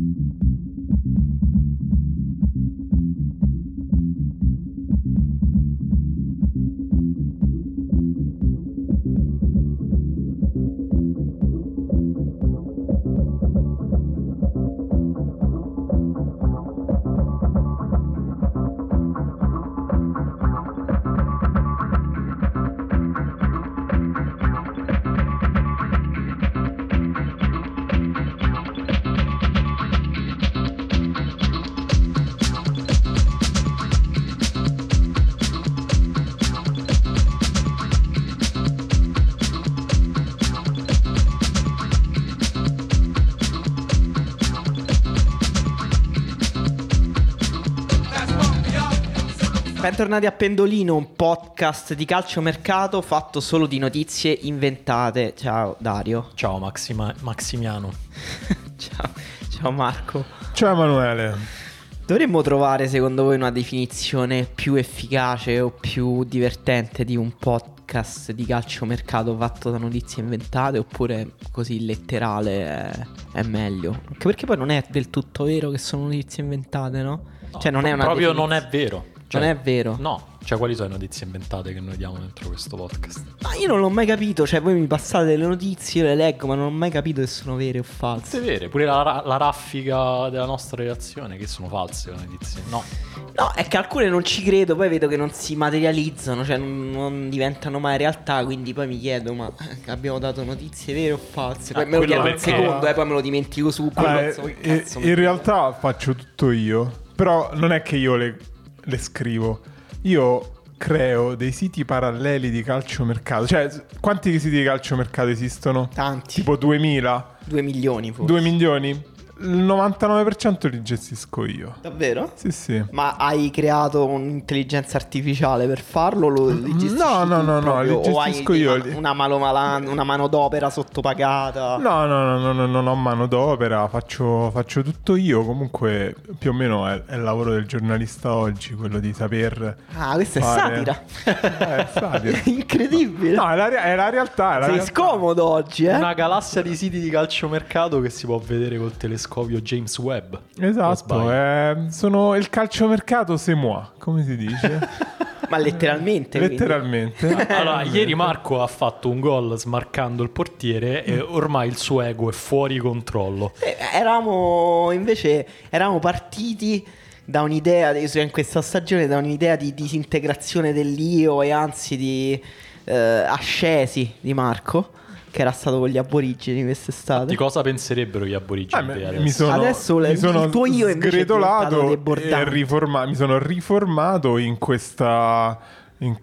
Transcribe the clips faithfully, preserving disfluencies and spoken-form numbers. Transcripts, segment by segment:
Bentornati a Pendolino, un podcast di calciomercato fatto solo di notizie inventate. Ciao Dario. Ciao Maxima- Maximiano. Ciao. Ciao Marco. Ciao Emanuele. Dovremmo trovare secondo voi una definizione più efficace o più divertente di un podcast di calciomercato fatto da notizie inventate, oppure così letterale è, è meglio? Anche perché poi non è del tutto vero che sono notizie inventate, no? No, cioè non è una proprio definizione. non è vero. Cioè, non è vero. No, cioè quali sono le notizie inventate che noi diamo dentro questo podcast? Ma io non l'ho mai capito. Cioè voi mi passate delle notizie, io le leggo, ma non ho mai capito se sono vere o false. Tutte vere, pure la, la raffica della nostra redazione, che sono false le notizie. No. No, è che alcune non ci credo, poi vedo che non si materializzano, cioè non, non diventano mai realtà, quindi poi mi chiedo, ma abbiamo dato notizie vere o false? Poi Ah, me lo chiedo un perché... secondo e eh, poi me lo dimentico su. Allora, Insomma, eh, cazzo, in realtà faccio tutto io, però non è che io le, le scrivo. Io creo dei siti paralleli di calciomercato. Cioè, quanti siti di calciomercato esistono? Tanti. Tipo duemila? Due milioni forse. due milioni? Il novantanove per cento li gestisco io. Davvero? Sì, sì. Ma hai creato un'intelligenza artificiale per farlo? Lo, li gestisci No, no, tu no, no, proprio? li O gestisco hai io. Una, una, mano una manodopera sottopagata? No, no, no, no, no, non ho manodopera, faccio, faccio tutto io. Comunque più o meno è, è il lavoro del giornalista oggi, quello di saper. Ah, questa fare... è satira. Eh, è satira. Incredibile. No, è la, è la realtà, è la Sei realtà. scomodo oggi, eh? Una galassia di siti di calciomercato che si può vedere col telescopio James Webb. Esatto, eh, sono il calciomercato c'est moi, come si dice? Ma letteralmente. Letteralmente. Allora, ieri Marco ha fatto un gol smarcando il portiere e ormai il suo ego è fuori controllo. Eh, eravamo invece eravamo partiti da un'idea in questa stagione, da un'idea di disintegrazione dell'io e anzi di eh, ascesi di Marco, che era stato con gli aborigeni quest'estate. Di cosa penserebbero gli aborigeni? Ah, di me- adesso? mi sono, Adesso le- mi sono il tuo io invece è sgretolato diventato e debordante. riforma- mi sono riformato in questa in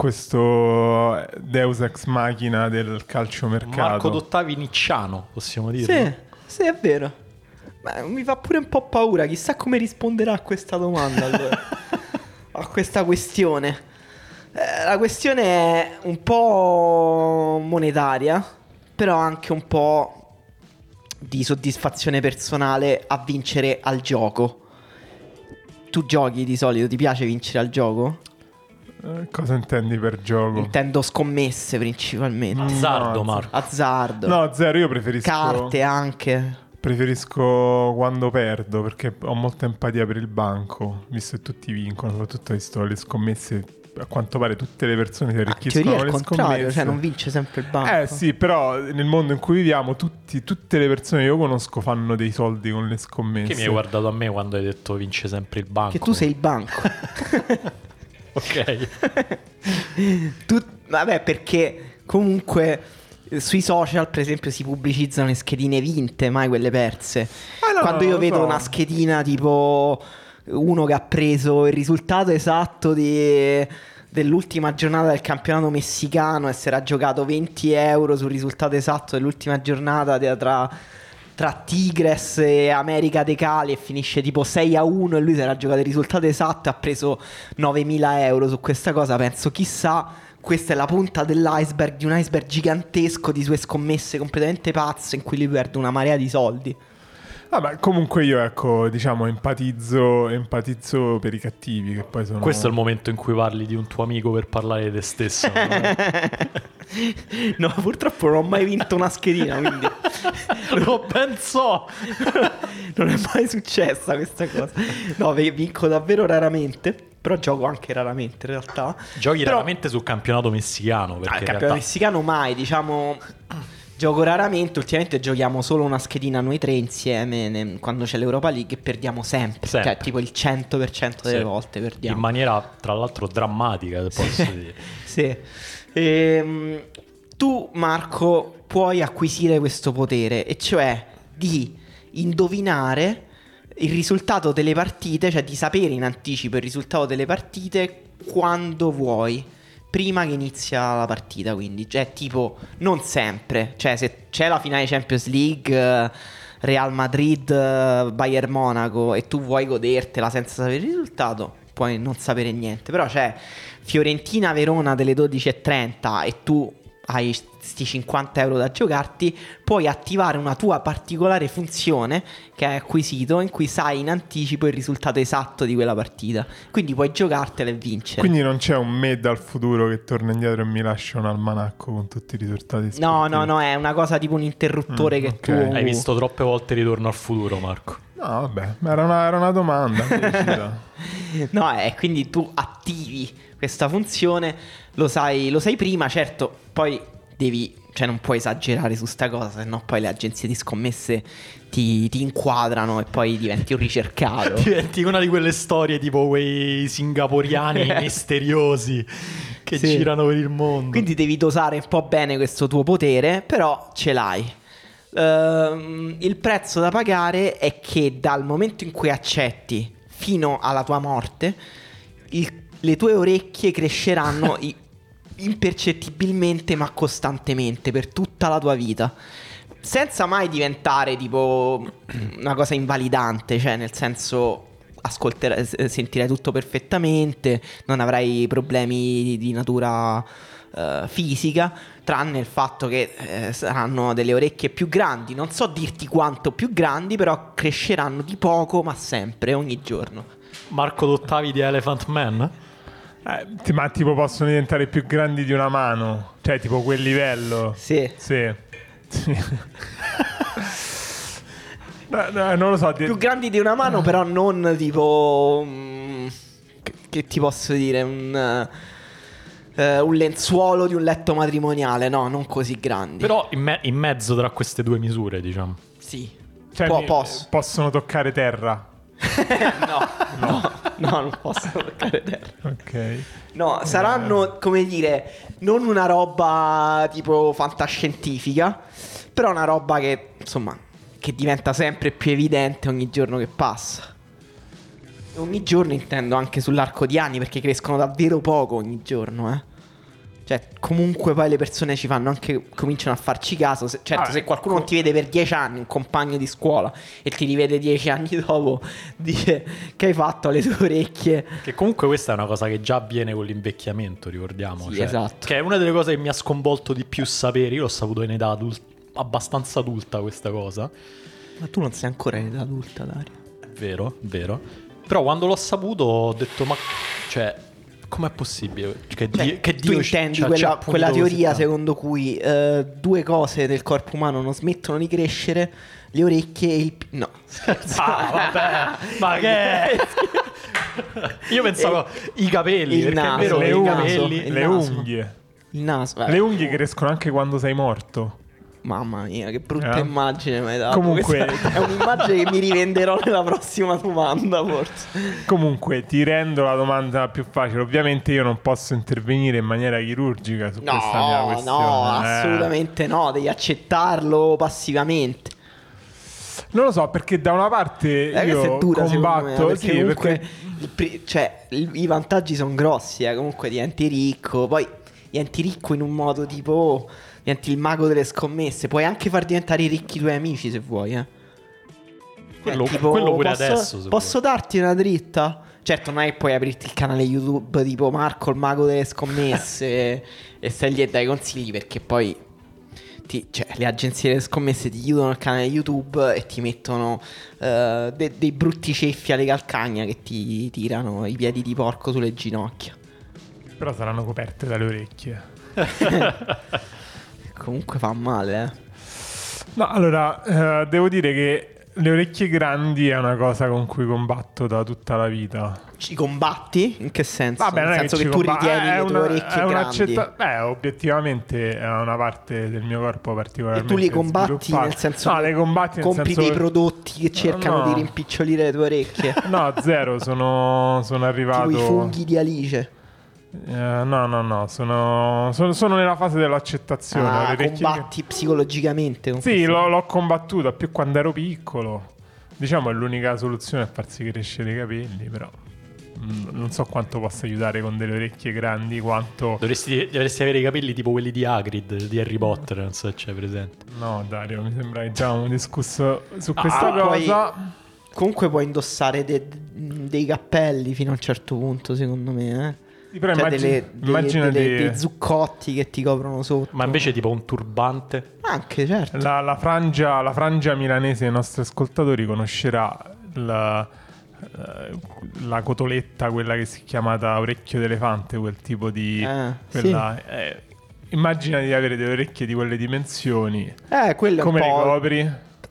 questo Deus ex machina del calciomercato. Marco Dottavi nicciano, possiamo dire. Sì, sì, è vero. Ma mi fa pure un po' paura, chissà come risponderà a questa domanda allora. A questa questione. Eh, la questione è un po' monetaria, però anche un po' di soddisfazione personale a vincere al gioco. Tu giochi di solito? Ti piace vincere al gioco? Eh, cosa intendi per gioco? Intendo scommesse principalmente. Azzardo, No, Marco. Azzardo. No, zero, io preferisco Carte anche. Preferisco quando perdo, perché ho molta empatia per il banco, visto che tutti vincono, soprattutto visto le scommesse. A quanto pare tutte le persone si Ah, in arricchiscono teoria è con il le contrario, scommesse. cioè non vince sempre il banco. Eh sì, però nel mondo in cui viviamo tutti, tutte le persone che io conosco fanno dei soldi con le scommesse. Che mi hai guardato a me quando hai detto vince sempre il banco? Che tu sei il banco. Ok. Tu, vabbè, perché comunque eh, sui social, per esempio, si pubblicizzano le schedine vinte, mai quelle perse. Ah, no, Quando no, io lo vedo so. una schedina tipo uno che ha preso il risultato esatto di, dell'ultima giornata del campionato messicano e si era giocato venti euro sul risultato esatto dell'ultima giornata de- tra, tra Tigres e America dei Cali e finisce tipo sei a uno e lui si era giocato il risultato esatto e ha preso novemila euro su questa cosa, penso chissà, questa è la punta dell'iceberg di un iceberg gigantesco di sue scommesse completamente pazze in cui lui perde una marea di soldi. Vabbè, comunque io, ecco, diciamo, empatizzo, empatizzo per i cattivi, che poi sono... Questo è il momento in cui parli di un tuo amico per parlare di te stesso. No, purtroppo non ho mai vinto una schedina, quindi Lo ben so. non è mai successa questa cosa. No, vi- vinco davvero raramente, però gioco anche raramente in realtà. Giochi Però- raramente sul campionato messicano, Ah, perché il in campionato realtà messicano mai, diciamo. Gioco raramente, ultimamente giochiamo solo una schedina noi tre insieme ne- quando c'è l'Europa League e perdiamo sempre, Sempre. cioè tipo il cento per cento delle Sì. volte perdiamo. in maniera tra l'altro drammatica, posso dire. Sì. Ehm, tu, Marco, puoi acquisire questo potere, e cioè di indovinare il risultato delle partite, cioè di sapere in anticipo il risultato delle partite quando vuoi, prima che inizia la partita. Quindi, cioè, tipo, non sempre, cioè, se c'è la finale Champions League, eh, Real Madrid, eh, Bayern Monaco, e tu vuoi godertela senza sapere il risultato, puoi non sapere niente. Però c'è Fiorentina Verona delle dodici e trenta e tu hai sti cinquanta euro da giocarti, puoi attivare una tua particolare funzione che hai acquisito, in cui sai in anticipo il risultato esatto di quella partita, quindi puoi giocartela e vincere. Quindi non c'è un me dal futuro che torna indietro e mi lascia un almanacco con tutti i risultati sportivi. No, no, no, è una cosa tipo un interruttore Mm, che ok. tu Hai visto troppe volte Ritorno al futuro, Marco. No, vabbè, ma era una, era una domanda. felicità. No, è quindi tu attivi questa funzione, lo sai, lo sai prima, certo, poi devi, cioè non puoi esagerare su sta cosa, sennò poi le agenzie di scommesse ti, ti inquadrano e poi diventi un ricercato. Diventi una di quelle storie tipo quei singaporiani misteriosi che Sì. girano per il mondo. Quindi devi dosare un po' bene questo tuo potere, però ce l'hai. Ehm, il prezzo da pagare è che dal momento in cui accetti fino alla tua morte, il- le tue orecchie cresceranno i- impercettibilmente ma costantemente per tutta la tua vita, senza mai diventare tipo una cosa invalidante, cioè nel senso ascolterai, s- sentirai tutto perfettamente, non avrai problemi di, di natura eh, fisica, tranne il fatto che eh, saranno delle orecchie più grandi, non so dirti quanto più grandi, però cresceranno di poco ma sempre, ogni giorno. Marco Dottavi di Elephant Man? Eh, ti- ma tipo possono diventare più grandi di una mano? Cioè tipo quel livello? Sì. Sì. Sì. No, no, non lo so. di- Più grandi di una mano, però non tipo mm, che, che ti posso dire un, eh, un lenzuolo di un letto matrimoniale. No, non così grandi. Però in, me- in mezzo tra queste due misure, diciamo. sì. cioè, Po- mi- posso. possono toccare terra. no, no, no, non posso toccare terra. Ok. No, saranno, come dire, non una roba tipo fantascientifica, però una roba che, insomma, che diventa sempre più evidente ogni giorno che passa. Ogni giorno intendo anche sull'arco di anni, perché crescono davvero poco ogni giorno, eh. Cioè, comunque poi le persone ci fanno anche, cominciano a farci caso. Se- certo, Ah, se qualcuno co- non ti vede per dieci anni, un compagno di scuola, e ti rivede dieci anni dopo, dice che hai fatto alle tue orecchie. Che comunque questa è una cosa che già avviene con l'invecchiamento, ricordiamo. Sì, cioè, esatto. Che è una delle cose che mi ha sconvolto di più sapere. Io l'ho saputo in età adult- abbastanza adulta questa cosa. Ma tu non sei ancora in età adulta, Dario. È vero, è vero. Però quando l'ho saputo ho detto, ma cioè, com'è possibile? Che, Cioè, Dio, che tu Dio ci- intendi ci ha- ci quella, ha punito quella così teoria tanto. secondo cui eh, due cose del corpo umano non smettono di crescere: le orecchie e il... pi- no, Ah, vabbè, ma che è? Io pensavo i capelli, il perché naso, è vero che le i il unghie, naso, capelli... il le naso. unghie. il naso. vabbè. Le unghie crescono anche quando sei morto. Mamma mia, che brutta Eh. immagine mi hai dato. Comunque- Questa è un'immagine che mi rivenderò nella prossima domanda, forse. Comunque ti rendo la domanda più facile. Ovviamente io non posso intervenire in maniera chirurgica su questa mia No, questione. no, eh. assolutamente no. Devi accettarlo passivamente. Non lo so, perché da una parte Eh, questa io è dura, secondo me, combatto, perché sì, comunque perché il pri- cioè, il- i vantaggi sono grossi, eh. Comunque diventi ricco, poi diventi ricco in un modo tipo oh, diventi il mago delle scommesse, puoi anche far diventare ricchi i tuoi amici se vuoi, eh. Quello, Eh, tipo, quello pure posso, adesso. se posso darti una dritta? Certo, non è che puoi aprirti il canale YouTube tipo Marco il mago delle scommesse e stai lì e dai consigli, perché poi ti- cioè, le agenzie delle scommesse ti chiudono il canale YouTube e ti mettono eh, de- dei brutti ceffi alle calcagna che ti tirano i piedi di porco sulle ginocchia. però saranno coperte dalle orecchie. Comunque fa male, eh. No, allora, eh, devo dire che le orecchie grandi è una cosa con cui combatto da tutta la vita. Ci combatti? In che senso? Vabbè, Nel senso che, che tu comba- ritieni è le tue una, orecchie è grandi. Beh, obiettivamente è una parte del mio corpo particolarmente E tu li combatti sviluppata. nel senso no, che le combatti nel compri senso dei che- prodotti che cercano No. di rimpicciolire le tue orecchie? No, zero, sono, sono arrivato... Tipo i funghi di Alice. Eh, no, no, no, sono, sono, sono nella fase dell'accettazione. Ah, le orecchie- combatti psicologicamente con Sì, questo. l'ho, l'ho combattuta più quando ero piccolo. Diciamo è l'unica soluzione è farsi crescere i capelli, però mm, non so quanto possa aiutare con delle orecchie grandi, quanto... Dovresti, dovresti avere i capelli tipo quelli di Hagrid, di Harry Potter, non so se c'è presente. No, Dario, mi sembra che già abbiamo discusso su questa Ah, poi- cosa. Comunque puoi indossare de- dei cappelli fino a un certo punto, secondo me, eh. Sì, però Cioè immagini- delle, delle- immagina delle- di- dei zuccotti che ti coprono sotto. Ma invece tipo un turbante. Anche, certo. La, la frangia, la frangia milanese dei nostri ascoltatori conoscerà la, eh, la cotoletta, quella che si è chiamata orecchio d'elefante, quel tipo di... Ah, quella, eh, immagina di avere delle orecchie di quelle dimensioni. Eh, quello è Come un le po'... copri?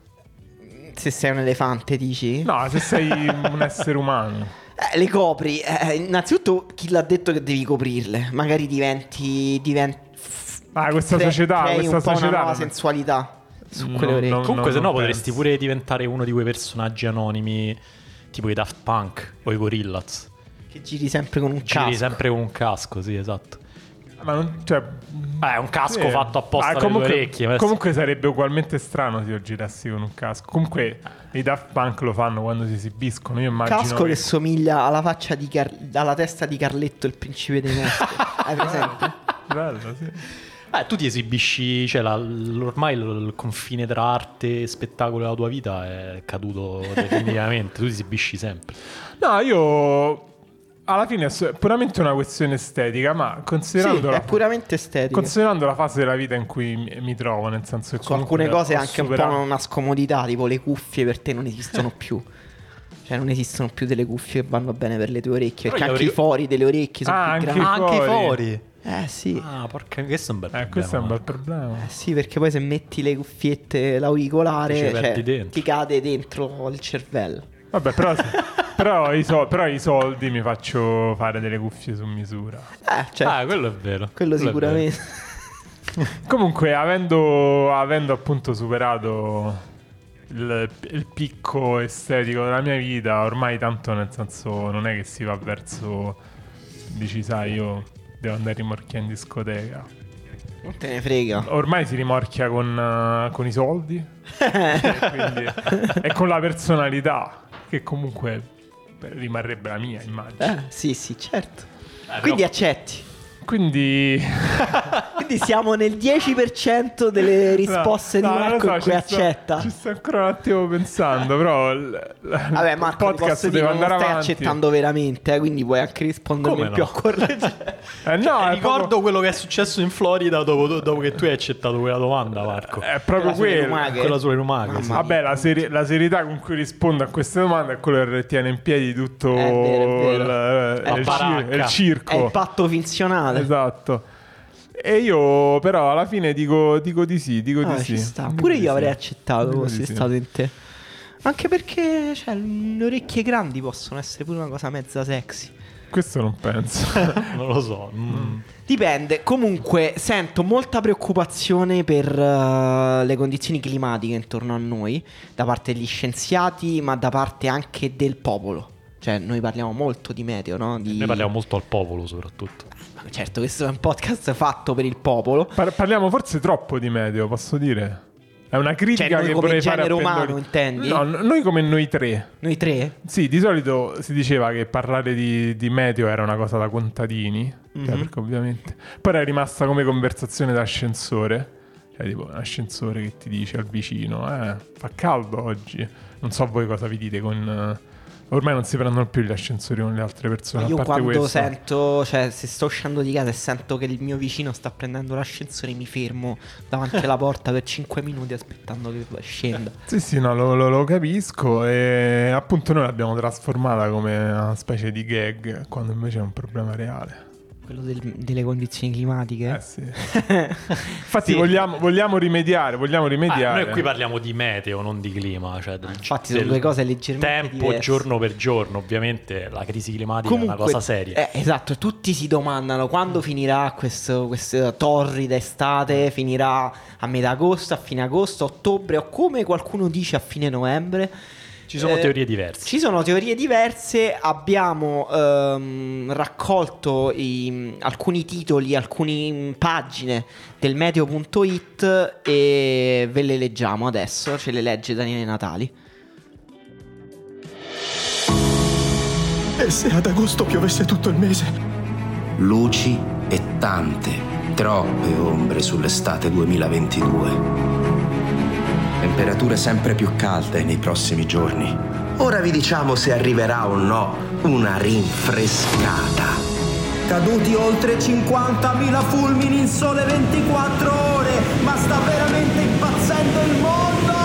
Se sei un elefante, dici? No, se sei un essere umano. Eh, le copri. Eh, innanzitutto, chi l'ha detto che devi coprirle? Magari diventi... diventi Ah, questa cre- società, crei questa un po' società una nuova non- sensualità su No, quelle orecchie. no. Comunque se no non potresti penso. pure diventare uno di quei personaggi anonimi tipo i Daft Punk o i Gorillaz. Che giri sempre con un Giri casco. sempre con un casco, sì, esatto. Ma non, cioè, Eh, è un casco sì. fatto apposta Ah, per le comunque, orecchie. ma- comunque sarebbe ugualmente strano se io girassi con un casco. Comunque i Daft Punk lo fanno quando si esibiscono. Io immagino Casco che somiglia alla faccia di Car- alla testa di Carletto, il principe dei mostri. Hai presente? bello, sì. Eh, tu ti esibisci, cioè la- l- ormai il, il confine tra arte e spettacolo della tua vita è caduto definitivamente. Tu ti esibisci sempre. No, io alla fine è so- è puramente una questione estetica, ma Sì, considerando, è la, puramente estetica. considerando la fase della vita in cui mi, mi trovo, nel senso che Su comunque alcune cose ho anche un superato- po' una scomodità, tipo le cuffie per te non esistono più. Cioè non esistono più delle cuffie che vanno bene per le tue orecchie, Però perché gli anche i avrei- fori delle orecchie sono Ah, più anche grandi. i Ah, anche i fori. fori. Eh sì. Ah, porca, questo è un bel Eh, problema. questo è un bel Marco. problema. Eh sì, perché poi se metti le cuffiette, l'auricolare, Ti ci cioè, perdi dentro. ti cade dentro il cervello. Vabbè, però, però, i so- però i soldi mi faccio fare delle cuffie su misura. Eh, cioè, Ah, quello è vero. quello è sicuramente. Comunque, avendo, avendo appunto superato il, il picco estetico della mia vita, ormai tanto nel senso non è che si va verso, dici sai io devo andare a rimorchiare in discoteca. Non te ne frega. Ormai si rimorchia con, eh, con i soldi e, quindi- e con la personalità che comunque rimarrebbe la mia, immagino. Eh, sì, sì, certo. Eh, Quindi però- accetti. Quindi Quindi siamo nel dieci per cento delle risposte No, di no, non Marco lo in so, cui ci sto- accetta. Ci sto ancora un attimo pensando, però il, Vabbè, Marco, il ti podcast posso deve dire, non andare stai avanti. accettando veramente, eh, quindi puoi anche rispondermi Come più no? a correggere. Eh, no, è Ricordo proprio, quello che è successo in Florida dopo, dopo che tu hai accettato quella domanda, Marco. è proprio Quella sulle quello. lumache. Quella sulle lumache. Mamma sì. mia. Vabbè, la, seri- la serietà con cui rispondo a queste domande è quello che tiene in piedi tutto È vero, è vero. il, È il il cir- baracca. il circo. È il patto finzionale. Esatto. E io però alla fine dico, dico di sì, dico Ah, di ci sì. sta. Dico Pure di io sì. avrei accettato Dico fossi di sì. stato in te. Anche perché cioè, le orecchie grandi possono essere pure una cosa mezza sexy. Questo non penso. Non lo so. mm. Dipende. Comunque sento molta preoccupazione per eh, le condizioni climatiche intorno a noi, da parte degli scienziati, ma da parte anche del popolo. Cioè, noi parliamo molto di meteo, no? Di... Noi parliamo molto al popolo, soprattutto. Certo, questo è un podcast fatto per il popolo. Par- parliamo forse troppo di meteo, posso dire? È una critica Cioè, noi che come vorrei fare a genere umano, Pendolino. intendi? No, n- noi come noi tre. Noi tre? Sì, di solito si diceva che parlare di, di meteo era una cosa da contadini, cioè, Mhm. perché ovviamente... Poi era rimasta come conversazione d'ascensore, cioè tipo un ascensore che ti dice al vicino, eh, fa caldo oggi. Non so voi cosa vi dite con... eh, ormai non si prendono più gli ascensori con le altre persone, Io a parte quando questo. sento, cioè se sto uscendo di casa e sento che il mio vicino sta prendendo l'ascensore, mi fermo davanti alla porta per cinque minuti aspettando che scenda. Sì, sì, no, lo, lo- lo capisco e appunto noi l'abbiamo trasformata come una specie di gag, quando invece è un problema reale. Quello del, delle condizioni climatiche. Eh sì. Infatti sì. Vogliamo, vogliamo rimediare, vogliamo rimediare. Ah, noi qui parliamo di meteo, non di clima, cioè del, infatti del sono due cose leggermente tempo diverse. Giorno per giorno. Ovviamente la crisi climatica Comunque, è una cosa seria. Eh, esatto, tutti si domandano quando finirà questo, questa torrida estate, finirà a metà agosto, a fine agosto, ottobre o come qualcuno dice a fine novembre. Ci sono eh, teorie diverse. Ci sono teorie diverse. Abbiamo ehm, raccolto i, alcuni titoli, alcune pagine del meteo punto it e ve le leggiamo adesso. Ce le legge Daniele Natali. E se ad agosto piovesse tutto il mese? Luci e tante, troppe ombre sull'estate duemilaventidue. Temperature sempre più calde nei prossimi giorni. Ora vi diciamo se arriverà o no una rinfrescata. Caduti oltre cinquantamila fulmini in sole ventiquattro ore, ma sta veramente impazzendo il mondo!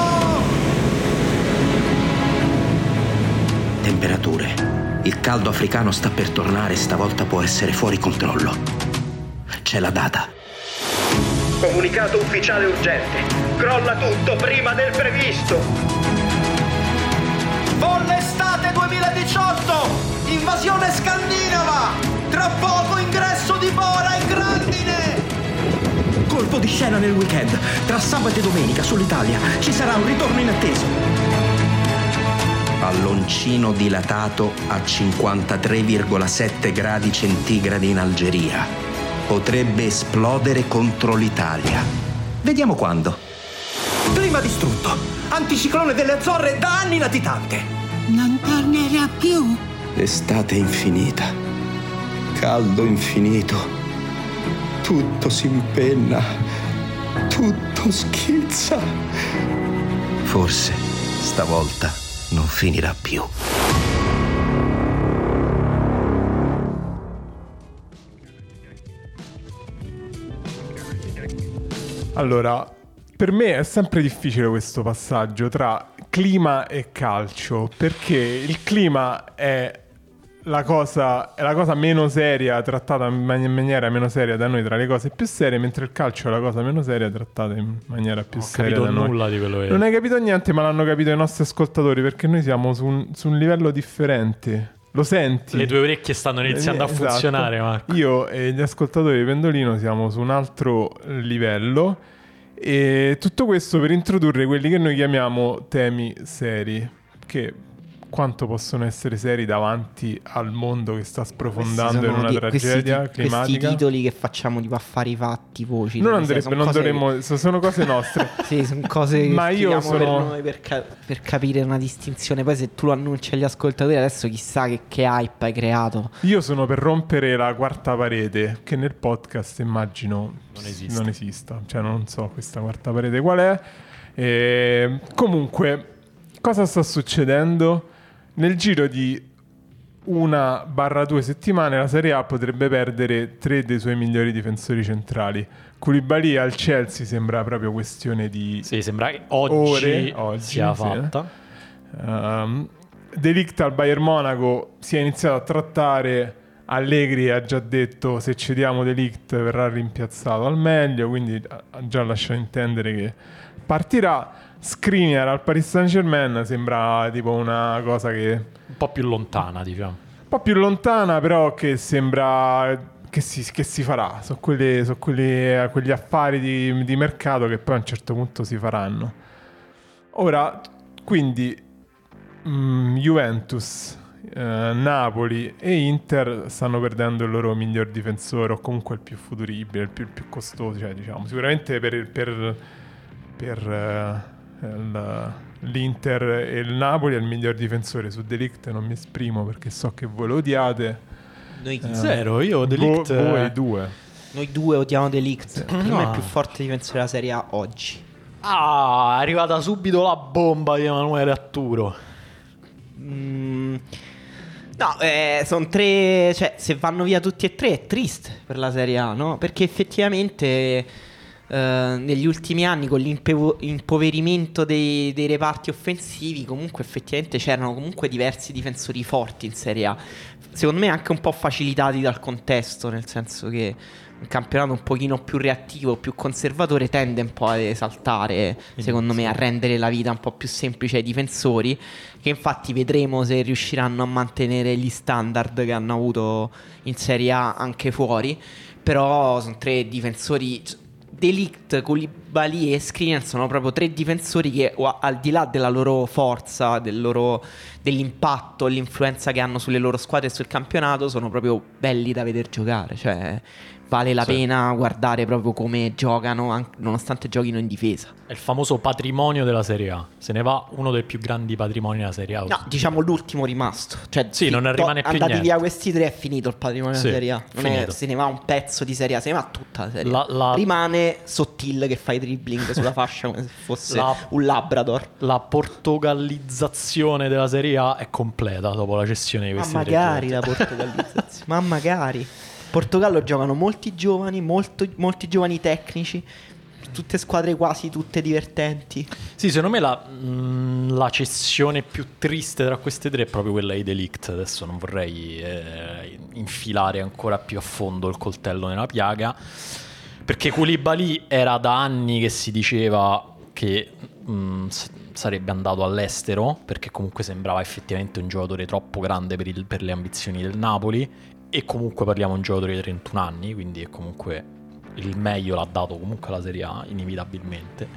Temperature. Il caldo africano sta per tornare e stavolta può essere fuori controllo. C'è la data. Comunicato ufficiale urgente. Crolla tutto prima del previsto. Volle estate duemiladiciotto. Invasione scandinava. Tra poco ingresso di Bora e grandine. Colpo di scena nel weekend. Tra sabato e domenica sull'Italia ci sarà un ritorno inatteso. Palloncino dilatato a cinquantatré virgola sette gradi centigradi in Algeria. Potrebbe esplodere contro l'Italia. Vediamo quando. Clima distrutto. Anticiclone delle Azzorre da anni latitante. Non tornerà più. Estate infinita. Caldo infinito. Tutto si impenna. Tutto schizza. Forse stavolta non finirà più. Allora, per me è sempre difficile questo passaggio tra clima e calcio, perché il clima è la cosa, è la cosa meno seria, trattata in maniera meno seria da noi tra le cose più serie, mentre il calcio è la cosa meno seria trattata in maniera più non seria da noi. Non ho capito nulla di quello che... Non hai capito niente, ma l'hanno capito i nostri ascoltatori, perché noi siamo su un, su un livello differente. Lo senti? Le tue orecchie stanno iniziando eh, a funzionare, esatto. Marco. Io e gli ascoltatori di Pendolino siamo su un altro livello. E tutto questo per introdurre quelli che noi chiamiamo temi seri, che quanto possono essere seri davanti al mondo che sta sprofondando in una di, tragedia questi, climatica. Questi titoli che facciamo tipo affari fatti, voci. Non andrebbe, non dovremmo, che... sono cose nostre. Sì, sono cose che ma io sono... per noi per, ca- per capire una distinzione. Poi se tu lo annunci agli ascoltatori adesso chissà che, che hype hai creato. Io sono per rompere la quarta parete, che nel podcast immagino non, esiste. non esista. Cioè non so questa quarta parete qual è. E... comunque, cosa sta succedendo? Nel giro di una barra due settimane la Serie A potrebbe perdere tre dei suoi migliori difensori centrali. Koulibaly al Chelsea sembra proprio questione di sì, sembra che oggi, ore, oggi sia sì. fatta. Um, De Ligt al Bayern Monaco si è iniziato a trattare. Allegri ha già detto se cediamo De Ligt verrà rimpiazzato al meglio, quindi ha già lasciato intendere che partirà. Skriniar al Paris Saint-Germain sembra tipo una cosa che un po' più lontana, diciamo. Un po' più lontana, però che sembra che si, che si farà. Sono quelli, sono quelli, quegli affari di, di mercato che poi a un certo punto si faranno. Ora, quindi mh, Juventus, eh, Napoli e Inter stanno perdendo il loro miglior difensore, o comunque il più futuribile, il più, il più costoso, cioè, diciamo, sicuramente per... per, per eh, Il, l'Inter e il Napoli è il miglior difensore. Su De Ligt non mi esprimo perché so che voi lo odiate. Noi eh, zero, io De Ligt vo- voi due. Noi due odiamo De Ligt. Sì. Per no. me è il più forte difensore della Serie A oggi. Ah, è arrivata subito la bomba di Emanuele Atturo. Mm, no, eh, sono tre. Cioè, se vanno via tutti e tre è triste per la Serie A, no? Perché effettivamente Uh, negli ultimi anni con l'impoverimento dei, dei reparti offensivi comunque effettivamente c'erano comunque diversi difensori forti in Serie A, secondo me anche un po' facilitati dal contesto, nel senso che un campionato un pochino più reattivo, più conservatore tende un po' ad esaltare, secondo me, a rendere la vita un po' più semplice ai difensori, che infatti vedremo se riusciranno a mantenere gli standard che hanno avuto in Serie A anche fuori. Però sono tre difensori, De Ligt, Koulibaly e Skriniar sono proprio tre difensori che, al di là della loro forza, del loro, dell'impatto, l'influenza che hanno sulle loro squadre e sul campionato, sono proprio belli da veder giocare. Cioè vale la sì. pena guardare proprio come giocano, anche, nonostante giochino in difesa. È il famoso patrimonio della Serie A. Se ne va uno dei più grandi patrimoni della Serie A. No, diciamo l'ultimo rimasto. Cioè, sì, fi- non ne rimane to- più andati niente. via questi tre è finito il patrimonio sì, della Serie A. Non è, se ne va un pezzo di Serie A, se ne va tutta la Serie A. La, la... Rimane Sottil che fa i dribbling sulla fascia come se fosse la... un Labrador. La portogallizzazione della Serie A è completa dopo la cessione di questi Ma magari la portogallizzazione. Ma magari. Portogallo giocano molti giovani, molto, molti giovani tecnici, tutte squadre quasi tutte divertenti. Sì, secondo me la, mh, la cessione più triste tra queste tre è proprio quella di De Ligt. Adesso non vorrei eh, infilare ancora più a fondo il coltello nella piaga, perché Koulibaly era da anni che si diceva che mh, sarebbe andato all'estero, perché comunque sembrava effettivamente un giocatore troppo grande per, il, per le ambizioni del Napoli. E comunque parliamo di un giocatore di trentuno anni, quindi è comunque il meglio l'ha dato comunque la Serie A, inevitabilmente.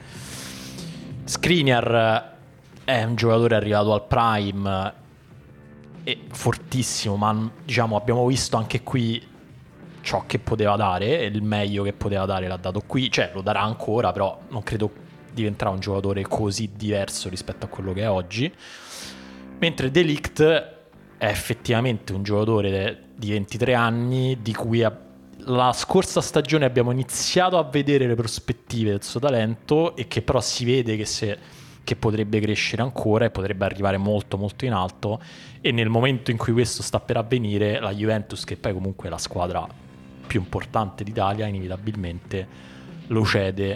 Skriniar è un giocatore arrivato al prime e fortissimo, ma diciamo abbiamo visto anche qui ciò che poteva dare, e il meglio che poteva dare l'ha dato qui, cioè lo darà ancora, però non credo diventerà un giocatore così diverso rispetto a quello che è oggi. Mentre De Ligt è effettivamente un giocatore di ventitré anni di cui la scorsa stagione abbiamo iniziato a vedere le prospettive del suo talento, e che però si vede che, se, che potrebbe crescere ancora e potrebbe arrivare molto molto in alto, e nel momento in cui questo sta per avvenire la Juventus, che poi comunque è la squadra più importante d'Italia, inevitabilmente lo cede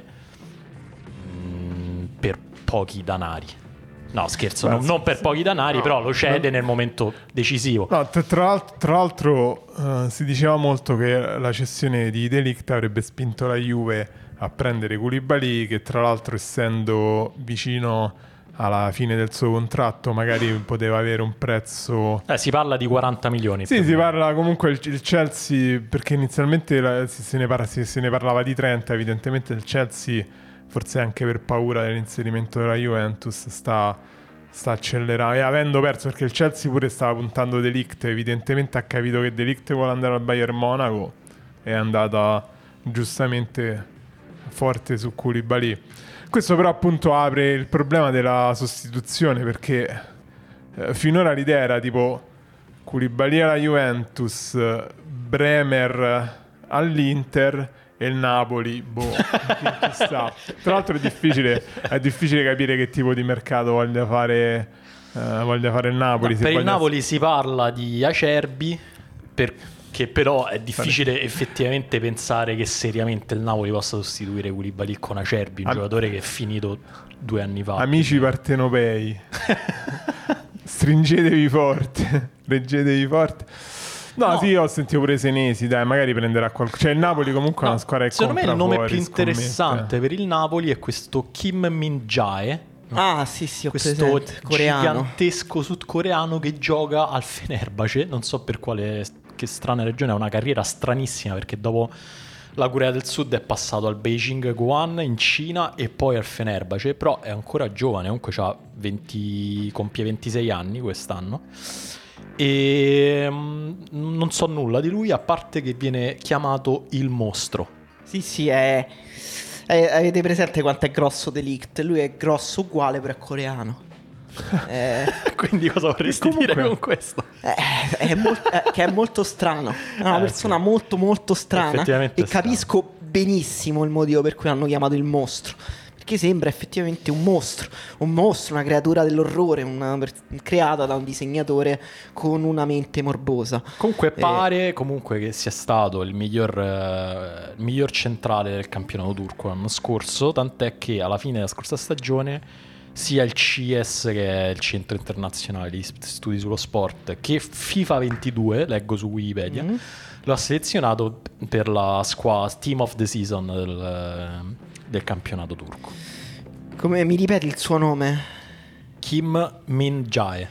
mh, per pochi danari. No, scherzo, non, non per pochi danari, no, però lo cede no. nel momento decisivo. No, tra, tra, tra l'altro uh, si diceva molto che la cessione di De Ligt avrebbe spinto la Juve a prendere Koulibaly, che tra l'altro, essendo vicino alla fine del suo contratto, magari poteva avere un prezzo... Eh, si parla di quaranta milioni. Sì, si me. parla comunque il, il Chelsea, perché inizialmente la, se, se, ne parla, se, se ne parlava di trenta, evidentemente il Chelsea... forse anche per paura dell'inserimento della Juventus sta, sta accelerando, e avendo perso, perché il Chelsea pure stava puntando De Ligt, evidentemente ha capito che De Ligt vuole andare al Bayern Monaco, è andata giustamente forte su Koulibaly. Questo però appunto apre il problema della sostituzione, perché eh, finora l'idea era tipo Koulibaly alla Juventus, Bremer all'Inter e il Napoli, boh, chi sta. Tra l'altro è difficile, è difficile capire che tipo di mercato voglia fare, uh, voglia fare il Napoli. No, se per il voglia... Napoli si parla di Acerbi, perché però è difficile effettivamente pensare che seriamente il Napoli possa sostituire Koulibaly con Acerbi, un Am- giocatore che è finito due anni fa. Amici partenopei, stringetevi forte, reggetevi forte. No, no, sì, io ho sentito pure Senesi, dai, magari prenderà qualcosa. Cioè il Napoli comunque no, è una squadra che secondo me il nome fuori, più interessante scommette. Per il Napoli è questo Kim Min-jae. Ah, sì, sì, ho questo presente, coreano. Gigantesco sudcoreano che gioca al Fenerbahce, non so per quale, che strana regione, ha una carriera stranissima, perché dopo la Corea del Sud è passato al Beijing Guoan in Cina e poi al Fenerbahce, però è ancora giovane, comunque c'ha venti, compie ventisei anni quest'anno. E um, non so nulla di lui, a parte che viene chiamato il mostro. Sì, sì, è, è avete presente quanto è grosso De Ligt? Lui è grosso uguale, però è coreano. eh, Quindi cosa vorresti comunque dire con questo? È, è molto, è, che è molto strano. È una eh, persona sì. molto molto strana, e capisco strano. benissimo il motivo per cui l'hanno chiamato il mostro. perché sembra effettivamente un mostro, un mostro, una creatura dell'orrore, una per- creata da un disegnatore con una mente morbosa. Comunque Eh, pare comunque che sia stato il miglior, eh, il miglior centrale del campionato turco l'anno scorso, tant'è che alla fine della scorsa stagione sia il C S, che è il Centro Internazionale di Studi sullo Sport, che FIFA ventidue, leggo su Wikipedia, Mm. lo ha selezionato per la squadra Team of the Season del, del campionato turco. Come mi ripeti il suo nome? Kim Min-jae.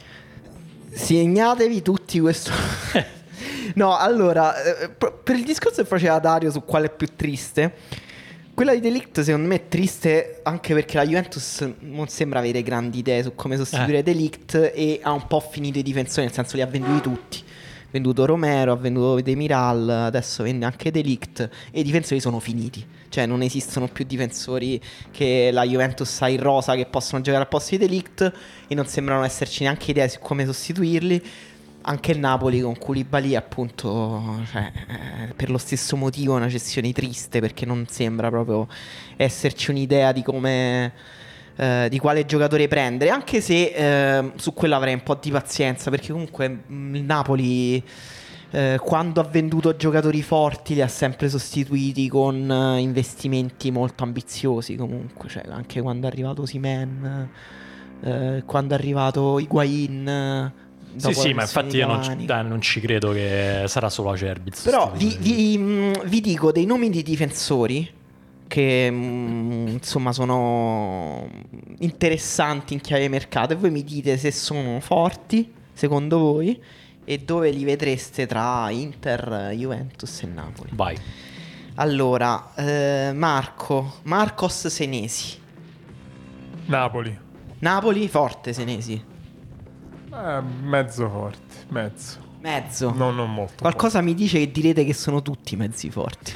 Segnatevi tutti questo. No, allora, eh, per per il discorso che faceva Dario su quale è più triste, quella di De Ligt secondo me è triste anche perché la Juventus non sembra avere grandi idee su come sostituire Eh. De Ligt, e ha un po' finito i difensori, nel senso li ha venduti tutti. Ha venduto Romero, ha venduto Demiral, adesso vende anche De Ligt, e i difensori sono finiti. Cioè non esistono più difensori che la Juventus ha in rosa che possono giocare al posto di De Ligt, e non sembrano esserci neanche idee su come sostituirli. Anche il Napoli con Koulibaly, appunto, cioè, eh, per lo stesso motivo è una cessione triste, perché non sembra proprio esserci un'idea di come eh, di quale giocatore prendere, anche se eh, su quello avrei un po' di pazienza, perché comunque mh, il Napoli eh, quando ha venduto giocatori forti li ha sempre sostituiti con eh, investimenti molto ambiziosi, comunque, cioè, anche quando è arrivato Osimhen, eh, quando è arrivato Higuain. Sì, sì, ma infatti io non ci, dai, non ci credo che sarà solo Acerbi. il Però vi, sostituto. vi, mh, vi dico dei nomi di difensori che mh, insomma sono interessanti in chiave mercato, e voi mi dite se sono forti secondo voi e dove li vedreste tra Inter, Juventus e Napoli. Vai. Allora, eh, Marco Marcos Senesi. Napoli. Napoli, forte Senesi. Eh, mezzo forte, mezzo. Mezzo. No, non molto. Qualcosa mi dice che direte che sono tutti mezzi forti.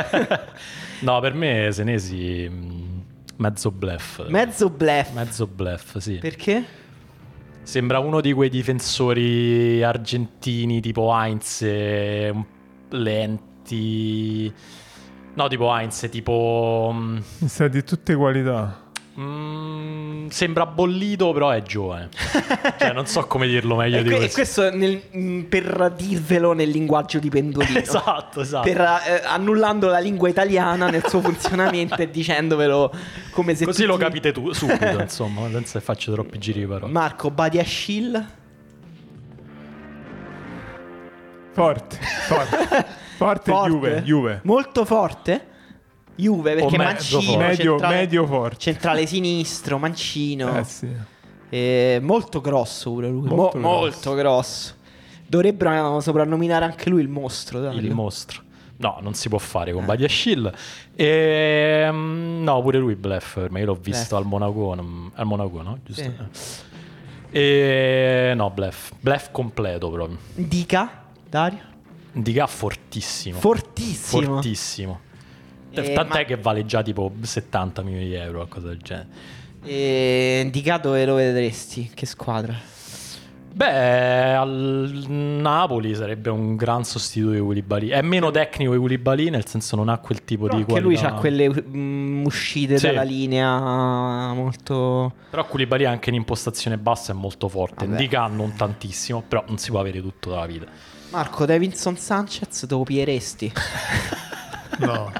No, per me Senesi mh, mezzo bluff. Mezzo bluff. Mezzo bluff, sì. Perché? Sembra uno di quei difensori argentini tipo Heinz, eh, un- lenti. No, tipo Heinz, tipo mh, Mi sa di tutte qualità. mh, sembra bollito, però è giovane. Cioè, non so come dirlo meglio E, di que- e questo. questo nel- mh, per dirvelo nel linguaggio di Pendolino. Esatto, esatto. Per eh, annullando la lingua italiana nel suo funzionamento e dicendovelo come se Così lo tutti- capite tu subito, insomma, senza che faccio troppi giri di parole. Marco Badiashil. Forte, forte. Forte, Forte? Juve, Juve. Molto forte? Juve, perché O mezzo Mancino, forte. Medio, centrale, medio forte. centrale sinistro, Mancino. Eh sì. Eh, molto grosso pure lui. Mo- Molto Molto, grosso. grosso. Dovrebbero soprannominare anche lui il mostro. Dai. Il mostro. No, non si può fare con Badiashil. E mm, no, pure lui bluff per me. Io l'ho visto Bluff. al Monaco, non- al Monaco, no? Giusto? Sì. E no, bluff. Bluff completo proprio. Dica, Dario. Dica fortissimo. Fortissimo. Fortissimo. Eh, Tant'è ma- che vale già tipo settanta milioni di euro o qualcosa del genere. E Dica dove lo vedresti? Che squadra? Beh, al Napoli sarebbe un gran sostituto di Koulibaly. È meno tecnico di Koulibaly, nel senso non ha quel tipo Però di anche lui qualità. ha quelle mm, uscite Sì. dalla linea molto... Però Koulibaly anche in impostazione bassa è molto forte. Vabbè. Indica non tantissimo, però non si può avere tutto dalla vita. Marco, Davinson Sanchez te lo pieresti? No.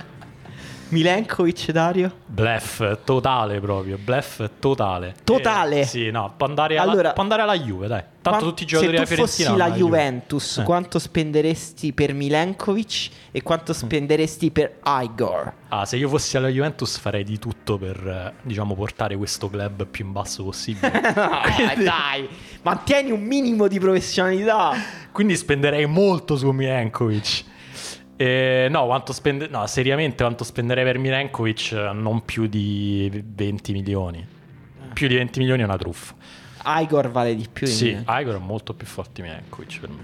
Milenkovic, Dario? Bluff totale proprio, bluff totale. Totale? Eh, sì, no, può andare, alla, Allora- può andare alla Juve, dai. Tanto Quan- tutti i giocatori se della tu fossi Fiorentina la vanno alla Juve. Juventus, Eh. quanto spenderesti per Milenkovic e quanto spenderesti per Igor? Ah, se io fossi alla Juventus farei di tutto per, eh, diciamo, portare questo club più in basso possibile. Dai, dai, mantieni un minimo di professionalità. Quindi spenderei molto su Milenkovic. Eh, no, quanto spende... no, seriamente quanto spenderei per Milenkovic? Non più di venti milioni. Più di venti milioni è una truffa. Igor vale di più di Sì, Milenkovic. Igor è molto più forte di Milenkovic per me.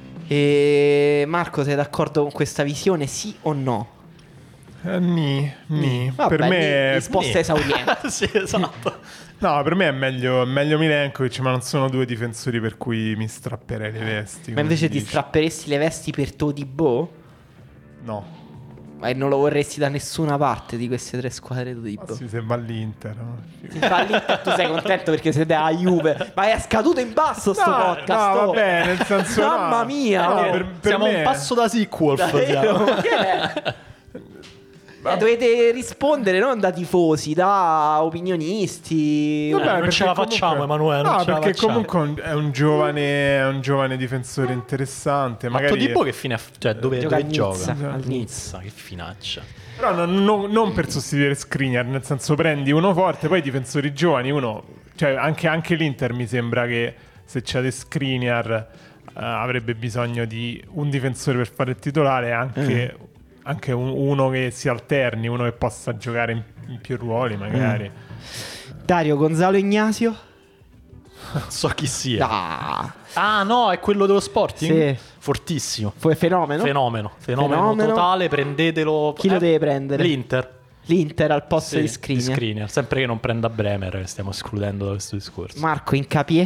E Marco, sei d'accordo con questa visione, sì o no? Eh, ni, ni. Vabbè, per me ni- è... risposta esauriente. Sì, esatto. No, per me è meglio, meglio Milenkovic, ma non sono due difensori per cui mi strapperei le vesti. Ma come invece si ti dice. strapperesti le vesti per Todibo? No. Ma non lo vorresti da nessuna parte di queste tre squadre Ma tipo. sì, se va all'Inter, no? Se va all'Inter tu sei contento perché siete a Juve. Ma è scaduto in basso sto No, podcast. no, oh. vabbè, nel senso, Mamma no. mia, No, oh. per- per siamo me- a un passo da Sequolf. Davvero? Che è? Eh, dovete rispondere non da tifosi, da opinionisti. Vabbè, non perché ce la comunque- facciamo, Emanuele, non No, ce la perché facciamo. comunque è un giovane, è un giovane difensore interessante. Ma Magari... Todibo che fine ha f- cioè dove, Gioca dove a Nizza. gioca? Al Nizza, che finaccia. Però non, non- non per sostituire Skriniar, nel senso prendi uno forte, poi i difensori giovani, uno... Cioè anche, anche l'Inter mi sembra che se c'è De Skriniar eh, avrebbe bisogno di un difensore per fare il titolare, anche, Mm. anche un- uno che si alterni, uno che possa giocare in, in più ruoli magari. Dario Gonzalo Ignazio. Non so chi sia. Ah, Ah no, è quello dello Sporting? Sì. Fortissimo. fu fenomeno. Fenomeno, fenomeno, Fenomeno. totale, prendetelo. Chi lo Eh, deve prendere? L'Inter. L'Inter al posto Sì, di Skriniar. Skriniar. Sempre che non prenda Bremer, che stiamo escludendo da questo discorso. Marco Incapié.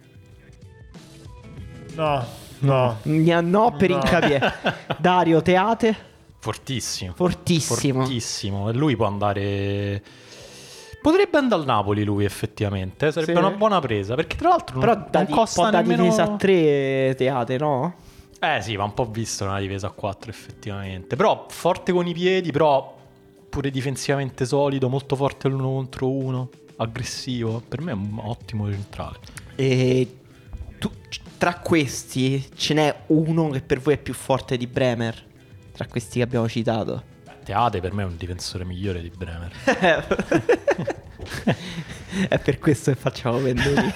No, no. Gna- No per No. Incapié. Dario Teate. Fortissimo. Fortissimo. Fortissimo. E lui può andare... Potrebbe andare al Napoli lui effettivamente, eh, sarebbe Sì. una buona presa, perché tra l'altro Però non, da, non di- costa po' da nemmeno... difesa a tre Teate, no? Eh sì, va un po' visto una difesa a quattro effettivamente. Però forte con i piedi, però pure difensivamente solido, molto forte all'uno contro uno, aggressivo. Per me è un ottimo centrale. E tu- tra questi ce n'è uno che per voi è più forte di Bremer? Tra questi che abbiamo citato. Teate per me è un difensore migliore di Bremer. È per questo che facciamo venduti.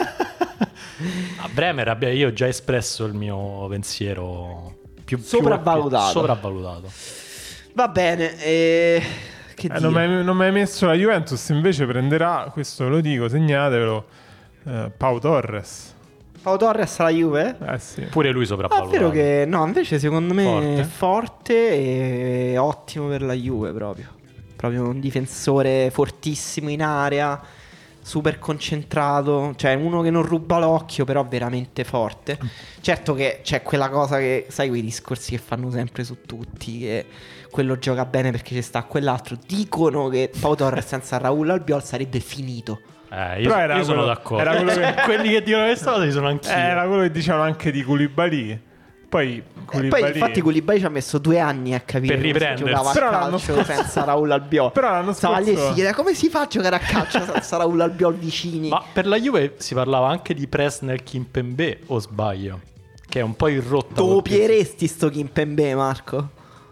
A Bremer abbia- io ho già espresso il mio pensiero più più- Sopravvalutato. più sopravvalutato. Va bene. E... Che Eh, dire? non mi hai non mi hai messo la Juventus, invece prenderà, questo ve lo dico, segnatevelo, eh, Pau Torres. Pau Torres alla Juve? Eh sì. Pure lui Ah, è sopravvalutato. vero che no, invece secondo me Forte. è forte e ottimo per la Juve proprio. Proprio un difensore fortissimo in area, super concentrato, cioè uno che non ruba l'occhio, però veramente forte. Certo che c'è quella cosa che, sai, quei discorsi che fanno sempre su tutti, che quello gioca bene perché ci sta quell'altro. Dicono che Pau Torres senza Raul Albiol sarebbe finito. Eh, io, Però era io sono quello- d'accordo. era quello che- Quelli che dicono questa cosa ci sono anch'io. Eh, era quello che dicevano anche di Koulibaly. Poi E Koulibaly... poi infatti Koulibaly ci ha messo due anni a capire Per come si riprendersi. giocava a Però l'anno calcio scorso- senza Raul Albiol. Però l'anno Stava lì e scorso- si chiedeva come si fa a giocare a calcio senza Raul Albiol vicini. Ma per la Juve si parlava anche di Presnel Kimpembe, o sbaglio? Che è un po' in rotta. Dopieresti sto Kimpembe, Marco?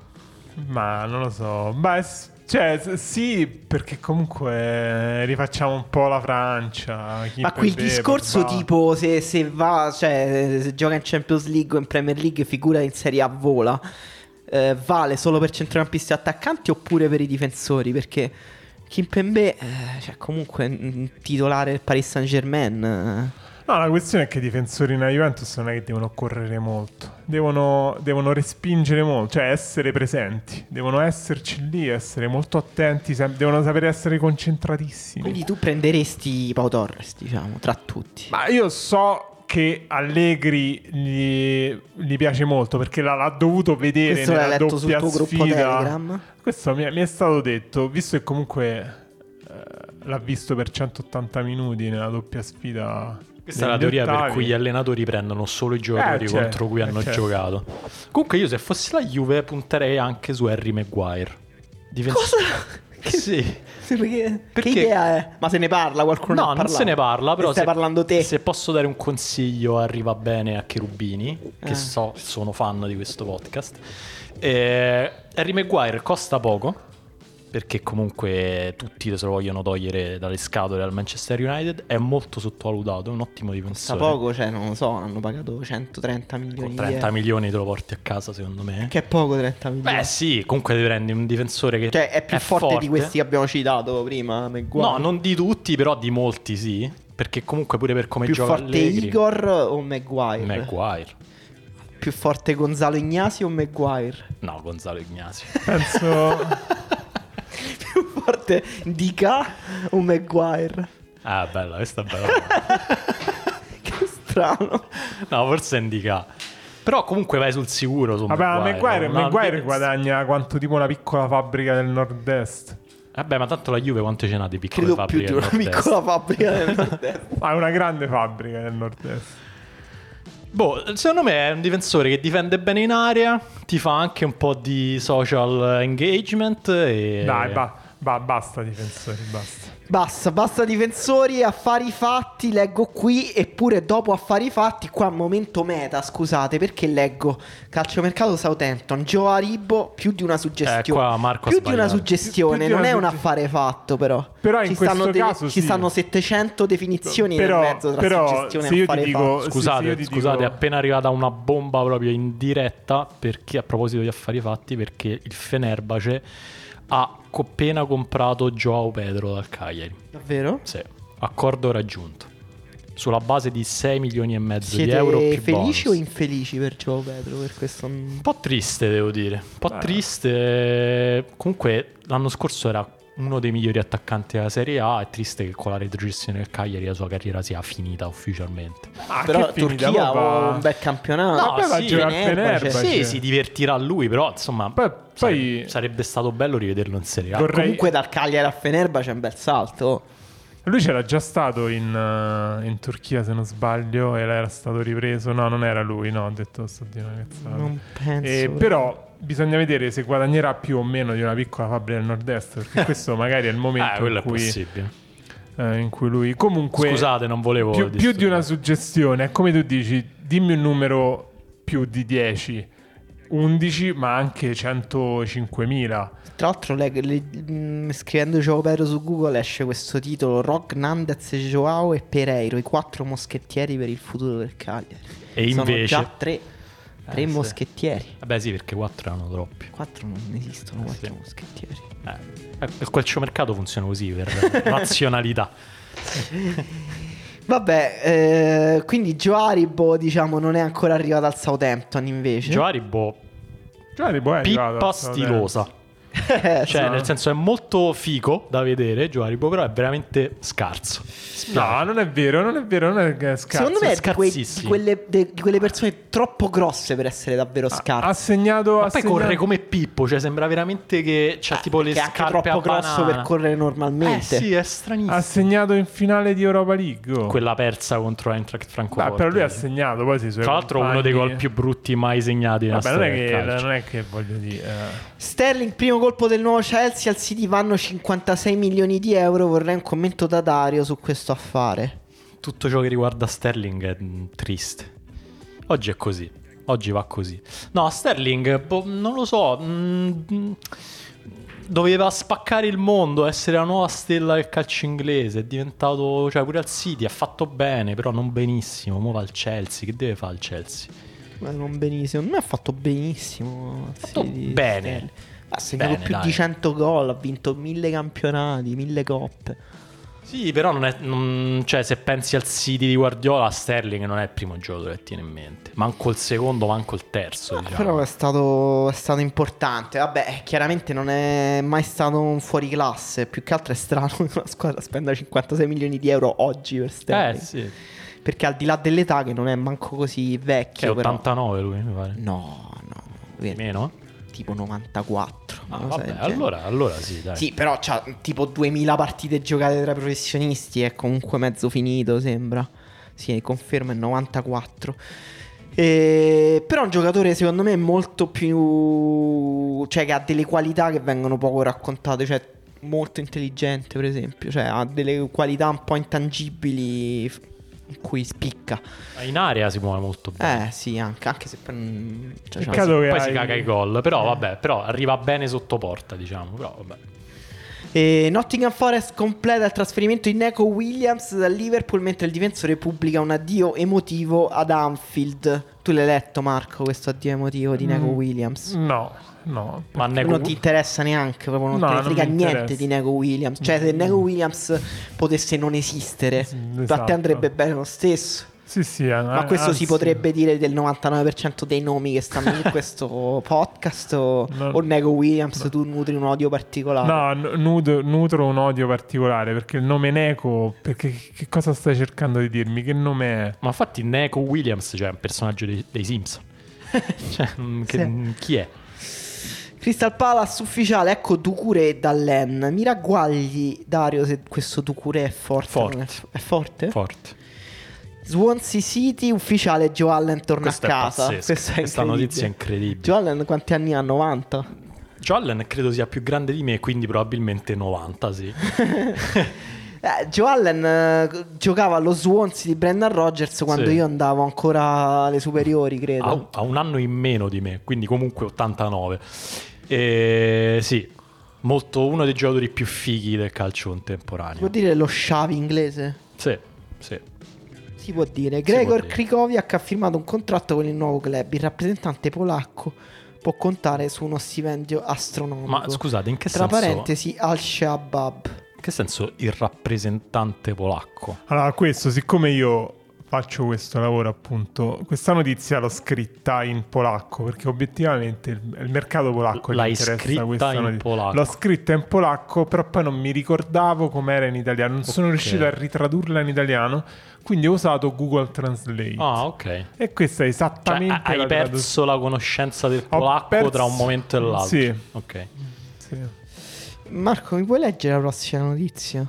Ma non lo so. Beh, s- cioè, s- sì, perché comunque rifacciamo un po' la Francia. Ma quel Kimpembe, discorso Pogba. tipo se, se va, cioè se gioca in Champions League o in Premier League, figura in Serie A vola, eh, vale solo per centrocampisti e attaccanti oppure per i difensori? Perché Kimpembe, eh, cioè comunque un titolare del Paris Saint-Germain. eh. No, la questione è che i difensori nella Juventus non è che devono correre molto. Devono, devono respingere molto, cioè essere presenti. Devono esserci lì, essere molto attenti, sem- devono sapere essere concentratissimi. Quindi tu prenderesti Pau Torres, diciamo, tra tutti. Ma io so che Allegri gli, gli piace molto perché l'ha, l'ha dovuto vedere Questo nella l'hai letto sul doppia tuo gruppo sfida. Telegram? Questo mi, è- mi è stato detto, visto che comunque eh, l'ha visto per centottanta minuti nella doppia sfida. Questa è la degli teoria per ottavi. cui gli allenatori prendono solo i giocatori Eh, certo, contro cui eh, hanno certo. giocato. Comunque io se fossi la Juve punterei anche su Harry Maguire. Difen- Cosa? Sì. Sì, perché, Perché- che idea è? Ma se ne parla? Qualcuno ne No, ha non parlato? se ne parla, però Ne stai se, parlando te. se posso dare un consiglio arriva bene a Cherubini, che Eh. so, sono fan di questo podcast. Eh, Harry Maguire costa poco, perché comunque tutti se lo vogliono togliere dalle scatole al Manchester United, è molto sottovalutato, è un ottimo Sa difensore. poco, cioè non lo so, hanno pagato centotrenta milioni Con di trenta euro. milioni te lo porti a casa secondo me. Che è poco trenta milioni. Beh sì, comunque ti prendi un difensore che Cioè è più forte, di questi che abbiamo citato prima, Maguire. No, non di tutti, però di molti sì. Perché comunque pure per come più gioca forte Allegri. Igor o Maguire? Maguire. Più forte Gonzalo Ignazio o Maguire? No, Gonzalo Ignazio. Penso... Più forte Dica o Maguire? Ah, bella, questa è bella. Che strano. No, forse indica. Però comunque vai sul sicuro su Vabbè, ma Maguire, Una Maguire difesa- guadagna quanto tipo una piccola fabbrica del nord-est. Vabbè, ma tanto la Juve quante ce n'ha di piccole Credo più fabbriche di una del nord-est? piccola fabbrica del nord-est. Ha una grande fabbrica del nord-est. Boh, secondo me è un difensore che difende bene in area, ti fa anche un po' di social engagement e... Dai, ba- ba- basta difensori, basta. Basta, basta difensori, affari fatti, leggo qui, eppure dopo affari fatti, qua momento meta, scusate, perché leggo calciomercato Southampton, Joe Aribo, più di una suggestione. Eh, qua Marco ha più di una sbagliato. suggestione, Più- più di non una è un sugge- affare fatto però. Però in ci questo stanno caso ci sì. stanno settecento definizioni Però- nel mezzo tra però suggestione se e io ti affare dico- fatto. sì, Scusate, sì, io ti scusate, dico- è appena arrivata una bomba proprio in diretta perché a proposito di affari fatti, perché il Fenerbahce ha co- appena comprato Joao Pedro dal Cagliari. Davvero? Sì, accordo raggiunto. Sulla base di sei milioni e mezzo Siete di euro più felici bonus. o infelici per Joe Pedro per questo? Un po' triste, devo dire. Un po' Beh. triste. Comunque, l'anno scorso era uno dei migliori attaccanti della Serie A. È triste che con la retrocessione del Cagliari la sua carriera sia finita ufficialmente. Ah, Però che finita, Turchia mo va- ha un bel campionato. No, poi va a sì, giocare al Fenerbahce. Fenerbahce. Sì, si divertirà lui, però insomma, Poi- sare- poi- sarebbe stato bello rivederlo in Serie A. Vorrei- Comunque dal Cagliari a Fenerbahce c'è un bel salto. Lui c'era già stato in, uh, in Turchia, se non sbaglio, e era stato ripreso. No, non era lui, no, ho detto sto di una cazzata. Non penso. Eh, però bisogna vedere se guadagnerà più o meno di una piccola fabbrica del nord-est, perché questo magari è il momento Eh, quello in, è cui, possibile. eh, in cui lui... Comunque, Scusate, non volevo più, più di disturbare. una suggestione, è come tu dici, dimmi un numero più di dieci, undici, ma anche centocinquemila. Tra l'altro, le- le- mh, scrivendo Joao Pedro su Google esce questo titolo: Rock, Nandez, Joao e Pereiro, i quattro moschettieri per il futuro del Cagliari. E Sono invece- già tre, tre Eh, sì. moschettieri. Vabbè, sì, perché quattro erano troppi. Quattro non esistono, quattro sì. moschettieri. Eh, il calciomercato funziona così per razionalità. Vabbè, eh, quindi Joe Aribo, diciamo, non è ancora arrivato al Southampton invece. Joaribo, Giovanni poi è arrivato pippa al stilosa. Eh, Cioè, no. nel senso, è molto figo da vedere Joaribo, però è veramente scarso. No, non è vero, non è vero, non è che è scarso. Secondo me è di, quei- di scarsissimo. quelle, de- di quelle persone troppo grosse per essere davvero ha scarse. segnato... Ma ha poi segnato- corre come Pippo, cioè sembra veramente che c'ha tipo le che è anche scarpe troppo a grosso banana. per correre normalmente. Eh sì, è ha stranissimo. segnato in finale di Europa League. oh. Quella persa contro Eintracht Francoforte. Beh, però lui ha segnato, poi si Tra l'altro uno dei gol più brutti mai segnati nella Vabbè, non è, storia del che, calcio. non è che voglio dire... eh. Sterling, primo colpo del nuovo Chelsea, al City vanno cinquantasei milioni di euro. Vorrei un commento da Dario su questo affare. Tutto ciò che riguarda Sterling è mm, triste. Oggi è così. Oggi va così. No, Sterling, boh, non lo so. mm, mm, doveva spaccare il mondo, essere la nuova stella del calcio inglese. È diventato, cioè, pure al City ha fatto bene, però non benissimo. Mo va al Chelsea. Che deve fare il Chelsea? Ma non benissimo. Non ha fatto benissimo. Ha fatto Sì, bene. Sterling. Ha segnato Bene, più dai. di cento gol. Ha vinto mille campionati, mille coppe. Sì, però non è. non- cioè, se pensi al City di Guardiola, Sterling non è il primo giocatore che tiene in mente. Manco il secondo, manco il terzo. Diciamo. Però è stato, è stato importante. Vabbè, chiaramente non è mai stato un fuoriclasse. Più che altro è strano che una squadra spenda cinquantasei milioni di euro oggi per Eh Sterling. sì. Perché al di là dell'età, che non è manco così Che è vecchio, però. ottantanove lui, mi pare. No, no, vedi, Meno? tipo novantaquattro. Ah, una cosa vabbè, del genere. allora, allora sì, dai. Sì, però c'ha tipo duemila partite giocate tra professionisti. È comunque mezzo finito, sembra. Sì, conferma, è novantaquattro. E... Però è un giocatore secondo me molto più... Cioè che ha delle qualità che vengono poco raccontate. Cioè molto intelligente, per esempio. Cioè ha delle qualità un po' intangibili f- in cui spicca. In area si muove molto bene. Eh sì, anche, anche se poi non- cioè, c'ha- Peccato che Poi hai- si caga i gol, però vabbè, però arriva bene sotto porta, diciamo, però vabbè. E Nottingham Forest completa il trasferimento di Neco Williams dal Liverpool, mentre il difensore pubblica un addio emotivo ad Anfield. Tu l'hai letto, Marco, questo addio emotivo di Neco Mm, Williams? No, no. Ma Neco- Non ti interessa neanche, proprio non No, te ne non frega mi niente interessa. di Neco Williams. Cioè, se Neco Williams potesse non esistere, Esatto. a te andrebbe bene lo stesso. Sì, sì. Ma questo si potrebbe dire del novantanove per cento dei nomi che stanno in questo podcast? O, No. o Neco Williams tu nutri un odio particolare? No, n- nudo- nutro un odio particolare perché il nome Neco, perché che cosa stai cercando di dirmi? Che nome è? Ma infatti Neco Williams, cioè è un personaggio dei, dei Sims. Cioè, che, Sì. chi è? Crystal Palace ufficiale, ecco Doucouré e Dallen. Mi ragguagli, Dario, se questo Doucouré è forte. Forte. non È, è forte? Forte. Swansea City ufficiale, Joe Allen torna Questo a è casa. pazzesco. Questa, è Questa incredibile. notizia è incredibile. Joe Allen quanti anni ha? novanta? Joe Allen credo sia più grande di me, quindi probabilmente novanta, sì. Eh, Joe Allen eh, giocava allo Swansea di Brendan Rodgers quando Sì. io andavo ancora alle superiori, credo. ha, ha un anno in meno di me, quindi comunque ottantanove. E sì, molto uno dei giocatori più fighi del calcio contemporaneo. Può dire lo Xavi inglese? Sì, sì. Si può dire. può Gregor dire. Krychowiak ha firmato un contratto con il nuovo club. Il rappresentante polacco può contare su uno stipendio astronomico. Ma scusate, in che Tra senso? parentesi, Al-Shabaab. In che senso il rappresentante polacco? Allora, questo, siccome io faccio questo lavoro, appunto, questa notizia l'ho scritta in polacco perché obiettivamente il, il mercato polacco L'hai gli interessa scritta questa in notizia. polacco? L'ho scritta in polacco, però poi non mi ricordavo com'era in italiano, non sono Ok. riuscito a ritradurla in italiano, quindi ho usato Google Translate. Ah, ok. E questa è Cioè, esattamente hai la perso traduzione. la conoscenza del Ho polacco perso- tra un momento e l'altro. Sì. Ok. Sì. Marco, mi puoi leggere la prossima notizia?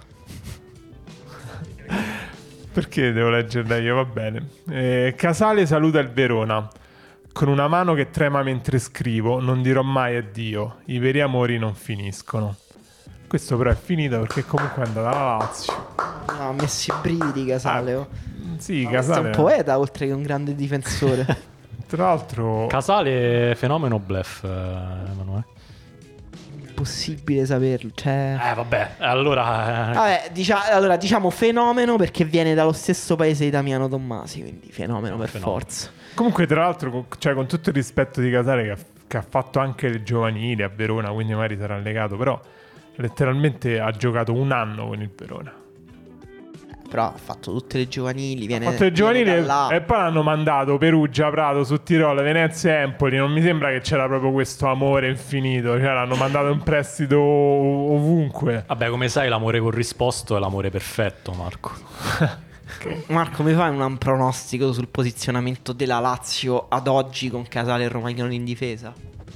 Perché devo leggerla io? Va bene. Eh, Casale saluta il Verona. Con una mano che trema mentre scrivo, non dirò mai addio. I veri amori non finiscono. Questo però è finito perché comunque è andata alla Lazio. No, ha messo i brividi Casale. oh. Sì, Questo è Casale. un poeta oltre che un grande difensore. Tra l'altro, Casale, fenomeno bluff, eh, Emanuele. Impossibile saperlo. Cioè... Eh, vabbè, allora... eh, Vabbè, dicia- allora diciamo fenomeno perché viene dallo stesso paese di Damiano Tommasi, quindi fenomeno per Fenomeno. forza. comunque, tra l'altro, co- cioè, con tutto il rispetto di Casale che ha, che ha fatto anche il giovanile a Verona, quindi magari sarà legato, però letteralmente ha giocato un anno con il Verona. Però ha fatto tutte le giovanili, viene, Ha fatto il giovanile viene da là. e poi l'hanno mandato Perugia, Prato, su Tirolo, Venezia e Empoli. Non mi sembra che c'era proprio questo amore infinito. Cioè l'hanno mandato in prestito ov- ovunque. Vabbè, come sai, l'amore corrisposto è l'amore perfetto, Marco. Marco, mi fai un pronostico sul posizionamento della Lazio ad oggi con Casale e Romagnoli in difesa?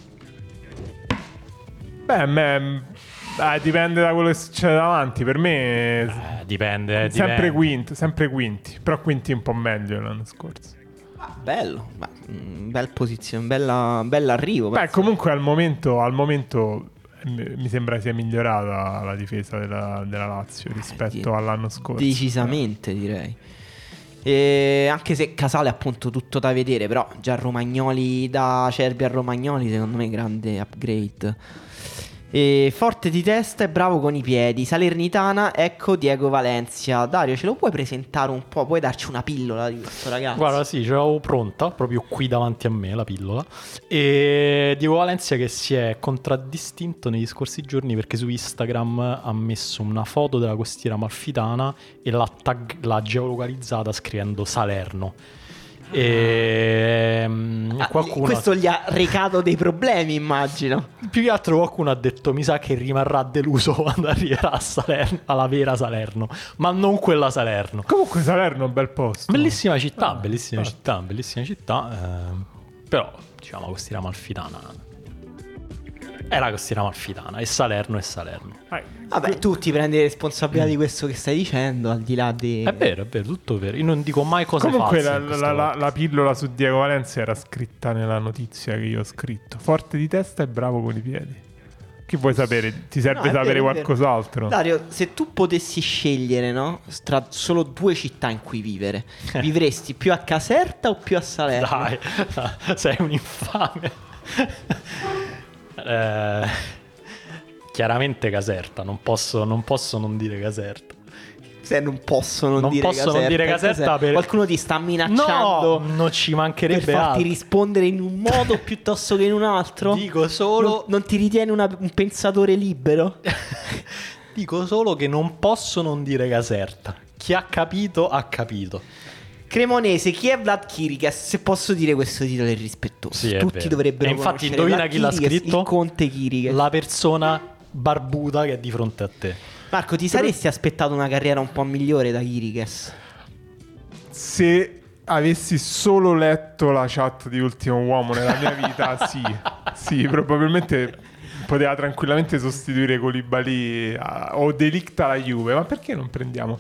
Beh, a me eh, dipende da quello che succede davanti. Per me Eh, dipende, eh, sempre dipende. quinti, sempre quinti. Però quinti un po' meglio l'anno scorso. Ah, bello, ma, mm, bel posizione, bella, bell'arrivo. Beh, penso. comunque al momento, al momento eh, mi sembra sia migliorata la difesa della, della Lazio rispetto di- all'anno scorso. Decisamente direi. E anche se Casale appunto tutto da vedere, però già Romagnoli, da Cerbi a Romagnoli secondo me grande upgrade. E forte di testa e bravo con i piedi. Salernitana, ecco Diego Valencia. Dario, ce lo puoi presentare un po'? Puoi darci una pillola di questo ragazzo? Guarda, sì, ce l'avevo pronta, proprio qui davanti a me, la pillola. E Diego Valencia che si è contraddistinto negli scorsi giorni perché su Instagram ha messo una foto della costiera amalfitana e l'ha, tag- l'ha geolocalizzata scrivendo Salerno. E mm, Ah, qualcuno... questo gli ha recato dei problemi, immagino. Più che altro qualcuno ha detto: mi sa che rimarrà deluso quando arriverà a Salerno, alla vera Salerno, ma non quella Salerno. Comunque Salerno è un bel posto. Bellissima città, bellissima infatti. città, bellissima città. ehm, però, diciamo, la costiera amalfitana è la costiera amalfitana e Salerno è Salerno. Ah, Vabbè, tu ti prendi responsabilità di questo che stai dicendo, al di là di... È vero, è vero, tutto vero. Io non dico mai cose comunque false. la, in questa la- la- volta. la pillola su Diego Valencia era scritta nella notizia che io ho scritto. Forte di testa e bravo con i piedi. Che vuoi sapere? Ti serve No, è sapere vero, è vero. qualcos'altro? Dario, se tu potessi scegliere, no? Tra solo due città in cui vivere, vivresti più a Caserta o più a Salerno? Dai, sei un infame. Eh, chiaramente Caserta, non posso, non posso non dire Caserta. Se non posso non, Non dire posso non Caserta, dire Caserta Caserta. per- Qualcuno ti sta minacciando No, non ci per mancherebbe farti altro. rispondere in un modo piuttosto che in un altro? Dico solo Non, non ti ritieni una- un pensatore libero? Dico solo che non posso non dire Caserta. Chi ha capito ha capito. Cremonese, chi è Vlad Chiriches? Se posso dire questo titolo è rispettoso. Sì, è Tutti vero. dovrebbero E infatti conoscere indovina Vlad chi l'ha Chiriches, scritto? Il conte Chiriches. La persona barbuta che è di fronte a te. Marco, ti saresti aspettato una carriera un po' migliore da Chiriches? Se avessi solo letto la chat di Ultimo Uomo nella mia vita, sì, sì, probabilmente poteva tranquillamente sostituire Koulibaly a, o De Ligt alla Juve, ma perché non prendiamo?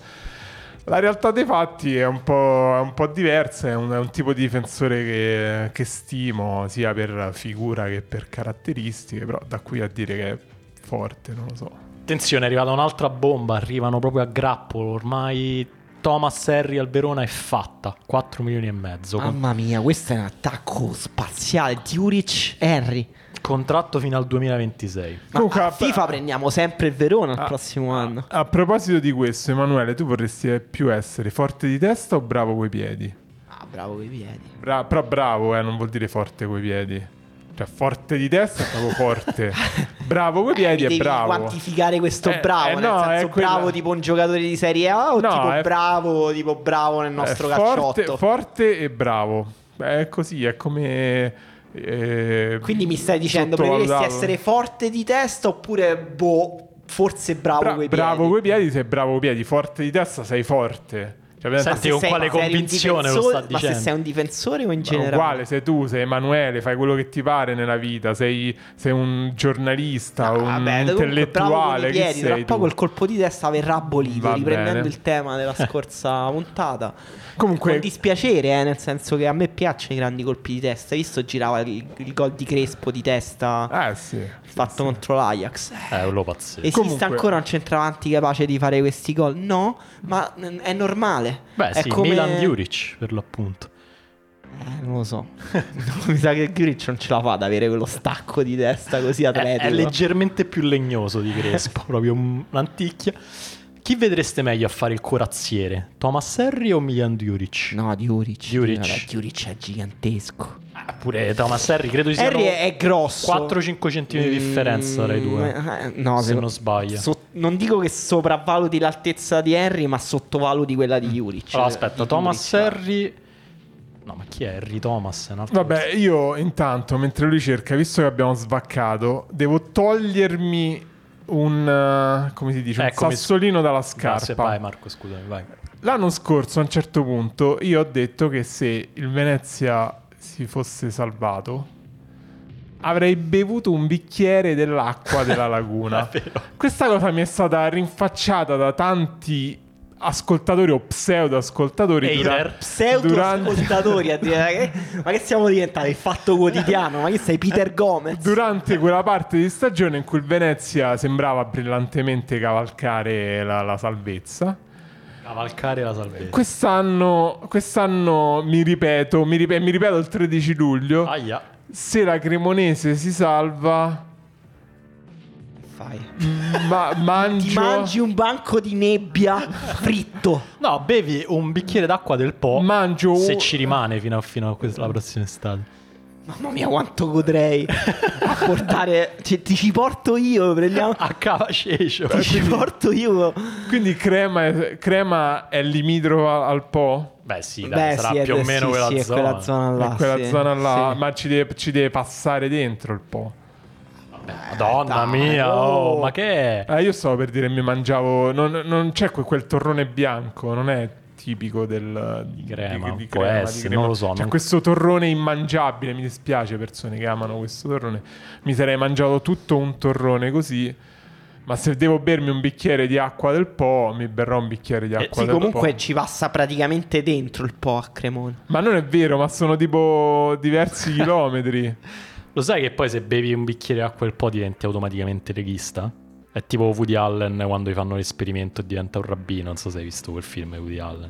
La realtà dei fatti è un po', è un po' diversa, è un, è un tipo di difensore che, che stimo sia per figura che per caratteristiche, però da qui a dire che è forte non lo so. Attenzione, è arrivata un'altra bomba, arrivano proprio a grappolo, ormai Thomas Henry al Verona è fatta, quattro milioni e mezzo. Mamma mia, questo è un attacco spaziale. Djuric, Henry. Contratto fino al duemilaventisei. Ma Comunque, a a- FIFA prendiamo sempre il Verona il a- prossimo anno. A proposito di questo, Emanuele, tu vorresti più essere forte di testa o bravo coi piedi? Ah, bravo coi piedi. Bra- però bravo, eh, non vuol dire forte coi piedi. Cioè, forte di testa è proprio forte. Bravo coi piedi Mi è devi bravo. quantificare questo Eh, bravo, eh, nel no, senso è quella- bravo tipo un giocatore di Serie A o No, tipo è- bravo tipo bravo nel nostro È forte, calciotto? forte e bravo. È così, è come... eh, Quindi mi stai dicendo preferiresti sottovalutato. essere forte di testa oppure boh, forse bravo Bra- coi piedi? bravo coi piedi, sei bravo coi piedi. Forte di testa sei forte. Cioè, per Senti, esempio, con quale se eri un convinzione lo difensore- sta Ma se dicendo? sei un difensore o in ma generale? uguale, sei tu, sei Emanuele, fai quello che ti pare nella vita, sei, sei un giornalista, Ah, un vabbè, comunque bravo con intellettuale, i chi piedi, tra sei poco tu? il colpo di testa verrà abolito, Va riprendendo bene. il tema della scorsa puntata. Comunque, Con dispiacere, eh, nel senso che a me piacciono i grandi colpi di testa. Hai visto girava il, il gol di Crespo di testa eh sì, fatto contro l'Ajax? È quello pazzesco. Esiste Comunque- ancora un centravanti capace di fare questi gol? No, ma n- è normale. Beh è sì, come... Milan Djuric per l'appunto. Eh, non lo so. Mi sa che Djuric non ce la fa ad avere quello stacco di testa così È, atletico. è leggermente più legnoso di Crespo, proprio un- un'anticchia. Chi vedreste meglio a fare il corazziere? Thomas Henry o Milan Djuric? No, Djuric. Djuric. Vabbè, Djuric è gigantesco. Eh, pure Thomas Henry credo ci siano Harry è, è grosso. quattro cinque centimetri di differenza tra i due. Mm, eh, no, se se- non sbaglio. so- non dico che sopravvaluti l'altezza di Henry, ma sottovaluti quella di Djuric. Allora aspetta, Di Thomas Djuric. Henry. No, ma chi è Harry Thomas? È un altro vabbè, io intanto, mentre lui cerca, visto che abbiamo svaccato, devo togliermi un, eh, come si dice, un Eccomi. sassolino dalla Vai, se vai scarpa. Marco, scusami, vai. L'anno scorso, a un certo punto, io ho detto che se il Venezia si fosse salvato, avrei bevuto un bicchiere dell'acqua della laguna. È vero. Questa cosa mi è stata rinfacciata da tanti ascoltatori o pseudo ascoltatori Hater. Pseudo ascoltatori a dire che- ma che siamo diventati il Fatto Quotidiano? Ma che sei Peter Gomez? durante quella parte di stagione in cui il Venezia sembrava brillantemente cavalcare la, la salvezza. Cavalcare la salvezza. Quest'anno, quest'anno mi ripeto, mi ripeto, mi ripeto il tredici luglio. Aia. Se la Cremonese si salva, Fai. ma mangio. Ti mangi un banco di nebbia fritto. No, bevi un bicchiere d'acqua del Po. Mangio Se un- ci rimane fino a, fino a questa, la prossima estate. Mamma mia, quanto godrei a portare. Cioè, ti ci porto io. Prendiamo. A Cavacecio. Ti ci porto io. Quindi crema è, crema è limitrofa al Po. Beh sì, dai, Beh, sarà sì, è- più o meno sì, quella sì, è zona. quella zona là. È quella sì, zona là, sì. ma ci deve, ci deve passare dentro il Po. Madonna dai, mia, oh, oh. ma che è? Eh, io stavo per dire, mi mangiavo. Non, non c'è que- quel torrone bianco, non è tipico del, di crema, di può crema, di essere, crema. non lo so, C'è non- questo torrone immangiabile. Mi dispiace, persone che amano questo torrone. Mi sarei mangiato tutto un torrone così. Ma se devo bermi un bicchiere di acqua del Po, mi berrò un bicchiere di Eh, acqua Sì, del comunque Po. ci passa praticamente dentro il po' a Cremona. Ma non è vero, ma sono tipo diversi chilometri. Lo sai che poi se bevi un bicchiere d'acqua del Po diventi automaticamente leghista? È tipo Woody Allen quando gli fanno l'esperimento e diventa un rabbino. Non so se hai visto quel film di Woody Allen.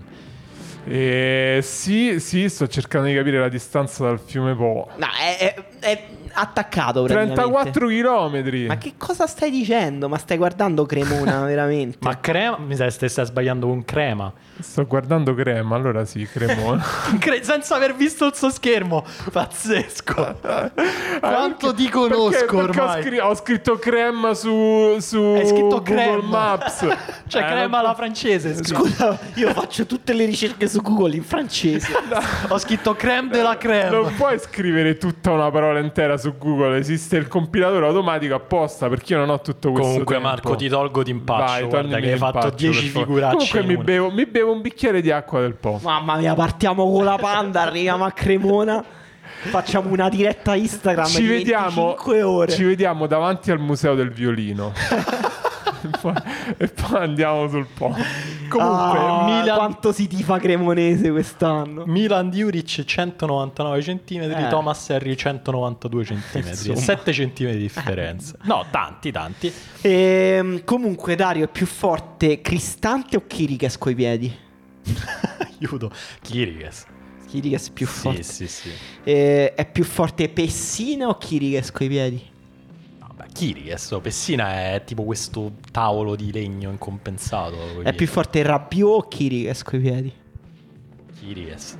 E sì, sì, sto cercando di capire la distanza dal fiume Po. No, è, è- è attaccato praticamente. trentaquattro chilometri. Ma che cosa stai dicendo? Ma stai guardando Cremona veramente? Ma crema? Mi sa che stai, stai sbagliando con crema. Sto guardando Crema, allora sì, Cremona. Cre- senza aver visto il suo schermo. Pazzesco. Quanto ti conosco Perché- perché ho, ormai. scri- ho scritto Crema su, su Hai scritto Google crema. Maps. Cioè Eh, crema non- alla francese. scritto. Scusa, io faccio tutte le ricerche su Google in francese. Ho scritto creme de la creme. Non puoi scrivere tutta una parola parola intera su Google, esiste il compilatore automatico apposta, perché io non ho tutto questo Comunque tempo. Marco, ti tolgo d'impaccio. Vai, guarda toglimi che hai fatto d'impaccio, dieci per favore. figuracce. Comunque in mi una. bevo, mi bevo un bicchiere di acqua del Po. Mamma mia, partiamo con la Panda, arriviamo a Cremona, facciamo una diretta Instagram Ci di vediamo, venticinque ore. ci vediamo davanti al museo del violino. e, poi, e poi andiamo sul Po. Comunque, Ah, Milan, quanto si tifa cremonese quest'anno. Milan Juric centonovantanove centimetri, Eh. Thomas Harry centonovantadue centimetri, Insomma. sette centimetri di differenza. No, tanti, tanti. Ehm, comunque Dario, è più forte Cristante o Kirikes coi piedi? Aiuto. Kirikes. Kirikes più Sì, forte. sì, sì. Eh, è più forte Pessina o Kirikes coi piedi? Vabbè, Kirikes, oh, Pessina è tipo questo tavolo di legno incompensato. È più forte Rabiot o Kirikes coi piedi? Kirikes.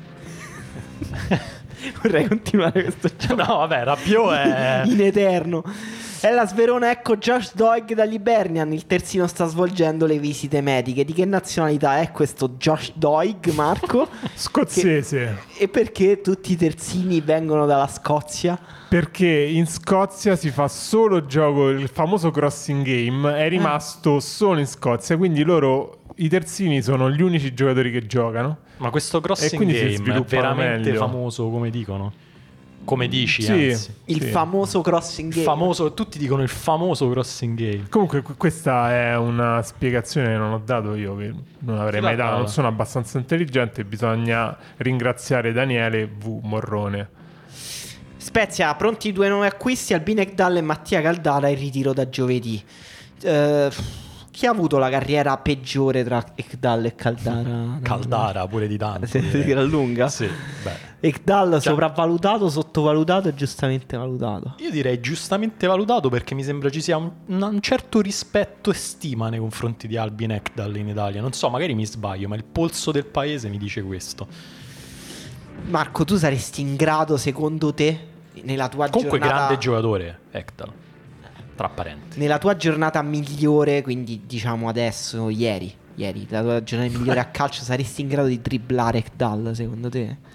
Vorrei continuare questo gioco No, vabbè, Rabiot è... in eterno. È la Sverona, ecco Josh Doig dagli Hibernian. Il terzino sta svolgendo le visite mediche. Di che nazionalità è questo Josh Doig, Marco? Scozzese. Che... E perché tutti i terzini vengono dalla Scozia? Perché in Scozia si fa solo gioco, il famoso crossing game è rimasto solo in Scozia, quindi loro, i terzini, sono gli unici giocatori che giocano. Ma questo E crossing quindi si game è sviluppano veramente meglio. famoso, come dicono? Come dici, Sì. anzi. Il Sì. famoso crossing Il game. famoso, tutti dicono il famoso crossing game. Comunque qu- questa è una spiegazione che non ho dato io, che non avrei Chi mai l'ha dato, non data? sono abbastanza intelligente, bisogna ringraziare Daniele V. Morrone. Spezia, pronti i due nuovi acquisti, Albin Ekdal e Mattia Caldara in ritiro da giovedì. Eh, chi ha avuto la carriera peggiore tra Ekdal e Caldara? Caldara pure di tanto. Si direi. gran lunga? Sì, beh. Ekdal sopravvalutato, sottovalutato e giustamente valutato. Io direi giustamente valutato, perché mi sembra ci sia un, un certo rispetto e stima nei confronti di Albin Ekdal in Italia. Non so, magari mi sbaglio, ma il polso del paese mi dice questo. Marco, tu saresti in grado, secondo te, nella tua Comunque giornata grande giocatore Ekdal, tra parentesi. nella tua giornata migliore, quindi diciamo adesso, ieri, ieri, la tua giornata migliore a calcio, saresti in grado di dribblare Ekdal, secondo te?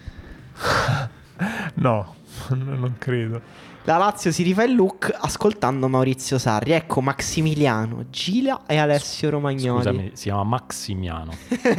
No, non credo. La Lazio si rifà il look ascoltando Maurizio Sarri. Ecco Maximiliano Gila e Alessio Romagnoli. Scusami, si chiama Maximiano.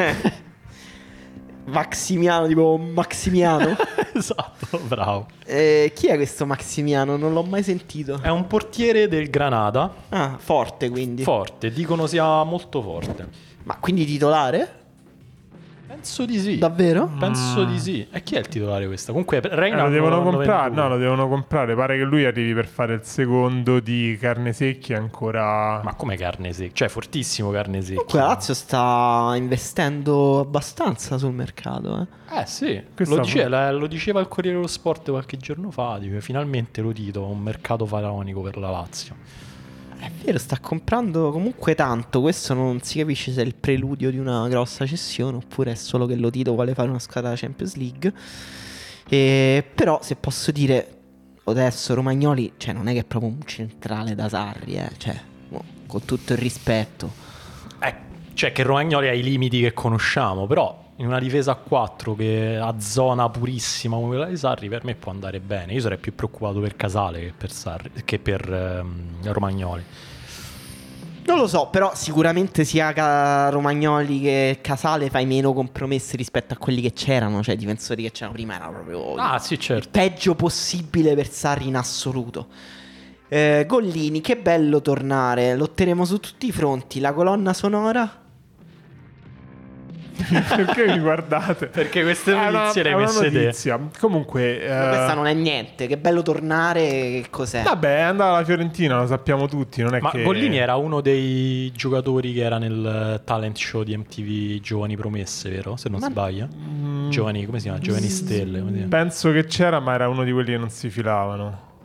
Maximiano, tipo Maximiano. Esatto, bravo. Eh, chi è questo Maximiano? Non l'ho mai sentito. È un portiere del Granada. Ah, forte quindi. Forte, dicono sia molto forte. Ma quindi titolare? Penso di sì. Davvero? Penso di sì. E chi è il titolare questa? Comunque Eh, Reina lo devono l'hanno comprare, venduto. no, lo devono comprare. Pare che lui arrivi per fare il secondo di Carne Secchi ancora. Ma come carne secca? Cioè fortissimo carne secca. Comunque la Lazio sta investendo abbastanza sul mercato, eh. Eh sì, Questa lo, dice- fu- la- lo diceva il Corriere dello Sport qualche giorno fa, dice, finalmente lo Tito, un mercato faraonico per la Lazio. È vero, sta comprando comunque tanto. Questo non si capisce se è il preludio di una grossa cessione oppure è solo che lo Tito vuole fare una squadra Champions League. E, però se posso dire, adesso Romagnoli, cioè non è che è proprio un centrale da Sarri, eh. Cioè, mo, con tutto il rispetto. Eh, cioè che Romagnoli ha i limiti che conosciamo, però in una difesa a quattro che ha zona purissima come quella di Sarri, per me può andare bene. Io sarei più preoccupato per Casale che per, Sarri, che per ehm, Romagnoli. Non lo so, però sicuramente sia Ca- Romagnoli che Casale fai meno compromessi rispetto a quelli che c'erano. Cioè i difensori che c'erano prima erano proprio Ah sì, certo. il peggio possibile per Sarri in assoluto. eh, Gollini, che bello tornare. Lotteremo su tutti i fronti. La colonna sonora? Perché mi guardate? Perché queste È una- notizie le è hai una messe te. notizia. Comunque, eh, Questa non è niente. Che bello tornare. Che cos'è? vabbè, è andata alla Fiorentina, lo sappiamo tutti. Non è Ma che Gollini era uno dei giocatori che era nel talent show di M T V Giovani Promesse, vero? Se non Ma- sbaglio. Mm, Giovani, come si chiama? Giovani Stelle. come si chiama? penso che c'era, ma era uno di quelli che non si filavano.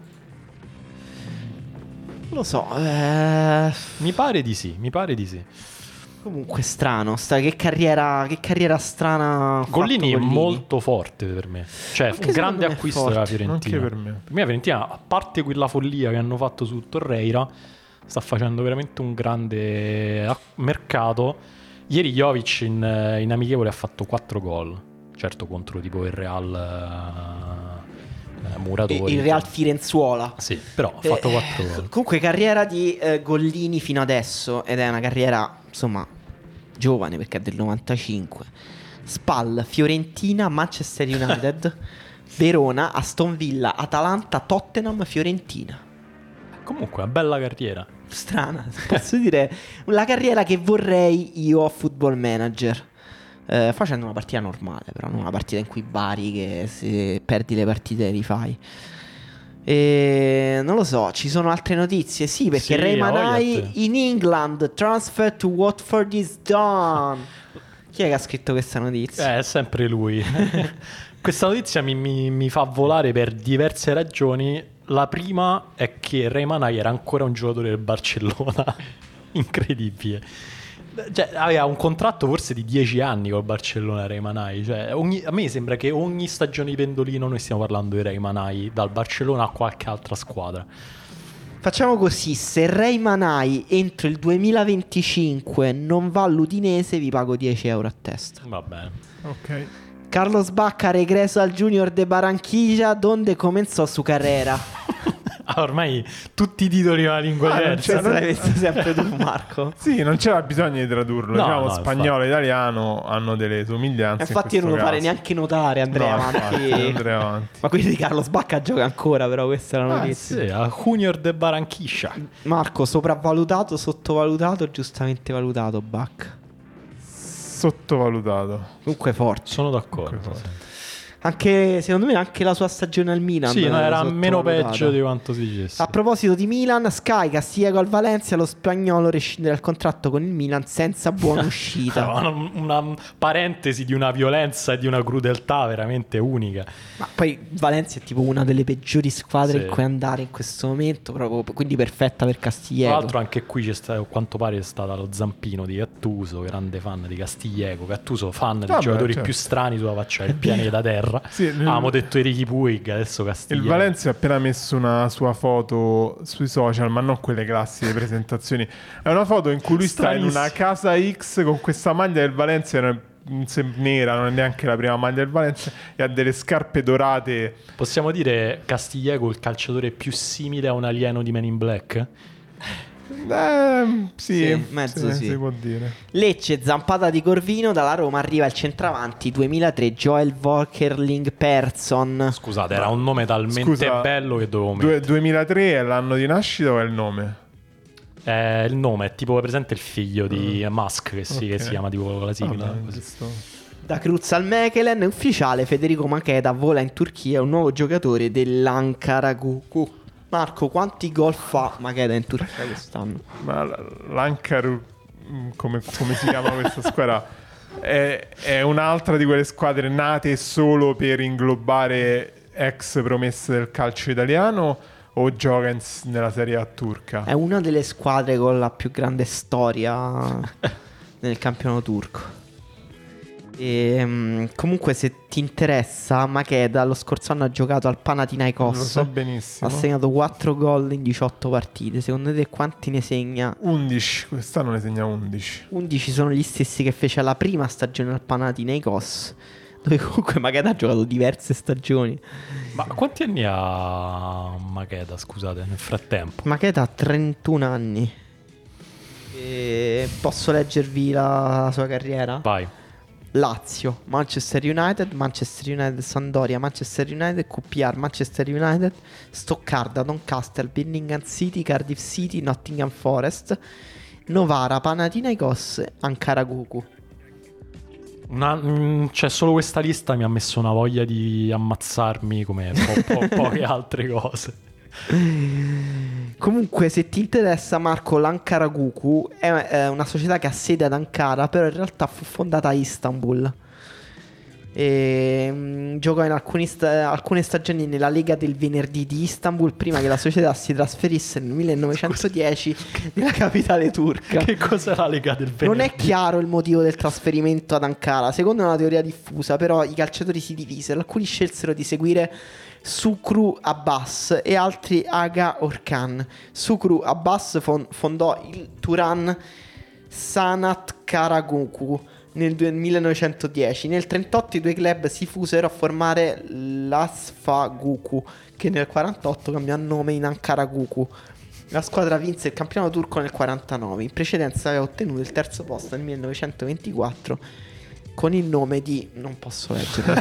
Non lo so. eh, Mi pare di sì, mi pare di sì. Comunque strano. Sta, che carriera, che carriera strana. ha fatto Gollini è Gollini. molto forte per me. Cioè, Anche un grande secondo me è acquisto forte. della Fiorentina. Anche per me. Per me la Fiorentina, a parte quella follia che hanno fatto su Torreira, sta facendo veramente un grande ac- mercato. Ieri Jovic in, in amichevole ha fatto quattro gol. Certo contro tipo il Real, eh, eh, Muratori. Il Real Firenzuola. Sì, però ha fatto Eh, quattro gol. Comunque carriera di eh, Gollini fino adesso, ed è una carriera insomma giovane perché è del novantacinque. Spal, Fiorentina, Manchester United, Verona, Aston Villa, Atalanta, Tottenham, Fiorentina. Comunque una bella carriera. Strana, posso dire, la carriera che vorrei io a Football Manager. Eh, facendo una partita normale, però non una partita in cui bari che se perdi le partite le rifai. E non lo so, ci sono altre notizie? Sì, perché Sì, Ray a voglia Manai te. in England, transfer to Watford is done. Chi è che ha scritto questa notizia? Eh, è sempre lui. Questa notizia mi, mi- mi fa volare per diverse ragioni. La prima è che Ray Manai era ancora un giocatore del Barcellona. Incredibile. Cioè, aveva un contratto forse di dieci anni col Barcellona Ray Manai. Cioè, ogni- a me sembra che ogni stagione di pendolino noi stiamo parlando di Ray Manai dal Barcellona a qualche altra squadra. Facciamo così, se Ray Manai entro il duemilaventicinque non va all'Udinese vi pago dieci euro a testa. Va bene. Ok. Carlos Bacca regresa al Junior de Barranquilla donde comenzò su carrera. Ah, ormai tutti i titoli in una lingua Ah, non diversa. Questo l'hai visto sempre tu, Marco. Sì, non c'era bisogno di tradurlo. No, diciamo no, spagnolo e italiano hanno delle somiglianze. Infatti io non lo farei neanche notare, andrei No, avanti. infatti, andrei avanti. Ma quindi Carlos Bacca gioca ancora, però questa è la Ah, notizia. sì, a Junior de Barranquilla. Marco, sopravvalutato, sottovalutato, giustamente valutato Bacca. Sottovalutato. Comunque forte. Sono d'accordo. Comunque sì. Anche secondo me anche la sua stagione al Milan Sì, no, è era meno sottovalutata. peggio di quanto si dicesse. A proposito di Milan, Sky Castiglieco al Valencia, lo spagnolo rescinde dal contratto con il Milan senza buona uscita. Una, una parentesi di una violenza e di una crudeltà veramente unica. Ma poi Valencia è tipo una delle peggiori squadre Sì. in cui andare in questo momento, proprio, quindi perfetta per Tra Castiglieco. l'altro anche qui c'è stato, a quanto pare, è stato lo zampino di Gattuso, grande fan di Castiglieco. Gattuso, fan dei Vabbè, giocatori certo. più strani sulla faccia del pianeta Terra. Sì, nel- Avevamo detto Ricky Puig, adesso Il Castiglieco. Valencia ha appena messo una sua foto sui social, ma non quelle classiche presentazioni. È una foto in cui lui sta in una casa X con questa maglia del Valencia non se- nera, non è neanche la prima maglia del Valencia, e ha delle scarpe dorate. Possiamo dire Castiglieco il calciatore più simile a un alieno di Men in Black? Eh, sì, Sì, mezzo sì. si può dire. Lecce, zampata di Corvino, dalla Roma arriva il centravanti duemilatré Joel Volkerling Persson. Scusate, era un nome talmente Scusa, bello che dovevo Due- mettere. duemilatré è l'anno di nascita o è il nome? Eh, il nome è tipo presente il figlio di Musk che si, che Ok. si chiama tipo la sigla. Vabbè, così. giusto. Da Cruz al Mechelen, ufficiale Federico Macheda vola in Turchia, un nuovo giocatore dell'Ankara Gucu. Marco, quanti gol fa Macheda in Turchia quest'anno? Ma l- l'Ankaru, mm, come, come si chiama questa squadra, è, è un'altra di quelle squadre nate solo per inglobare ex promesse del calcio italiano o gioca in s- nella Serie A turca? È una delle squadre con la più grande storia nel campionato turco. E, mm, comunque, se ti interessa, Macheda lo scorso anno ha giocato al Panathinaikos. Lo so benissimo. Ha segnato quattro gol in diciotto partite. Secondo te quanti ne segna? undici, quest'anno ne segna undici. undici sono gli stessi che fece la prima stagione al Panathinaikos, dove comunque Macheda ha giocato diverse stagioni. Ma quanti anni ha Macheda, scusate, nel frattempo? Macheda ha trentuno anni. E posso leggervi la, la sua carriera? Vai. Lazio, Manchester United, Manchester United Sampdoria, Manchester United, Q P R, Manchester United, Stoccarda, Doncaster, Birmingham City, Cardiff City, Nottingham Forest, Novara, Panathinaikos, Ankara Gucu. Una, mm, cioè solo questa lista mi ha messo una voglia di ammazzarmi come po- po- poche altre cose. Comunque, se ti interessa, Marco, l'Ankara Gucu è, è una società che ha sede ad Ankara, però in realtà fu fondata a Istanbul. E, mm, giocò in alcuni sta- alcune stagioni nella Lega del Venerdì di Istanbul prima che la società si trasferisse nel millenovecentodieci nella capitale turca. Che cos'è la Lega del Venerdì? Non è chiaro il motivo del trasferimento ad Ankara. Secondo una teoria diffusa, però, i calciatori si divisero. Alcuni scelsero di seguire Sukru Abbas e altri Aga Orkan. Sukru Abbas fon- fondò il Turan Sanat Karaguku, nel millenovecentodieci. Nel trentotto i due club si fusero a formare l'Asfaguku, che nel quarantotto cambiò nome in Ankaraguku. La squadra vinse il campionato turco nel quarantanove. In precedenza aveva ottenuto il terzo posto nel millenovecentoventiquattro con il nome di... non posso leggere.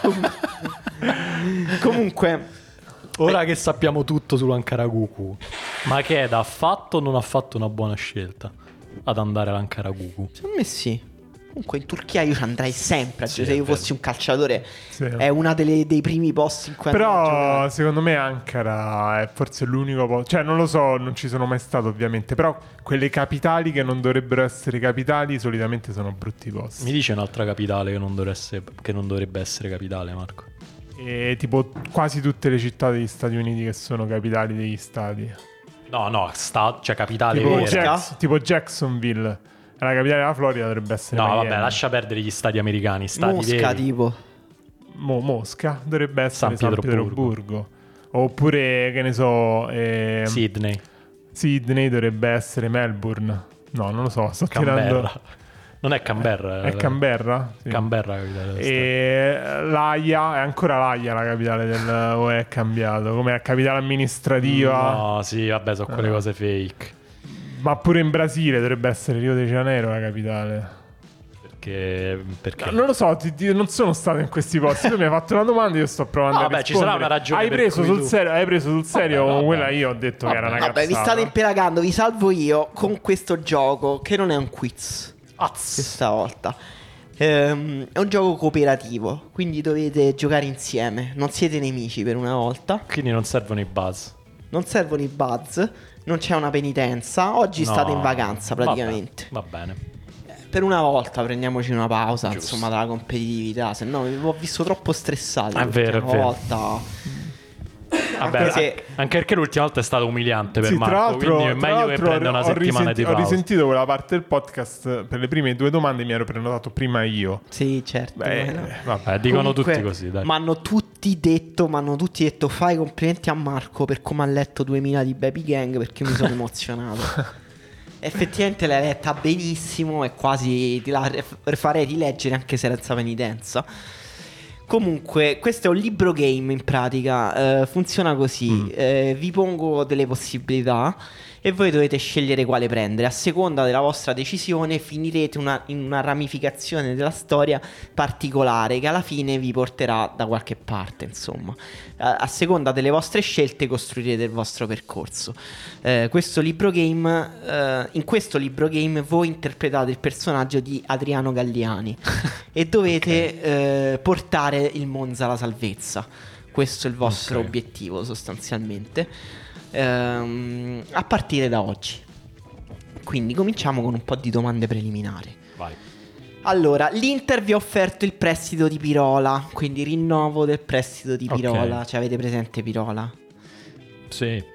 Comunque... Ora che sappiamo tutto sull'Ankaraguku, Makeda ha fatto o non ha fatto una buona scelta ad andare all'Ankaraguku? Secondo me sì. Comunque in Turchia io ci andrei sempre. Sì, se io vero. fossi un calciatore, Sì. è una delle, dei primi posti in cui andrei a Però giocare. secondo me Ankara è forse l'unico posto. Cioè non lo so, non ci sono mai stato ovviamente. Però quelle capitali che non dovrebbero essere capitali solitamente sono brutti posti. Mi dice un'altra capitale che non, essere, che non dovrebbe essere capitale, Marco? E tipo quasi tutte le città degli Stati Uniti che sono capitali degli stati. No, no, sta, cioè capitale Tipo, vera. Jacks- tipo Jacksonville. La capitale della Florida dovrebbe essere No, Miami. vabbè, lascia perdere gli stati americani, stati Mosca veri. tipo. Mo- Mosca dovrebbe essere San San Pietroburgo. Pietroburgo. Oppure, che ne so, ehm, Sydney, Sydney dovrebbe essere Melbourne. No, non lo so, sto Canberra. tirando. Non è Canberra. È Canberra? Sì. Canberra, capitale. E l'Aia, è ancora l'Aia la capitale del... o è cambiato? Come capitale amministrativa? No, sì, vabbè, sono quelle Ah. cose fake. Ma pure in Brasile dovrebbe essere Rio de Janeiro la capitale. Perché... perché... Non lo so, ti- ti- non sono stato in questi posti. Tu mi hai fatto una domanda, io sto provando No, a vabbè, ci rispondere. sarà una ragione Hai per preso cui sul tu- serio, hai preso sul serio Vabbè, vabbè. quella io ho detto che era una Vabbè, vi cazzata. state impelagando, vi salvo io con questo gioco che non è un quiz Az. questa volta. Ehm, è un gioco cooperativo, quindi dovete giocare insieme, non siete nemici per una volta, Quindi non servono i buzz. non servono i buzz, non c'è una penitenza, oggi No. state in vacanza praticamente. Vabbè, va bene. Per una volta prendiamoci una pausa, Giusto. insomma, dalla competitività, se no vi ho visto troppo stressati. È vero, è l'ultima vero. volta. Vabbè, Anche se- anche, anche perché l'ultima volta è stato umiliante per Sì, Marco, tra l'altro, quindi è tra meglio che l'altro prenda una ho settimana risenti- di pausa. Ho risentito quella parte del podcast. Per le prime due domande mi ero prenotato prima io. Sì, certo. Beh, eh, no. vabbè. Eh, dicono Comunque, tutti così, dai. Mi hanno tutti detto, mi hanno tutti detto fai complimenti a Marco per come ha letto duemila di Baby Gang, perché io mi sono emozionato. Effettivamente l'hai letta benissimo e quasi ti la farei rileggere anche senza penitenza. Comunque, questo è un libro game in pratica, eh, funziona così, Mm. eh, vi pongo delle possibilità e voi dovete scegliere quale prendere. A seconda della vostra decisione finirete una- in una ramificazione della storia particolare che alla fine vi porterà da qualche parte, insomma. A, a seconda delle vostre scelte costruirete il vostro percorso. Eh, questo libro game, eh, in questo libro game voi interpretate il personaggio di Adriano Galliani e dovete eh, portare il Monza alla salvezza. Questo è il vostro Ok. obiettivo sostanzialmente. Ehm, a partire da oggi. Quindi cominciamo con un po' di domande preliminari. Vai. Allora, l'Inter vi ha offerto il prestito di Pirola, quindi rinnovo del prestito di Ok. Pirola. Cioè, avete presente Pirola? Sì.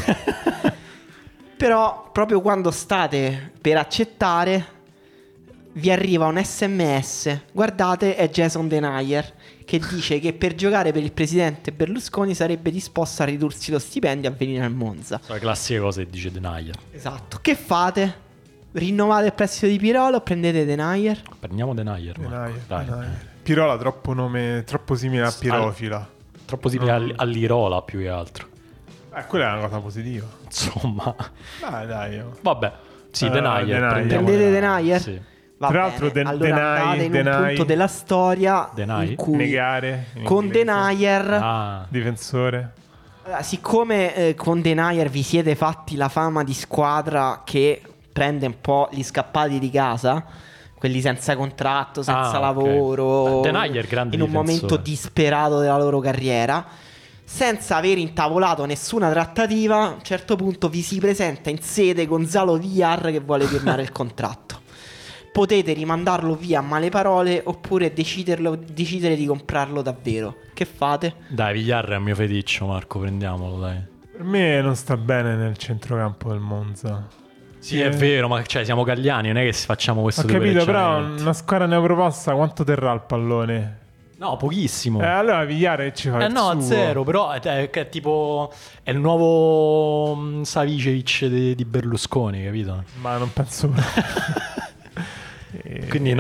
Però proprio quando state per accettare vi arriva un sms. Guardate, è Jason Denayer che dice che per giocare per il presidente Berlusconi sarebbe disposto a ridursi lo stipendio e a venire al Monza. Sono le classiche cose che dice Denayer. Esatto. Che fate? Rinnovate il prestito di Pirola o prendete Denayer? Prendiamo Denayer, Marco. Dai, Dai. dai. Pirola troppo nome, troppo simile a Pirofila. Troppo simile No. all- all'Irola più che altro. Eh, quella è una cosa positiva. Insomma. Dai, dai. oh. Vabbè. Sì, Eh, Denayer. Denayer. prendiamo Prendete Denayer? Sì. Va Tra bene. l'altro Den- allora Denai- andate in Denai- un punto della storia Denai? in cui Negare in con inglese. Denayer Ah. Difensore. allora, siccome eh, con Denayer vi siete fatti la fama di squadra che prende un po' gli scappati di casa, quelli senza contratto, senza Ah, ok. lavoro, Eh, Denayer, grande in un difensore. momento disperato della loro carriera, senza aver intavolato nessuna trattativa, a un certo punto vi si presenta in sede Gonzalo Villar che vuole firmare il contratto. Potete rimandarlo via a male parole oppure deciderlo- decidere di comprarlo davvero. Che fate? Dai, Villar è un mio feticcio, Marco, prendiamolo, dai. Per me non sta bene nel centrocampo del Monza. Sì, è vero, ma cioè siamo Galliani, non è che facciamo questo Ho tipo di capito, però ragionamenti. una squadra neoproposta quanto terrà il pallone? No, pochissimo. Eh, allora Vigliare ci fa Eh il no, suo. zero, però è, è- è tipo è il nuovo mm, Savicevic di, di Berlusconi, capito? Ma non penso. Eh, Quindi no.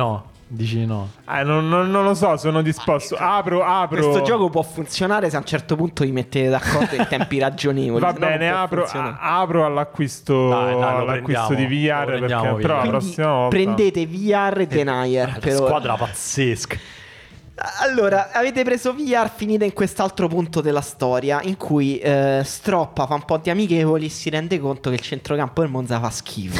Dici no? Eh, non, non- non lo so, sono disposto. Apro, apro. Questo gioco può funzionare se a un certo punto vi mettete d'accordo in tempi ragionevoli. Va se no non bene, può apro, funzionare. a- apro all'acquisto, Dai, dai, lo all'acquisto prendiamo, di V R lo prendiamo perché V R. però la Quindi prossima volta prendete V R e Denier. Una per ora. squadra pazzesca. Allora, avete preso V R, finite in quest'altro punto della storia in cui eh, Stroppa fa un po' di amichevoli e si rende conto che il centrocampo del Monza fa schifo.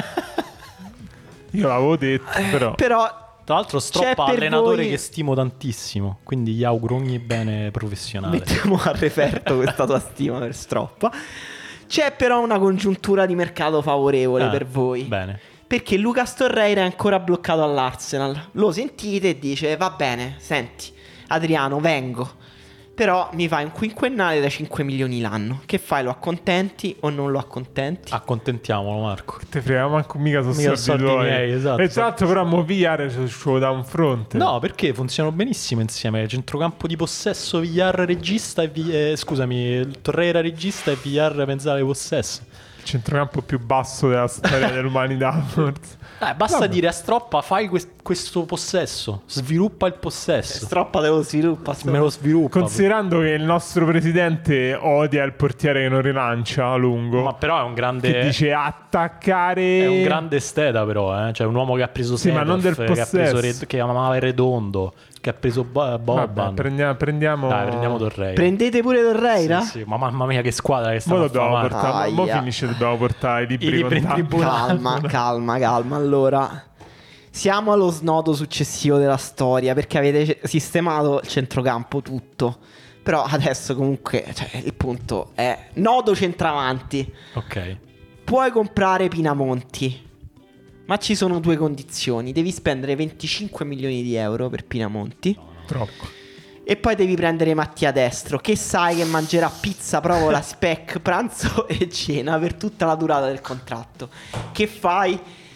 io l'avevo detto, però Però Tra l'altro C'è Stroppa per allenatore voi- che stimo tantissimo, quindi gli auguro ogni bene professionale. mettiamo a referto questa tua stima per Stroppa. C'è però una congiuntura di mercato favorevole Ah, per voi. Bene. Perché Lucas Torreira è ancora bloccato all'Arsenal. Lo sentite e dice: va bene, senti, Adriano, vengo. Però mi fai un quinquennale da cinque milioni l'anno. Che fai? Lo accontenti o non lo accontenti? Accontentiamolo, Marco. te frega manco mica sono Mica soldi soldi tuoi. miei, esatto. Esatto, però mo V R ce ce lo da un fronte. No, perché funzionano benissimo insieme. Centrocampo di possesso, Villar regista e Vi- eh, scusami, Torreira regista e Villar mezzale possesso. Il centrocampo più basso della storia dell'umanità, forse. Eh, basta Vabbè. dire a Stroppa fai quest- questo possesso, sviluppa il possesso. Stroppa te lo sviluppa. Me lo sviluppa. Considerando che il nostro presidente odia il portiere che non rilancia a lungo, Ma però è un grande che dice attaccare È un grande esteta però, eh? Cioè un uomo che ha preso Sì, ma non Seedorf, del che ha preso possesso. Red- che amava il Redondo, che ha preso Bo- Vabbè, Boban. prendiamo, prendiamo... Dai, prendiamo Torreira. Prendete pure Torreira? Sì, sì, ma mamma mia che squadra che Mo stiamo a dobbiamo fare. portare, mo Aia. finisce, dobbiamo portare i libri, I libri in contabili. tribunale. Calma, calma, calma. Allora, siamo allo snodo successivo della storia perché avete ce- sistemato il centrocampo tutto. Però adesso comunque, cioè, il punto è nodo centravanti. Ok. Puoi comprare Pinamonti, ma ci sono due condizioni. Devi spendere venticinque milioni di euro per Pinamonti Troppo. e poi devi prendere Mattia Destro, che sai che mangerà pizza, provola, spec, pranzo e cena per tutta la durata del contratto. Che fai?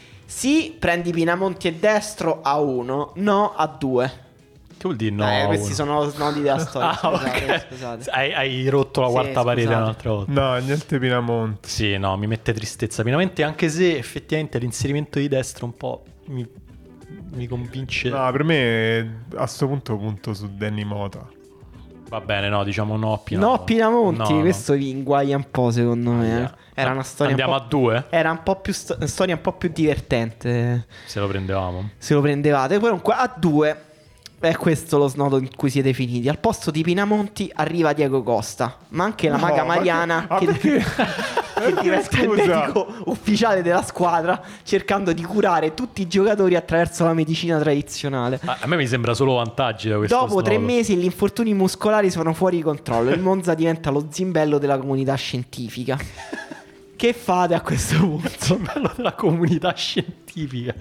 Sì, prendi Pinamonti e Destro a uno, no a due. Che vuol dire no? Eh, questi uno? sono snodi della storia. Ah, scusate, ok. scusate. Hai, hai rotto la Sì, quarta parete scusate. un'altra volta. No, niente Pinamonti. Sì, no, mi mette tristezza. Pienamente, anche se effettivamente l'inserimento di Destro un po' mi, mi convince. No, per me a sto punto punto su Danny Mota. Va bene, no, diciamo no a Pinamonti. No, Pinamonti, No, no. questo vi inguaia un po' secondo me. eh. Aia. Era una storia Andiamo un a po'... due? Era un po' più sto- storia un po' più divertente Se lo prendevamo. se lo prendevate. Comunque a due è questo lo snodo in cui siete finiti. Al posto di Pinamonti arriva Diego Costa, ma anche la No, maga ma Mariana che- ah, che, perché? che diventa il Scusa. medico ufficiale della squadra, cercando di curare tutti i giocatori attraverso la medicina tradizionale. A a me mi sembra solo vantaggi da questo Dopo tre snodo. mesi gli infortuni muscolari sono fuori controllo. Il Monza diventa lo zimbello della comunità scientifica. Che fate a questo punto? Bello della comunità scientifica.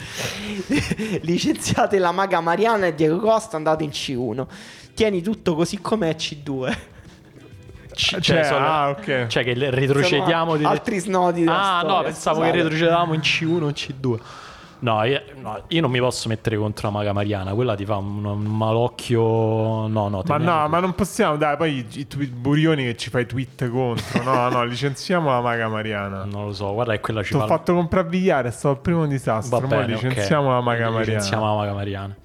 Licenziate la maga Mariana e Diego Costa, andate in C uno. Tieni tutto così com'è C due. C- Cioè, sono- ah, ok. cioè che le- retrocediamo Sono di- altri snodi della Ah, storia, no, pensavo scusate. che retrocedevamo in C uno o in C due. No io, no, io non mi posso mettere contro la maga Mariana. Quella ti fa un, un malocchio. No, no. Ma teniamo- no, ma non possiamo, dai, poi i, i twi- burioni che ci fai tweet contro. No, no, licenziamo la maga Mariana. Non lo so, guarda che quella ci Ti ho fa. fatto comprare bigliare, è stato il primo disastro. Va Mo bene, licenziamo ok. la maga Mariana. Licenziamo la maga Mariana.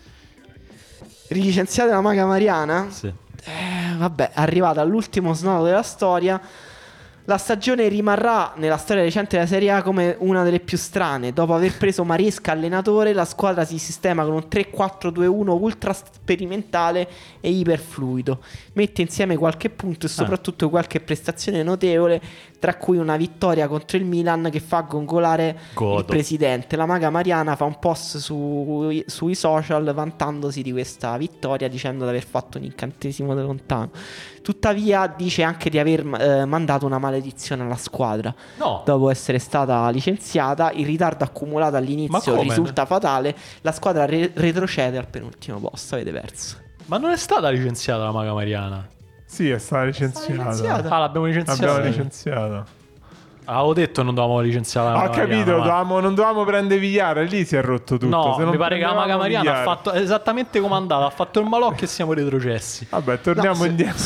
Rilicenziate la maga Mariana? Sì. Eh, vabbè, arrivata all'ultimo snodo della storia. La stagione rimarrà nella storia recente della Serie A come una delle più strane. Dopo aver preso Maresca allenatore, la squadra si sistema con un tre quattro due uno ultra sperimentale e iperfluido. Mette insieme qualche punto e soprattutto qualche prestazione notevole, tra cui una vittoria contro il Milan che fa gongolare Godo. il presidente. La maga Mariana fa un post su- sui social vantandosi di questa vittoria, dicendo di aver fatto un incantesimo da lontano. Tuttavia dice anche di aver eh, mandato una maledizione alla squadra. No. Dopo essere stata licenziata, il ritardo accumulato Ma all'inizio come? risulta fatale. La squadra re- retrocede al penultimo posto. Avete perso. Ma non è stata licenziata la maga Mariana? Sì, è stata licenziata. licenziata. Ah, l'abbiamo licenziata. L'abbiamo licenziata. Avevo detto non dovevamo licenziare la Ho maga capito, Mariana, ma- dovevamo- non dovevamo prendere Vigliare, lì si è rotto tutto. No, Se non mi pare che la maga prendevamo Mariana ha Vigliare- fatto esattamente come è andata. Ha fatto il malocchio e siamo retrocessi. Vabbè, torniamo No, se- indietro.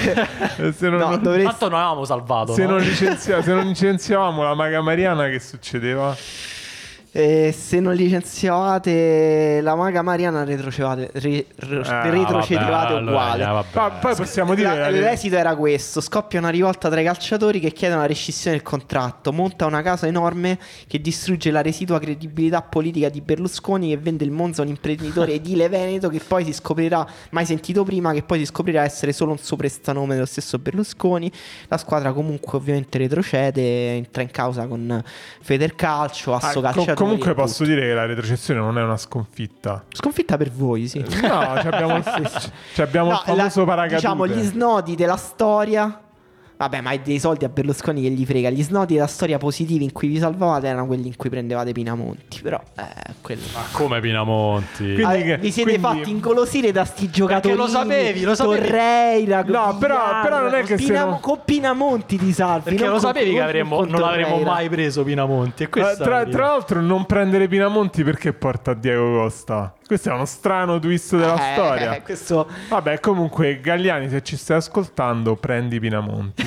se non, No, dovresti- Tanto non avevamo salvato. se no? non licenzia- se non licenziavamo la maga Mariana, che succedeva? E se non licenziavate la maga Mariana retrocedevate, re, re, Eh, retrocedevate vabbè, uguale. allora, Ma poi possiamo dire La- che- l'esito era questo: scoppia una rivolta tra i calciatori che chiedono la rescissione del contratto, monta una casa enorme che distrugge la residua credibilità politica di Berlusconi, che vende il Monza a un imprenditore edile veneto che poi si scoprirà, mai sentito prima, che poi si scoprirà essere solo un soprestanome dello stesso Berlusconi. La squadra comunque ovviamente retrocede, entra in causa con Federcalcio, Asso Ah, co- Calciatori. comunque e posso tutto. dire che la retrocessione non è una sconfitta. Sconfitta per voi, sì. No, ci abbiamo il, ci abbiamo No, il famoso la- paracadute. Diciamo gli snodi della storia. Vabbè, ma è dei soldi a Berlusconi che gli frega. Gli snodi della storia positivi in cui vi salvavate erano quelli in cui prendevate Pinamonti. Però, eh, quello. Ma come Pinamonti? Quindi Ah, che- vi siete quindi- fatti ingolosire da sti giocatori. lo sapevi, lo sapevi. Torreira, No, però- però non è che Pinam- se no- con Pinamonti ti salvi. Perché non lo con- sapevi che con- avremmo, con non l'avremmo Torreira. mai preso Pinamonti. E Eh, questa tra, è la tra l'altro non prendere Pinamonti perché porta Diego Costa. Questo è uno strano twist della Eh, storia. Questo Vabbè, comunque Galliani, se ci stai ascoltando, prendi Pinamonti.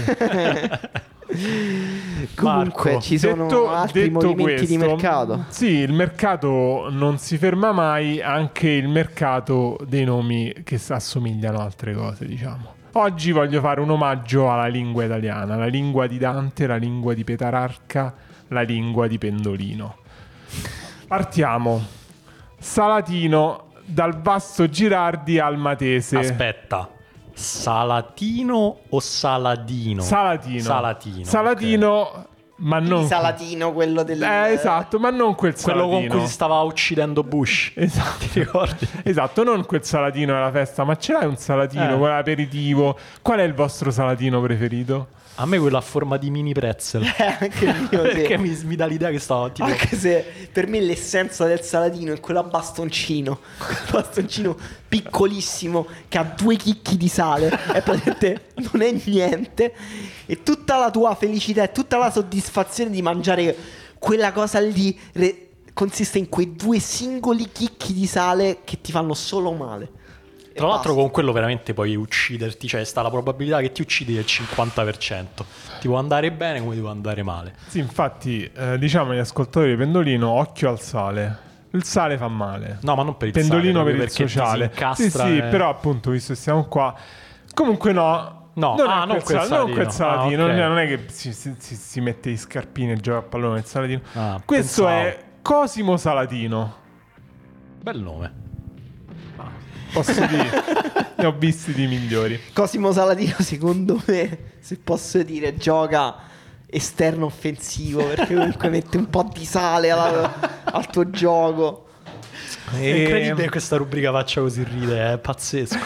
comunque Marco, ci sono Detto- altri detto movimenti di questo, mercato. Sì, il mercato non si ferma mai, anche il mercato dei nomi che s- assomigliano a altre cose, diciamo. Oggi voglio fare un omaggio alla lingua italiana, la lingua di Dante, la lingua di Petrarca, la lingua di Pendolino. Partiamo. Salatino, dal vasto Girardi al Matese. Aspetta, Salatino o Saladino? Salatino. Salatino. Salatino, ma non... Di Salatino, quello del Eh, esatto, ma non quel Quello Salatino. con cui si stava uccidendo Bush. Esatto. Ti ricordi? Esatto, non quel salatino alla festa, ma ce l'hai un salatino, Eh. quell'aperitivo. Qual è il vostro salatino preferito? A me quello a forma di mini pretzel. anche il mio, sì. Perché mi, mi dà l'idea che stava tipo... Anche se per me l'essenza del salatino è quella bastoncino, quel bastoncino piccolissimo che ha due chicchi di sale e praticamente non è niente, e tutta la tua felicità e tutta la soddisfazione di mangiare quella cosa lì re- consiste in quei due singoli chicchi di sale che ti fanno solo male. E Tra l'altro basta. con quello veramente puoi ucciderti, cioè sta la probabilità che ti uccidi del cinquanta per cento. Ti può andare bene come ti può andare male. Sì, infatti, eh, diciamo agli ascoltatori di Pendolino, occhio al sale. Il sale fa male. No, ma non per il Pendolino sale, per il proprio perché sociale. Sì, disincastra sì, e- però appunto, visto che siamo qua... Comunque no... No, non, ah, è non quel quel sal- non quel salatino. salatino, Ah, ok. non è che si, si- si- si mette i scarpini e gioca a pallone il salatino. Ah, Questo pensavo. è Cosimo Salatino. Bel nome. Posso dire, ne ho visti di migliori. Cosimo Salatino, secondo me, se posso dire, gioca esterno offensivo, perché comunque mette un po' di sale alla- al tuo gioco. È incredibile che questa rubrica faccia così ridere, è pazzesco.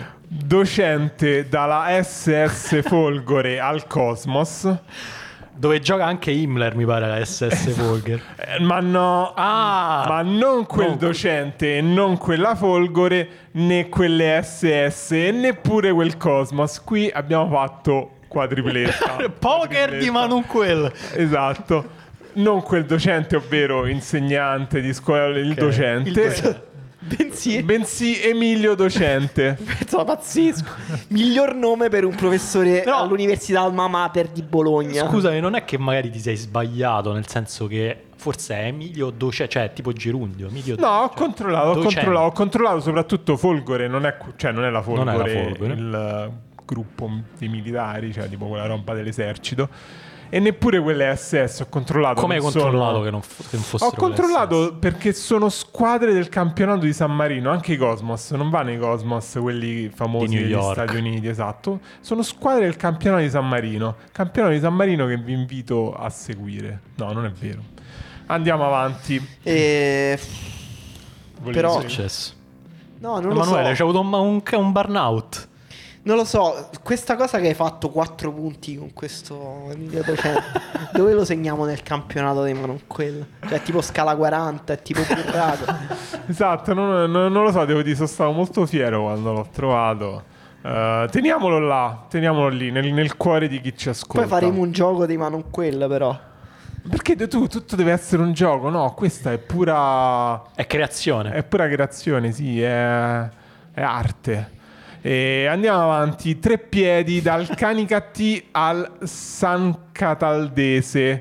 Docente dalla S S Folgore al Cosmos. Dove gioca anche Himmler, mi pare, la S S Volger. Eh, ma no, Ah! ma non quel Non- docente e non quella Folgore, né quelle S S e neppure quel Cosmos. Qui abbiamo fatto quadripletta. Poker di Manuquel. Esatto. Non quel docente, ovvero insegnante di scuola, il Ok, docente, il docente. Bensì, bensì Emilio Docente. penso pazzesco. Miglior nome per un professore No. all'Università Alma Mater di Bologna. Scusami, non è che magari ti sei sbagliato, nel senso che forse è Emilio Docente, cioè tipo Gerundio. Emilio No, ho cioè, controllato, ho docente. controllato, ho controllato soprattutto Folgore, non è, cioè non è la Non è la Folgore, Folgore. il uh, gruppo dei militari, cioè tipo quella roba dell'esercito. E neppure quelle S S ho controllato. Come hai non controllato sono- che non, f- che non fossero Ho controllato quelle S S? perché sono squadre del campionato di San Marino, anche i Cosmos, non vanno i Cosmos, quelli famosi Di New degli York. Stati Uniti, esatto. Sono squadre del campionato di San Marino, campionato di San Marino che vi invito a seguire. No, non è vero. Andiamo avanti. E... Volevi Però- Che è dire- successo? No, non lo Emanuele, so. c'è avuto un, un, un burnout. Non lo so, questa cosa che hai fatto quattro punti con questo Emilio Docente, dove lo segniamo nel campionato dei Manuquel? Cioè tipo scala quaranta, è tipo burrato. Esatto, non, non- non lo so, devo dire, sono stato molto fiero quando l'ho trovato. Eh, teniamolo là, teniamolo lì, nel, nel cuore di chi ci ascolta. Poi faremo un gioco dei Manuquel però. Perché tu, tutto deve essere un gioco, no? Questa è pura... È creazione. È pura creazione, sì, è, è arte. E andiamo avanti, tre piedi dal Canicattì al San Cataldese.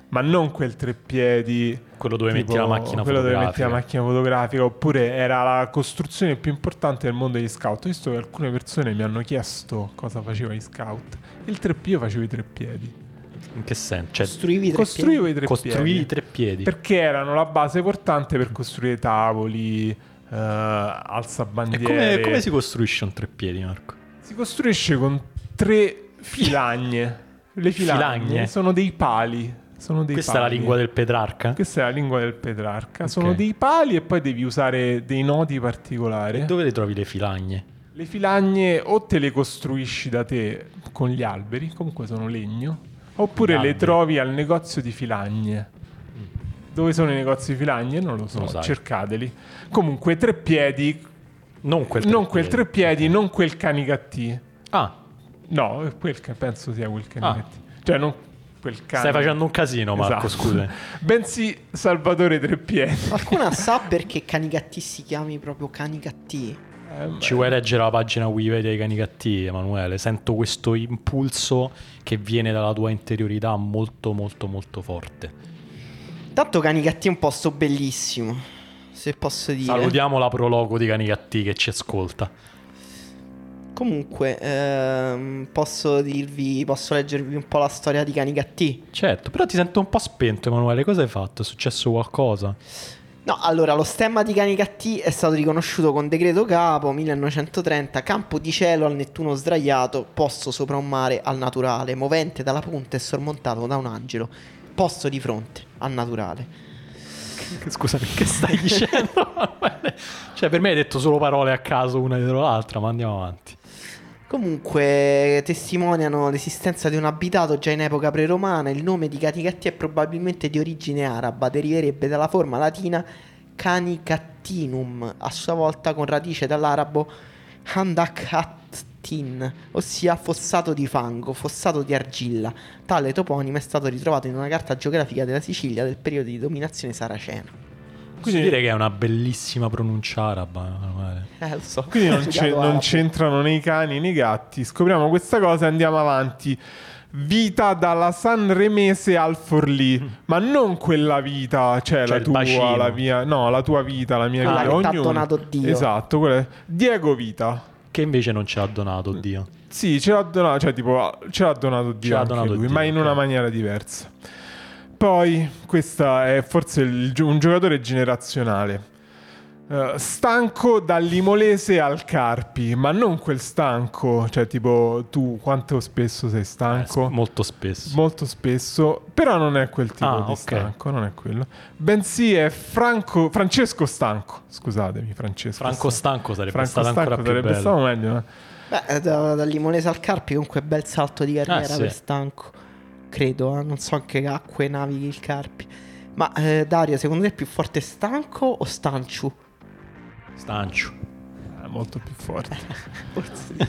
ma non quel treppiedi, quello dove tipo, metti la macchina quello fotografica. dove metti la macchina fotografica, oppure era la costruzione più importante del mondo degli scout. Ho visto che alcune persone mi hanno chiesto cosa faceva gli scout. Il treppiedi, io facevo i treppiedi. In che senso? Cioè, Costruivi i tre costruivo piedi. i treppiedi. costruivi i tre piedi. Perché erano la base portante per costruire tavoli, uh, alzabandiere. E come, come si costruisce un treppiedi, Marco? Si costruisce con tre filagne. Le filagne, Filagne? sono dei pali. Sono dei Questa pali. è la lingua del Petrarca? Questa è la lingua del Petrarca. Ok. Sono dei pali e poi devi usare dei nodi particolari. E dove le trovi le filagne? Le filagne o te le costruisci da te con gli alberi, comunque sono legno, oppure Gli le alberi. trovi al negozio di filagne. Dove sono i negozi di filagne? Non lo so, Lo sai. cercateli. Comunque tre piedi, Non quel non quel treppiedi. tre piedi, non quel canicattì. Ah, No, quel che penso sia quel canicattì. Cioè non quel cane. stai facendo un casino, Marco, Esatto. scusa. Bensì Salvatore Treppiedi. Qualcuno sa perché Canicattì si chiami proprio Canicattì? Eh, Ci vuoi leggere la pagina Wikipedia dei Canicattì, Emanuele? Sento questo impulso che viene dalla tua interiorità molto molto molto forte. Tanto Canicattì è un posto bellissimo, se posso dire. Salutiamo la prologo di Canicattì che ci ascolta. Comunque, ehm, posso dirvi, posso leggervi un po' la storia di Canicattì? Certo, però ti sento un po' spento, Emanuele. Cosa hai fatto? È successo qualcosa? No, allora, lo stemma di Canicattì è stato riconosciuto con decreto capo millenovecentotrenta, campo di cielo al Nettuno sdraiato, posto sopra un mare al naturale, movente dalla punta e sormontato da un angelo, posto di fronte al naturale. Scusami, che stai dicendo? Cioè, per me hai detto solo parole a caso una dietro l'altra, ma andiamo avanti. Comunque testimoniano l'esistenza di un abitato già in epoca preromana. Il nome di Canicattì è probabilmente di origine araba, deriverebbe dalla forma latina Canicattinum, a sua volta con radice dall'arabo Handakattin, ossia fossato di fango, fossato di argilla. Tale toponimo è stato ritrovato in una carta geografica della Sicilia del periodo di dominazione saracena. Quindi dire che è una bellissima pronuncia araba, Emanuele. Eh, lo so. Quindi non, Ho c'è- studiato non arabo. c'entrano né i cani né i gatti. Scopriamo questa cosa e andiamo avanti. Vita dalla Sanremese al Forlì, ma non quella vita, cioè, Cioè la il tua, bacino. la mia, no, la tua vita, la mia Quella vita. che t'ha Ognuno- donato Dio. Esatto, quella è- Diego Vita. Che invece non ce l'ha donato Dio. Sì, ce l'ha donato, cioè tipo ce l'ha donato Dio, l'ha anche donato lui, Dio, ma in ok. una maniera diversa. Poi questa è forse il gio- un giocatore generazionale. Eh, stanco dall'Imolese al Carpi, ma non quel stanco, cioè tipo tu quanto spesso sei stanco? Eh, molto spesso. Molto spesso, però non è quel tipo Ah, di ok. stanco, non è quello. Bensì è Franco, Francesco Stanco. Scusatemi, Francesco. Franco Stanco sarebbe Franco stato Stanco ancora più sarebbe bello. stato meglio, eh. Beh, da, dall'Imolese al Carpi comunque bel salto di carriera Eh, sì. per Stanco. Credo, eh, non so anche che acque navighi il Carpi. Ma eh, Dario, secondo te è più forte Stanco o Stanciu? Stancio. È molto più forte. Forse sì.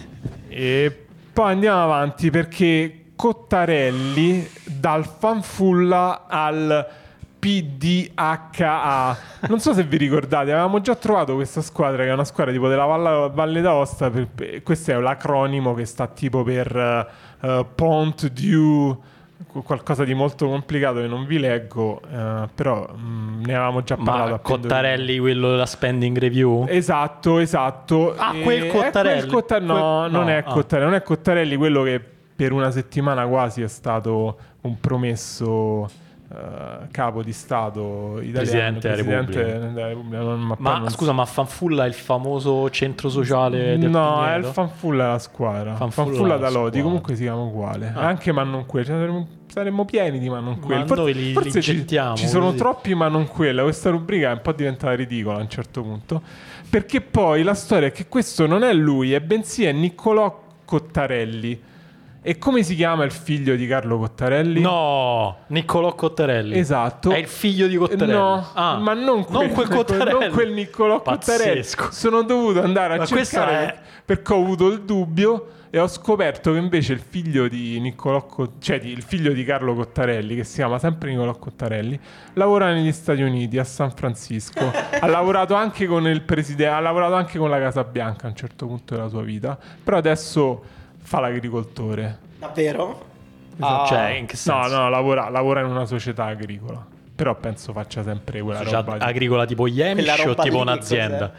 E poi andiamo avanti perché Cottarelli dal fanfulla al P D H A. Non so se vi ricordate, avevamo già trovato questa squadra che è una squadra tipo della Valle, Valle d'Aosta. Per, per- questo è l'acronimo che sta tipo per uh, Pont du qualcosa di molto complicato che non vi leggo, eh, però mh, ne avevamo già parlato. Ma appena- Cottarelli, quello della spending review? Esatto, esatto. Ah, E- quel è Cottarelli? quel Cotta- no, Quel- non no, è ah. Cottarelli, non è Cottarelli quello che per una settimana quasi è stato un promesso eh, capo di Stato italiano, Presidente della della Repubblica. non- ma poi Ma non- scusa, ma Fanfulla è il famoso centro sociale del No, è il Pigneto? Fanfulla la squadra. Fanfulla Fanfulla, la da Lodi, squadra. comunque si chiama uguale. Ah. Anche ma non quello. Cioè, saremmo, saremmo pieni di ma non Ma quello. noi li- li ci, gettiamo, ci sono così. troppi ma non quella. Questa rubrica è un po' diventata ridicola a un certo punto. Perché poi la storia è che questo non è lui, è bensì è Niccolò Cottarelli. E come si chiama il figlio di Carlo Cottarelli? No, Niccolò Cottarelli. Esatto. È il figlio di Cottarelli. No, Ah, ma non quel, non quel Cottarelli. non quel Niccolò Cottarelli. Pazzesco. Sono dovuto andare a Ma questo cercare è- perché ho avuto il dubbio e ho scoperto che invece il figlio di Niccolò Co- cioè di- il figlio di Carlo Cottarelli, che si chiama sempre Niccolò Cottarelli, lavora negli Stati Uniti, a San Francisco. Ha lavorato anche con il presidente, ha lavorato anche con la Casa Bianca a un certo punto della sua vita, però adesso fa l'agricoltore. Davvero? Esatto. Ah. Cioè, in che senso? No, no, lavora, lavora in una società agricola. Però penso faccia sempre quella Società roba. agricola tipo gli Amish o roba tipo lì, un'azienda?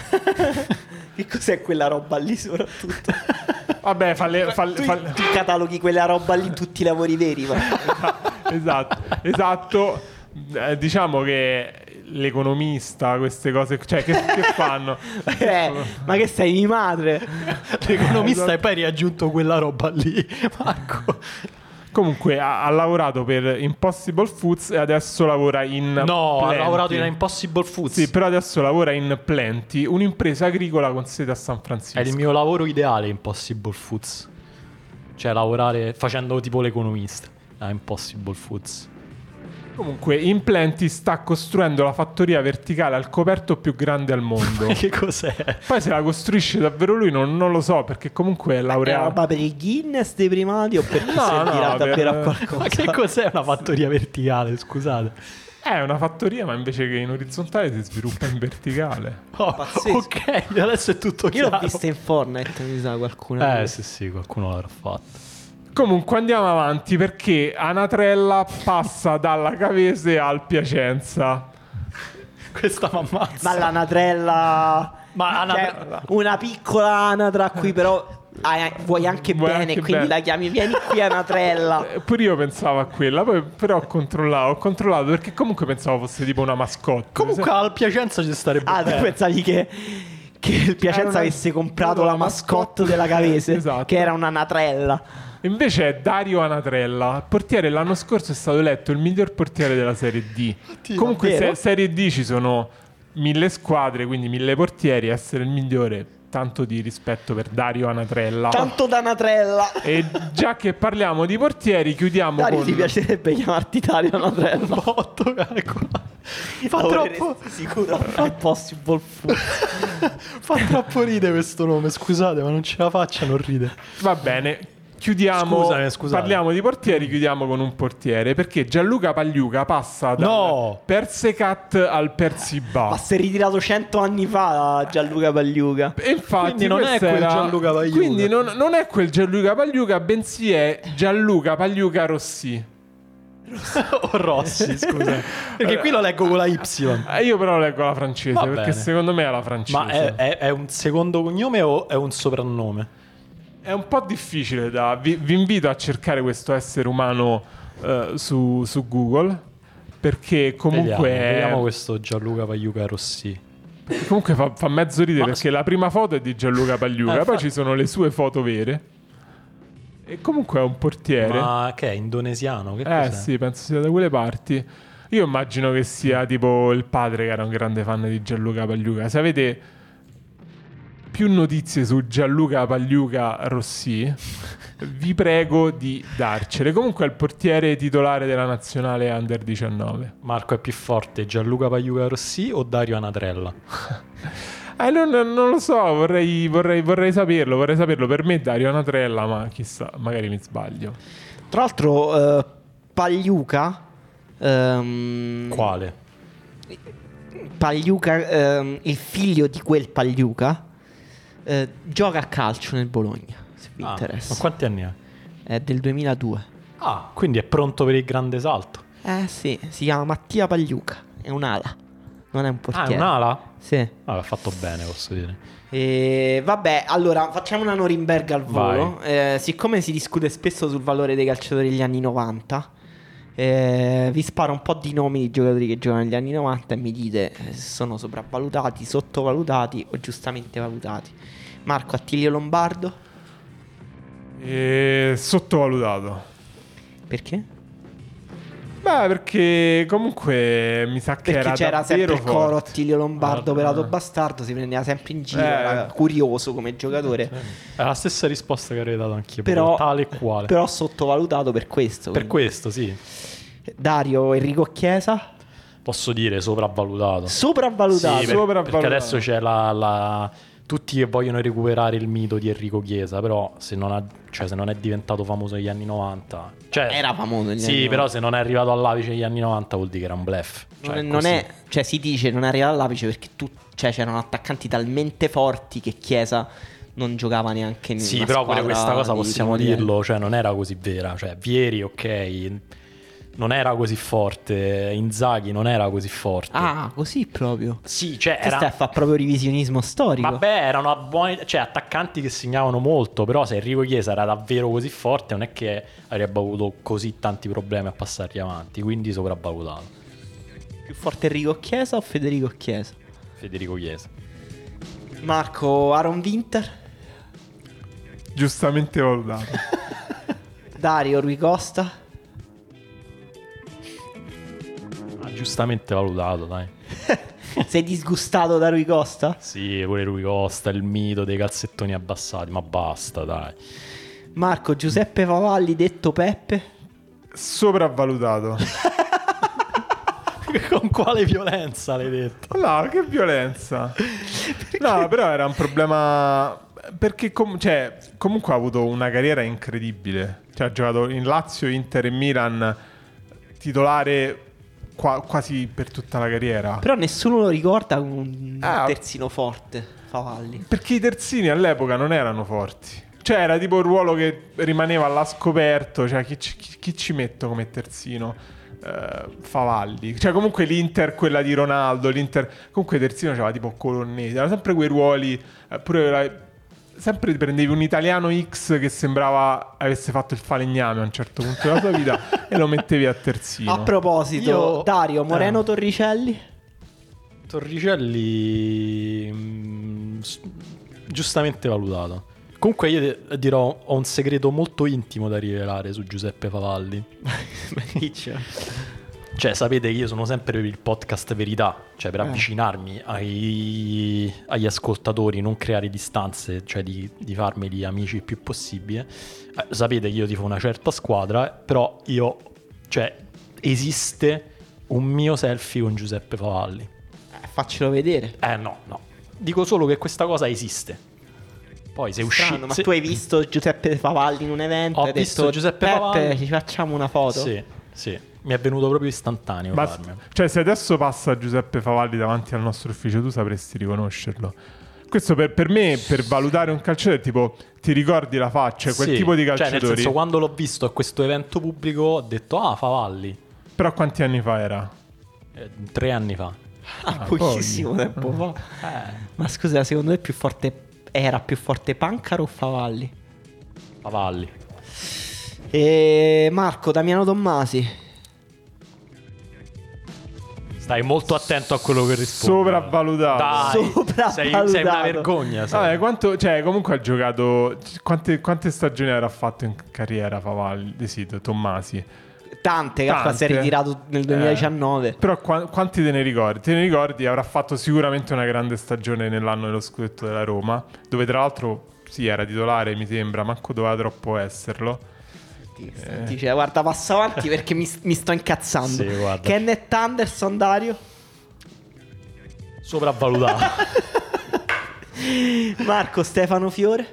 Che cos'è quella roba lì soprattutto? Vabbè, fa le, fa, tu, fa... tu cataloghi quella roba lì in tutti i lavori veri. Ma... esatto, esatto. Eh, diciamo che l'economista, queste cose, cioè che, che fanno? eh, ma che sei mia madre? L'economista e poi hai riaggiunto quella roba lì, Marco. Comunque ha, ha lavorato per Impossible Foods e adesso lavora in No, Plenty. ha lavorato in Impossible Foods. Sì, però adesso lavora in Plenty, un'impresa agricola con sede a San Francisco. È il mio lavoro ideale, Impossible Foods. Cioè lavorare facendo tipo l'economista a Impossible Foods. Comunque in Plenty sta costruendo la fattoria verticale al coperto più grande al mondo. Che cos'è? Poi se la costruisce davvero lui non, non lo so, perché comunque è È laureato. roba per il Guinness dei primati o perché No, servirà no, davvero per- a qualcosa? Ma che cos'è una fattoria verticale, scusate? È una fattoria, ma invece che in orizzontale si sviluppa in verticale. Oh, Pazzesco. ok, adesso è tutto Io chiaro. l'ho vista in Fortnite, mi sa qualcuno. Eh sì sì, qualcuno l'avrà fatto. Comunque andiamo avanti perché Anatrella passa dalla Cavese al Piacenza. Questa mi ammazza. Ma l'anatrella... Ma Cioè, anatra- una piccola anatra a cui però hai- vuoi anche Vuoi bene, anche quindi bene. la chiami vieni qui anatrella. Eh, Pure io pensavo a quella, poi però ho controllato, ho controllato perché comunque pensavo fosse tipo una mascotte. Comunque al Piacenza ci starebbe Ah, tu bene. pensavi che, che il Piacenza Era una- avesse comprato una la mascotte mascotte. della Cavese, Esatto. che era un'anatrella. Invece è Dario Anatrella, portiere l'anno scorso è stato eletto il miglior portiere della Serie D. Comunque davvero? se Serie D ci sono mille squadre, quindi mille portieri, essere il migliore, tanto di rispetto per Dario Anatrella. Tanto d'anatrella. E già che parliamo di portieri, chiudiamo Dario, con... ti piacerebbe chiamarti Dario anatrella? Botto, ecco. Fa Lavoreresti troppo sicuro a Impossible Food. Fa troppo ride questo nome, scusate, ma non ce la faccia non ride. Va bene, chiudiamo. Scusami, scusate. Parliamo di portieri, chiudiamo con un portiere. Perché Gianluca Pagliuca passa dal No! Persecat al Persiba. Ma si è ritirato cento anni fa Gianluca Pagliuca. E infatti Quindi non è questo quel era- Gianluca Pagliuca. Quindi non, non è quel Gianluca Pagliuca, bensì è Gianluca Pagliuca Rossi. O Rossi, scusa. Perché qui lo leggo con la Y. Eh, io però leggo la francese, Va perché bene. secondo me è la francese. Ma è, è- è un secondo cognome o è un soprannome? È un po' difficile da... Vi, vi invito a cercare questo essere umano eh, su, su Google, perché comunque... Vediamo, vediamo questo Gianluca Pagliuca Rossi. Comunque fa, fa mezzo ridere, Ma- perché la prima foto è di Gianluca Pagliuca, Eh, poi infatti. ci sono le sue foto vere. E comunque è un portiere. Ma che è indonesiano? Che Eh cos'è? sì, penso sia da quelle parti. Io immagino che sia tipo il padre che era un grande fan di Gianluca Pagliuca. Se avete più notizie su Gianluca Pagliuca Rossi, vi prego di darcele. Comunque è il portiere titolare della nazionale Under diciannove. Marco è più forte, Gianluca Pagliuca Rossi o Dario Anatrella? Eh, non, non lo so, vorrei, vorrei, vorrei saperlo, vorrei saperlo. Per me è Dario Anatrella, ma chissà, magari mi sbaglio. Tra l'altro, eh, Pagliuca. ehm, Quale? Pagliuca, ehm, il figlio di quel Pagliuca, eh, gioca a calcio nel Bologna. Se vi Ah, interessa, ma quanti anni ha? è del duemiladue. Ah, quindi è pronto per il grande salto. Eh sì, si chiama Mattia Pagliuca. È un'ala, non è un Ah, portiere. è un'ala? Sì. Ah, l'ha fatto bene, posso dire. E vabbè, allora facciamo una Norimberga al volo. Eh, siccome si discute spesso sul valore dei calciatori degli anni novanta, eh, vi sparo un po' di nomi di giocatori che giocano negli anni novanta e mi dite eh, se sono sopravvalutati, sottovalutati o giustamente valutati. Marco, Attilio Lombardo, E sottovalutato. perché? Beh, perché comunque mi sa che Perché era c'era sempre davvero il coro forte. Attilio Lombardo, Ah, operato ah. bastardo, si prendeva sempre in giro, Eh. era curioso come giocatore, È la stessa risposta che avrei dato anch'io, Però- proprio tale e quale. però sottovalutato per questo. Per quindi. questo, sì. Dario Enrico Chiesa, Posso dire sopravvalutato. sopravvalutato. Sì, per- Sopravvalutato. perché adesso c'è la, la- tutti che vogliono recuperare il mito di Enrico Chiesa, però se non, ha- cioè, se non è diventato famoso negli anni novanta, cioè, Era famoso negli sì, anni però novanta. se non è arrivato all'apice negli anni novanta vuol dire che era un bluff. Cioè, non, è, non così. è, cioè si dice non è arrivato all'apice perché tu, cioè, c'erano attaccanti talmente forti che Chiesa non giocava neanche in Sì, una però pure squadra questa cosa di possiamo primo livello. dirlo, cioè non era così vera. Cioè Vieri, ok, non era così forte, Inzaghi non era così forte. Ah, così proprio. Sì, cioè Che era... stai a fare proprio revisionismo storico. Vabbè, erano buoni, cioè attaccanti che segnavano molto, però se Enrico Chiesa era davvero così forte non è che avrebbe avuto così tanti problemi a passargli avanti, quindi sopravvalutato. Più forte Enrico Chiesa o Federico Chiesa? Federico Chiesa. Marco, Aaron Winter, Giustamente valutato. Dario Rui Costa. Ah, giustamente valutato, dai. Sei disgustato da Rui Costa? Sì, pure Rui Costa, il mito dei calzettoni abbassati, ma basta, dai. Marco, Giuseppe Favalli detto Peppe. Sopravvalutato. Con quale violenza l'hai detto? No, che violenza. No, però era un problema perché com- cioè, comunque ha avuto una carriera incredibile. Cioè ha giocato in Lazio, Inter e Milan titolare qua- quasi per tutta la carriera. Però nessuno lo ricorda con un Ah. terzino forte, Favalli. Perché i terzini all'epoca non erano forti. Cioè era tipo il ruolo che rimaneva là scoperto. Cioè chi ci, chi- chi ci metto come terzino? Uh, Favalli. Cioè comunque l'Inter, quella di Ronaldo, l'Inter comunque terzino c'aveva tipo Colonnesi. Erano sempre quei ruoli, eh, pure la- sempre prendevi un italiano X che sembrava avesse fatto il falegname a un certo punto della sua vita e lo mettevi a terzino. A proposito, Io- Dario, Moreno eh. Torricelli. Torricelli mm, s- giustamente valutato. Comunque io ti dirò, ho un segreto molto intimo da rivelare su Giuseppe Favalli. Cioè, sapete che io sono sempre per il podcast verità, cioè per Eh. avvicinarmi ai- agli ascoltatori, non creare distanze, cioè di, di farmeli amici il più possibile. Eh, sapete che io tifo una certa squadra, però io, cioè, esiste un mio selfie con Giuseppe Favalli. Eh, faccelo vedere. Eh no, no. Dico solo che questa cosa esiste. Poi se uscì... Strano, ma se- tu hai visto Giuseppe Favalli in un evento? Ho hai visto detto, Giuseppe Peppe, Favalli. ci facciamo una foto? Sì, sì. Mi è venuto proprio istantaneo Ma, farmelo. cioè se adesso passa Giuseppe Favalli davanti al nostro ufficio tu sapresti riconoscerlo. Questo per, per me, per valutare un calciatore, tipo ti ricordi la faccia, quel Sì, tipo di cioè calciatori. nel senso, quando l'ho visto a questo evento pubblico ho detto, ah, Favalli. Però quanti anni fa era? Eh, tre anni fa. Ah, Ah, pochissimo poi- tempo fa. Eh, Ma scusa, secondo te è più forte, era più forte Pancaro o Favalli? Favalli. E Marco, Damiano Tommasi. Stai molto attento a quello che rispondi. Sopravvalutato. Dai, Sopravvalutato. sei, sei una vergogna. sei. Vabbè, quanto, cioè, comunque ha giocato. Quante, quante stagioni avrà fatto in carriera Favalli? Eh sì, Tommasi. Tante, che Tante. si è ritirato nel duemiladiciannove. Eh, però qua- quanti te ne ricordi? Te ne ricordi? Avrà fatto sicuramente una grande stagione nell'anno dello scudetto della Roma, dove tra l'altro sì, era titolare, mi sembra, manco doveva troppo esserlo. Dice, guarda, passo avanti perché mi, mi sto incazzando. Sì, guarda. Kenneth Anderson, Dario. Sopravvalutato. Marco, Stefano Fiore.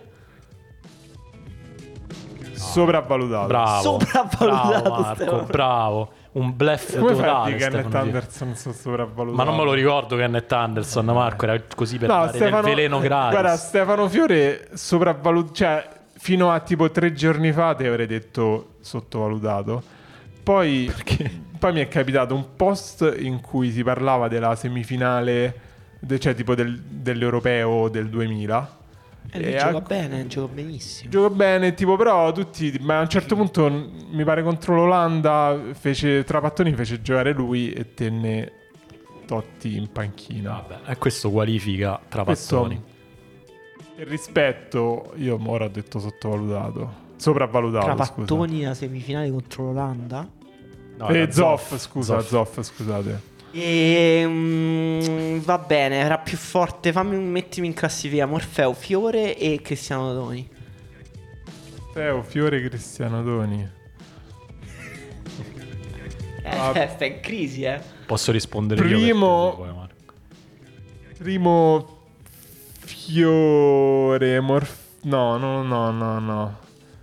Sopravvalutato. Bravo. Sopravvalutato, Bravo, Marco, Stefano. bravo. Un bluff Come fai a totale. dire Kenneth Stefano Fiore. Anderson so- sopravvalutato? Ma non me lo ricordo Kenneth Anderson, Marco, era così per No, dare Stefano, del veleno gratis. guarda, Stefano Fiore sopravvalutato, cioè fino a tipo tre giorni fa ti avrei detto sottovalutato. Poi, poi mi è capitato un post in cui si parlava della semifinale, de- cioè tipo del- dell'Europeo del duemila. E lui E gioca a- bene, gioca benissimo. Gioco bene, tipo, però tutti. Ma a un certo punto, n- mi pare contro l'Olanda, fece Trapattoni fece giocare lui e tenne Totti in panchina. Vabbè, e questo qualifica Trapattoni. Questo- Il rispetto, io ora ho detto sottovalutato. Sopravvalutato. Trapattoni alla semifinale contro l'Olanda. No, Scusa. E era Zoff, scusa, Zoff. Zoff, scusate. E mm, va bene, era più forte. Fammi un mettimi in classifica: Morfeo, Fiore e Cristiano Doni. Teo, Fiore, Cristiano Doni. Eh, Ah. sta in crisi, eh. Posso rispondere io? Primo- perché poi, Marco. Primo Fiore, Morf... No, no, no, no, no.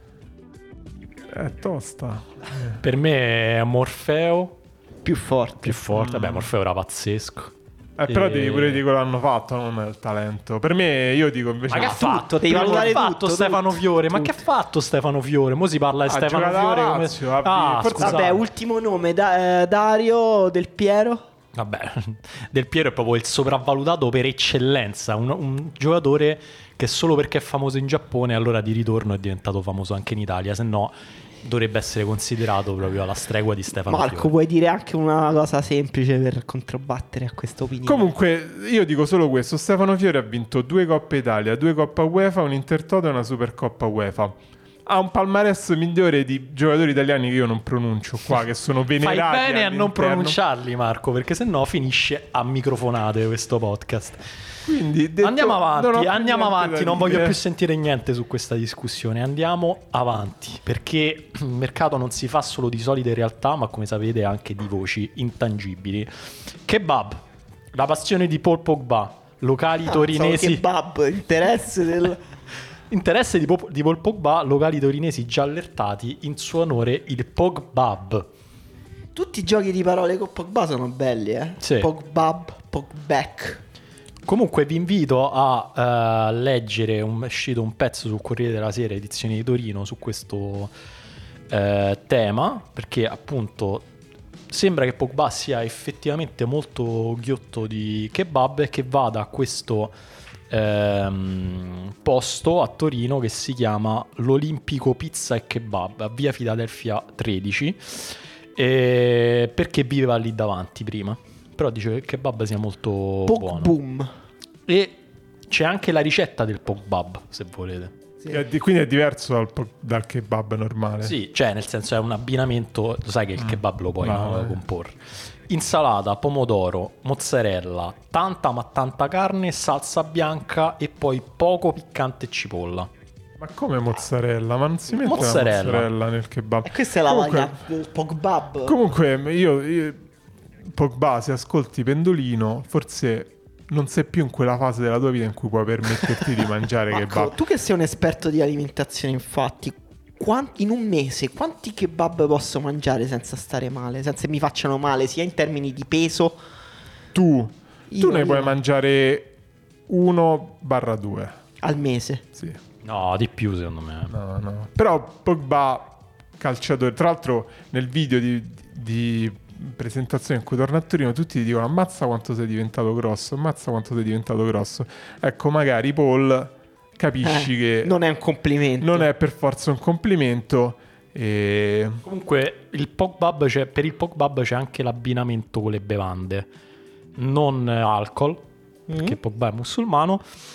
È tosta. Per me è Morfeo Più forte. più forte. Vabbè, Morfeo era pazzesco. Eh, però E- devi pure dire quello l'hanno fatto, non il talento. Per me, io dico invece... Ma che ha tutto, fatto? devi Ma che valutare ha fatto tutto, Stefano tutto, Fiore? Ma tutto. che ha fatto Stefano Fiore? Mo si parla di Ha Stefano giocato Fiore alla come... Lazio, ha Ah, vinto. scusate. Vabbè, ultimo nome, da- eh, Dario Del Piero. Vabbè, Del Piero è proprio il sopravvalutato per eccellenza, un, un giocatore che solo perché è famoso in Giappone allora di ritorno è diventato famoso anche in Italia, se no dovrebbe essere considerato proprio alla stregua di Stefano Marco, Fiore. puoi dire anche una cosa semplice per controbattere a questa opinione? Comunque, io dico solo questo. Stefano Fiore ha vinto due Coppe Italia, due Coppa UEFA, un Intertoto e una Supercoppa UEFA. Ha un palmarès migliore di giocatori italiani che io non pronuncio qua, che sono Fai venerati bene a non all'interno. pronunciarli, Marco, perché se no finisce a microfonate questo podcast. Quindi, detto- Andiamo non ho avanti, più andiamo niente avanti, da non voglio dire. più sentire niente su questa discussione. Andiamo avanti, perché il mercato non si fa solo di solide realtà, ma come sapete anche di voci intangibili. Kebab, la passione di Paul Pogba, locali torinesi. Kebab, interesse del... Interesse di, Pop- di Paul Pogba, locali torinesi già allertati, in suo onore il Pogbab. Tutti i giochi di parole con Pogba sono belli, eh? Sì. Pogbab, Pogback. Comunque vi invito a eh, leggere, un, è uscito un pezzo sul Corriere della Sera, edizione di Torino, su questo eh, tema, perché appunto sembra che Pogba sia effettivamente molto ghiotto di kebab e che vada a questo ehm, posto a Torino che si chiama l'Olimpico Pizza e Kebab, a via Filadelfia tredici, e perché viveva lì davanti prima. Però dice che il kebab sia molto buono. Pogboom. E c'è anche la ricetta del Pogbab, se volete. È di- Quindi è diverso dal, po- dal kebab normale. Sì, cioè nel senso è un abbinamento, lo sai che il kebab lo puoi No, no, eh. comporre. Insalata, pomodoro, mozzarella, tanta ma tanta carne, salsa bianca e poi poco piccante cipolla. Ma come mozzarella? Ma non si mette Mozzarella. la mozzarella nel kebab. E questa è la Comunque- variante del Pogbab. Comunque io, io Pogba, se ascolti Pendolino, forse non sei più in quella fase della tua vita in cui puoi permetterti di mangiare Marco, kebab. tu che sei un esperto di alimentazione, infatti, quan- in un mese quanti kebab posso mangiare senza stare male, senza che mi facciano male, sia in termini di peso? Tu, Io- tu ne io puoi no. mangiare uno barra due. Al mese. Sì. No, di più secondo me. No, no. Però Pogba, calciatore, tra l'altro nel video di, di presentazione in cui torna a Torino tutti ti dicono ammazza quanto sei diventato grosso, ammazza quanto sei diventato grosso. Ecco, magari Paul capisci Eh, che non è un complimento. non è per forza un complimento e... Comunque il Pogbab c'è, per il Pogbab c'è anche l'abbinamento con le bevande. Non alcol, perché Pogba è musulmano,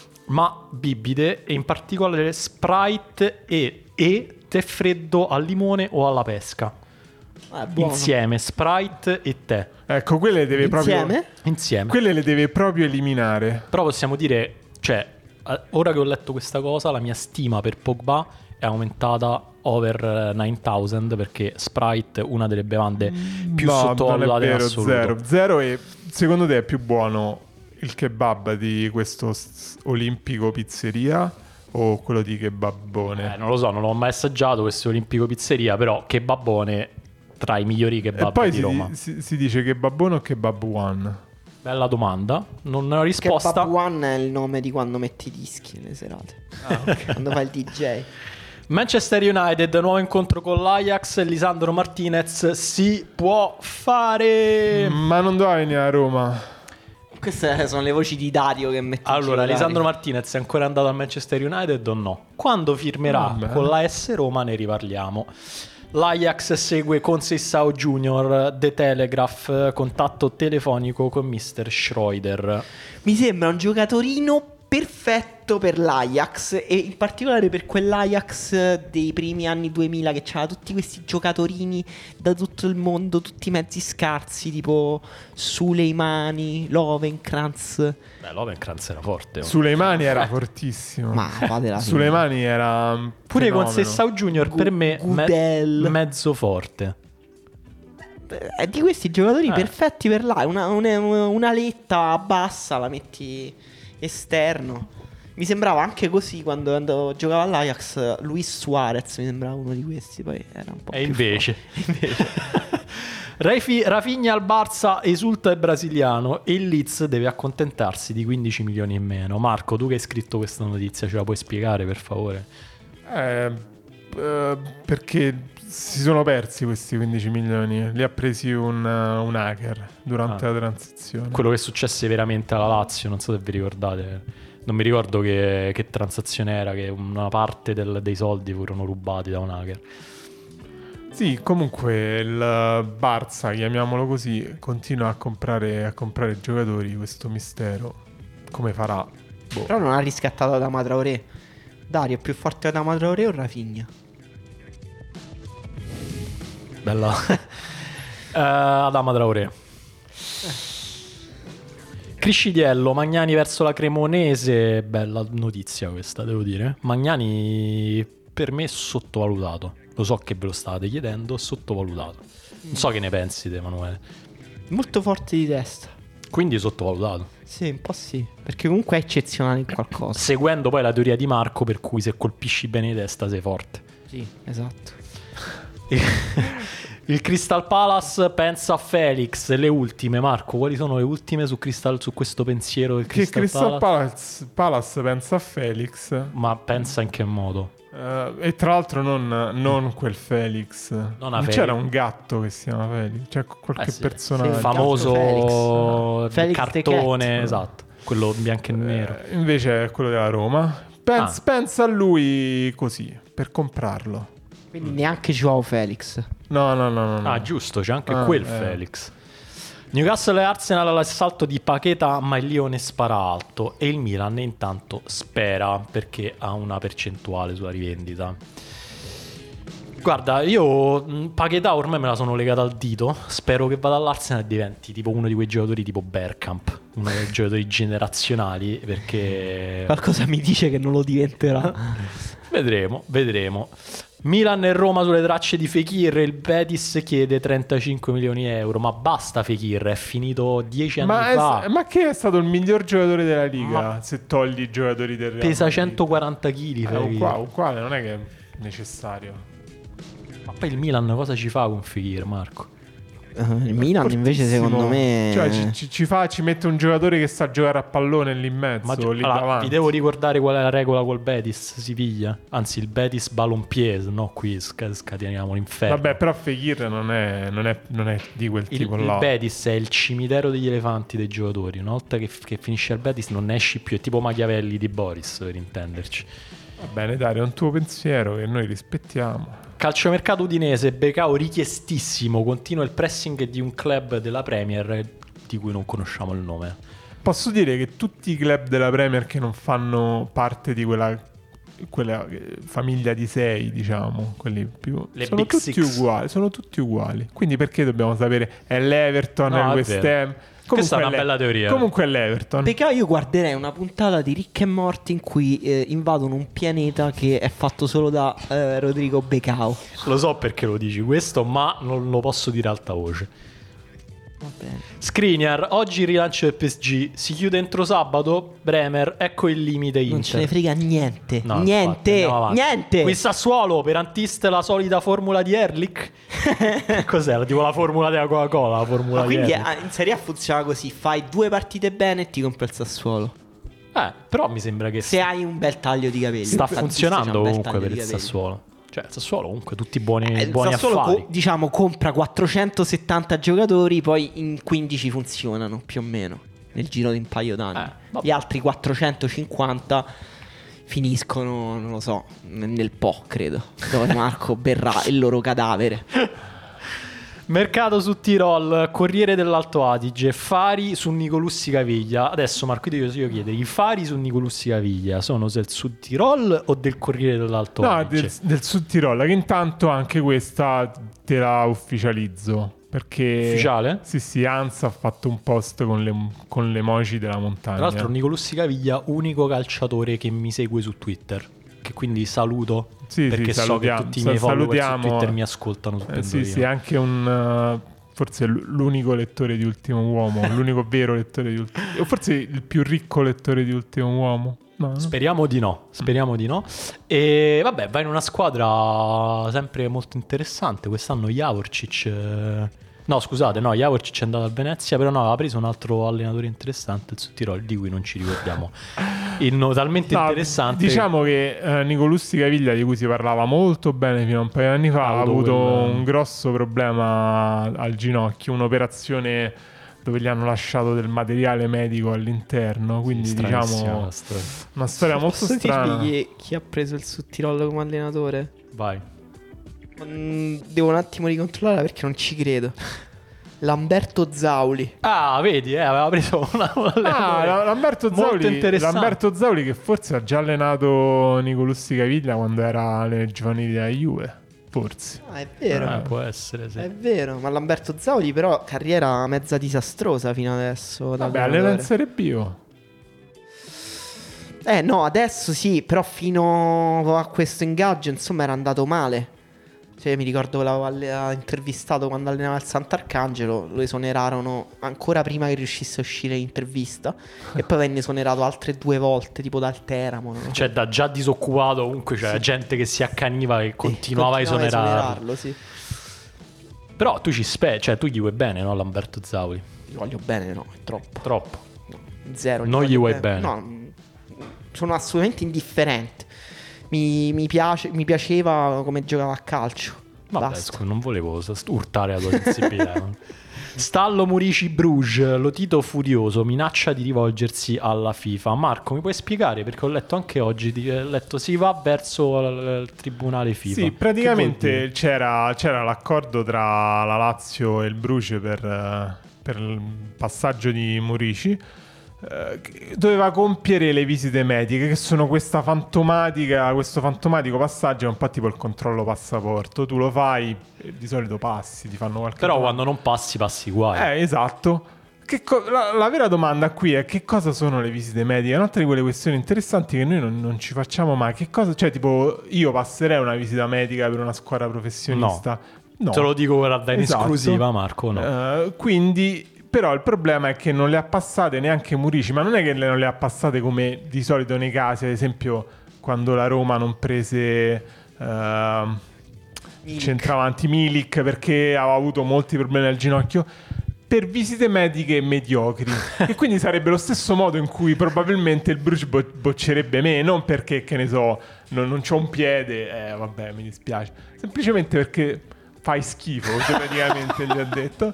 ma bibite e in particolare Sprite e, e tè freddo al limone o alla pesca. Ah, è buono. Insieme Sprite e tè. Ecco, quelle deve proprio... Insieme? Insieme. Quelle le deve proprio eliminare. Però possiamo dire, cioè, eh, ora che ho letto questa cosa, la mia stima per Pogba è aumentata over eh, novemila perché Sprite, una delle bevande più No, non è sottovalutate in vero, assoluto. zero. Zero. E secondo te è più buono il kebab di questo s- olimpico pizzeria o quello di kebabone? Eh, non lo so, non l'ho mai assaggiato questo Olimpico Pizzeria, però kebabone tra i migliori E kebab poi di si, Roma. si- si dice kebabone o kebab one? Bella domanda, non ho risposta. Kebab One è il nome di quando metti i dischi nelle serate. Quando fai il D J. Manchester United, nuovo incontro con l'Ajax, Lisandro Martinez si può fare. Ma non doveva venire a Roma. Queste sono le voci di Dario che metti in Allora, giro, Lisandro Dario. Martinez è ancora andato al Manchester United o no? Quando firmerà Vabbè. con l'A S Roma ne riparliamo. L'Ajax segue con Seissao Junior, The Telegraph, contatto telefonico con mister Schroeder. Mi sembra un giocatorino perfetto per l'Ajax e in particolare per quell'Ajax dei primi anni duemila che c'aveva tutti questi giocatorini da tutto il mondo, tutti mezzi scarsi, tipo Suleimani, Lovenkranz. Beh, Lovenkranz era forte. oh. Suleimani era fortissimo. Ma fatela Suleimani era un Pure con fenomeno. Seissao Junior per me me- Gudel. mezzo forte. È di questi giocatori Eh. perfetti per là. Una, una, una letta bassa la metti esterno. Mi sembrava anche così quando andavo, giocavo all'Ajax. Luis Suarez mi sembrava uno di questi. Poi era un po' E più invece, Rafi, Rafinha al Barça esulta il brasiliano e il Leeds deve accontentarsi di quindici milioni in meno. Marco, tu che hai scritto questa notizia, ce la puoi spiegare per favore? Eh, eh, perché si sono persi questi quindici milioni. Li ha presi un, un hacker durante Ah. la transizione. Quello che successe veramente alla Lazio, non so se vi ricordate. Non mi ricordo che, che transazione era, che una parte del- dei soldi furono rubati da un hacker. Sì, comunque il Barça, chiamiamolo così, continua a comprare, a comprare giocatori. Questo mistero come farà? Boh. Però non ha riscattato Adama Traoré. Dario, è più forte Adama Traoré o Rafinha? Bella. Eh, Adama Traoré. Criscidiello, Magnani verso la Cremonese. Bella notizia questa, devo dire. Magnani per me sottovalutato. Lo so che ve lo state chiedendo, sottovalutato. Non so che ne pensi te, Emanuele. Molto forte di testa. Quindi sottovalutato. Sì, un po' sì. Perché comunque è eccezionale in qualcosa. Seguendo poi la teoria di Marco, per cui se colpisci bene di testa sei forte. Sì, esatto. Il Crystal Palace pensa a Felix. Le ultime, Marco, quali sono le ultime su, Crystal, su questo pensiero del Che Crystal, Crystal Palace? Palace, Palace pensa a Felix. Ma pensa in che modo? Eh, e tra l'altro non, non quel Felix. Non a Non Felix. c'era un gatto che si chiama Felix. C'è qualche Eh sì. personaggio. Sì, Il famoso Felix. Felix the cartone, Cat. esatto, quello bianco e nero. Eh, invece è quello della Roma. Pens- Ah. Pensa a lui così, per comprarlo. Quindi neanche Joao Felix. No, no, no, no, no. Ah, giusto, c'è anche Ah, quel eh. Felix. Newcastle e Arsenal all'assalto di Paqueta, ma il Lione spara alto e il Milan intanto spera perché ha una percentuale sulla rivendita. Guarda, io mh, Paquetà ormai me la sono legata al dito. Spero che vada all'Arsenal e diventi tipo uno di quei giocatori tipo Bergkamp, uno dei giocatori generazionali, perché Qualcosa mi dice che non lo diventerà. vedremo, vedremo. Milan e Roma sulle tracce di Fekir. Il Betis chiede trentacinque milioni di euro. Ma basta Fekir, è finito dieci anni Ma, fa. è, ma che è stato il miglior giocatore della Liga? Ma- Se togli i giocatori del Real Pesa Madrid. centoquaranta chili Eh, uguale, uguale, non è che è necessario. Ma poi il Milan cosa ci fa con Fekir, Marco? Eh, il Milan invece Fortissimo. secondo me... Cioè ci, ci- ci fa, ci mette un giocatore che sa giocare a pallone lì in mezzo, Ma lì allora, davanti. vi devo ricordare qual è la regola col Betis, si piglia. Anzi, il Betis Ballonpied, no qui sca- scateniamo l'inferno. Vabbè, però Fekir non è, non è, non è di quel il, tipo il là. Betis è il cimitero degli elefanti dei giocatori. Una volta che, che finisce il Betis non ne esci più. È tipo Machiavelli di Boris, per intenderci. Va bene, Dario, è un tuo pensiero che noi rispettiamo. Calciomercato udinese, Becao richiestissimo. Continua il pressing di un club della Premier di cui non conosciamo il nome. Posso dire che tutti i club della Premier che non fanno parte di quella, quella eh, famiglia di sei, diciamo, quelli più, Le sono Big tutti Six. uguali, sono tutti uguali. Quindi perché dobbiamo sapere è l'Everton, No, è il è West vero. Ham? Questa è una l'E- bella teoria. Comunque è l'Everton. Perché io guarderei una puntata di Rick e Morty in cui eh, invadono un pianeta che è fatto solo da eh, Rodrigo Becao. Lo so perché lo dici questo, ma non lo posso dire a alta voce. Va bene. Skriniar, oggi il rilancio del P S G. Si chiude entro sabato. Bremer, ecco il limite Inter. Non ce ne frega niente. No, infatti, niente. andiamo avanti. Niente. Qui Sassuolo, per Antiste la solita formula di Erlich. Cos'era? Tipo la formula della Coca-Cola, la formula Ma di quindi Erlich. eh, in Serie A funziona così: fai due partite bene e ti compri il Sassuolo. Eh, però mi sembra che Se hai un bel taglio di capelli. sta Infatti, funzionando c'ha un bel comunque taglio per di il capelli. Sassuolo. Cioè, il Sassuolo comunque tutti buoni, Eh, il buoni Sassuolo affari. co- diciamo compra quattrocentosettanta giocatori, poi in quindici funzionano più o meno nel giro di un paio d'anni. Eh, vabbè. Gli altri quattrocentocinquanta finiscono, non lo so, n- nel Po, credo, dove Marco berrà il loro cadavere. Mercato su Tirol, Corriere dell'Alto Adige, Fari su Nicolussi Caviglia. Adesso Marco io io chiedo, i fari su Nicolussi Caviglia sono del Sud Tirol o del Corriere dell'Alto No, Adige? del, del Sud Tirol, che intanto anche questa te la ufficializzo. Perché Ufficiale? Sì, sì, Anza ha fatto un post con le, con le emoji della montagna. Tra l'altro Nicolussi Caviglia, unico calciatore che mi segue su Twitter, che quindi saluto, Sì, perché sì, so che salutiamo- tutti i miei follower su salutiamo- Twitter mi ascoltano su Eh, sì, Pendolino. sì, anche un uh, forse l- l'unico lettore di Ultimo Uomo, l'unico vero lettore di Ultimo o forse il più ricco lettore di Ultimo Uomo. No, no. Speriamo di no, speriamo di no. E vabbè, va in una squadra sempre molto interessante. Quest'anno Javorcic, eh, No, scusate, no, Javorčić è andato al Venezia, però no, aveva preso un altro allenatore interessante, il Südtirol, di cui non ci ricordiamo. Il no, talmente no, interessante. Diciamo che eh, Nicolussi Caviglia, di cui si parlava molto bene fino a un paio di anni fa, ha avuto quel... un grosso problema al ginocchio, un'operazione dove gli hanno lasciato del materiale medico all'interno, quindi diciamo storia. Una storia molto Posso strana. Chi, chi ha preso il Südtirol come allenatore? Vai. Mm, devo un attimo ricontrollare perché non ci credo. Lamberto Zauli. Ah, vedi, eh, aveva preso una, una ah, Lamberto Zauli, Lamberto Zauli che forse ha già allenato Nicolussi Caviglia quando era alle giovanili della Juve. Forse. Ah, è vero. Eh, può essere, sì. È vero, ma Lamberto Zauli però carriera mezza disastrosa fino adesso. Vabbè, allena in Serie B. Oh. Eh no, adesso sì, però fino a questo ingaggio insomma era andato male. Cioè mi ricordo che l'aveva intervistato quando allenava il Sant'Arcangelo, lo esonerarono ancora prima che riuscisse a uscire in intervista e poi venne esonerato altre due volte, tipo dal Teramo, no? Cioè da già disoccupato comunque c'era sì. gente che si accaniva e continuava, continuava a esonerarlo. Sì. Però tu ci spe, cioè tu gli vuoi bene, no, Lamberto Zauli? Gli voglio bene, no, è troppo. Troppo. No, zero. Non gli vuoi bene. bene. No, sono assolutamente indifferente. Mi, mi, piace, mi piaceva come giocava a calcio. Vabbè, scusa, non volevo urtare la tua sensibilità. Stallo Murici Bruges, Lotito furioso, minaccia di rivolgersi alla FIFA. Marco, mi puoi spiegare? Perché ho letto anche oggi, ho letto si va verso il, il tribunale FIFA. Sì, praticamente c'era, c'era l'accordo tra la Lazio e il Bruges per, per il passaggio di Murici. Doveva compiere le visite mediche, che sono questa fantomatica questo fantomatico passaggio, è un po' tipo il controllo passaporto. Tu lo fai e di solito passi, ti fanno qualche però domanda. Quando non passi passi guai. Eh esatto. Che co- la, la vera domanda qui è: che cosa sono le visite mediche? È un'altra di quelle questioni interessanti che noi non, non ci facciamo mai. Che cosa, cioè tipo io passerei una visita medica per una squadra professionista? No, no. Te lo dico guarda in esatto. esclusiva, Marco, no. Uh, quindi però il problema è che non le ha passate neanche Murici, ma non è che non le ha passate come di solito nei casi, ad esempio quando la Roma non prese uh, centravanti Milik perché aveva avuto molti problemi al ginocchio, per visite mediche mediocri. E quindi sarebbe lo stesso modo in cui probabilmente il Bruges bo- boccerebbe me, non perché, che ne so, non, non c'ho un piede, eh vabbè mi dispiace, semplicemente perché fai schifo, cioè praticamente gli ha detto.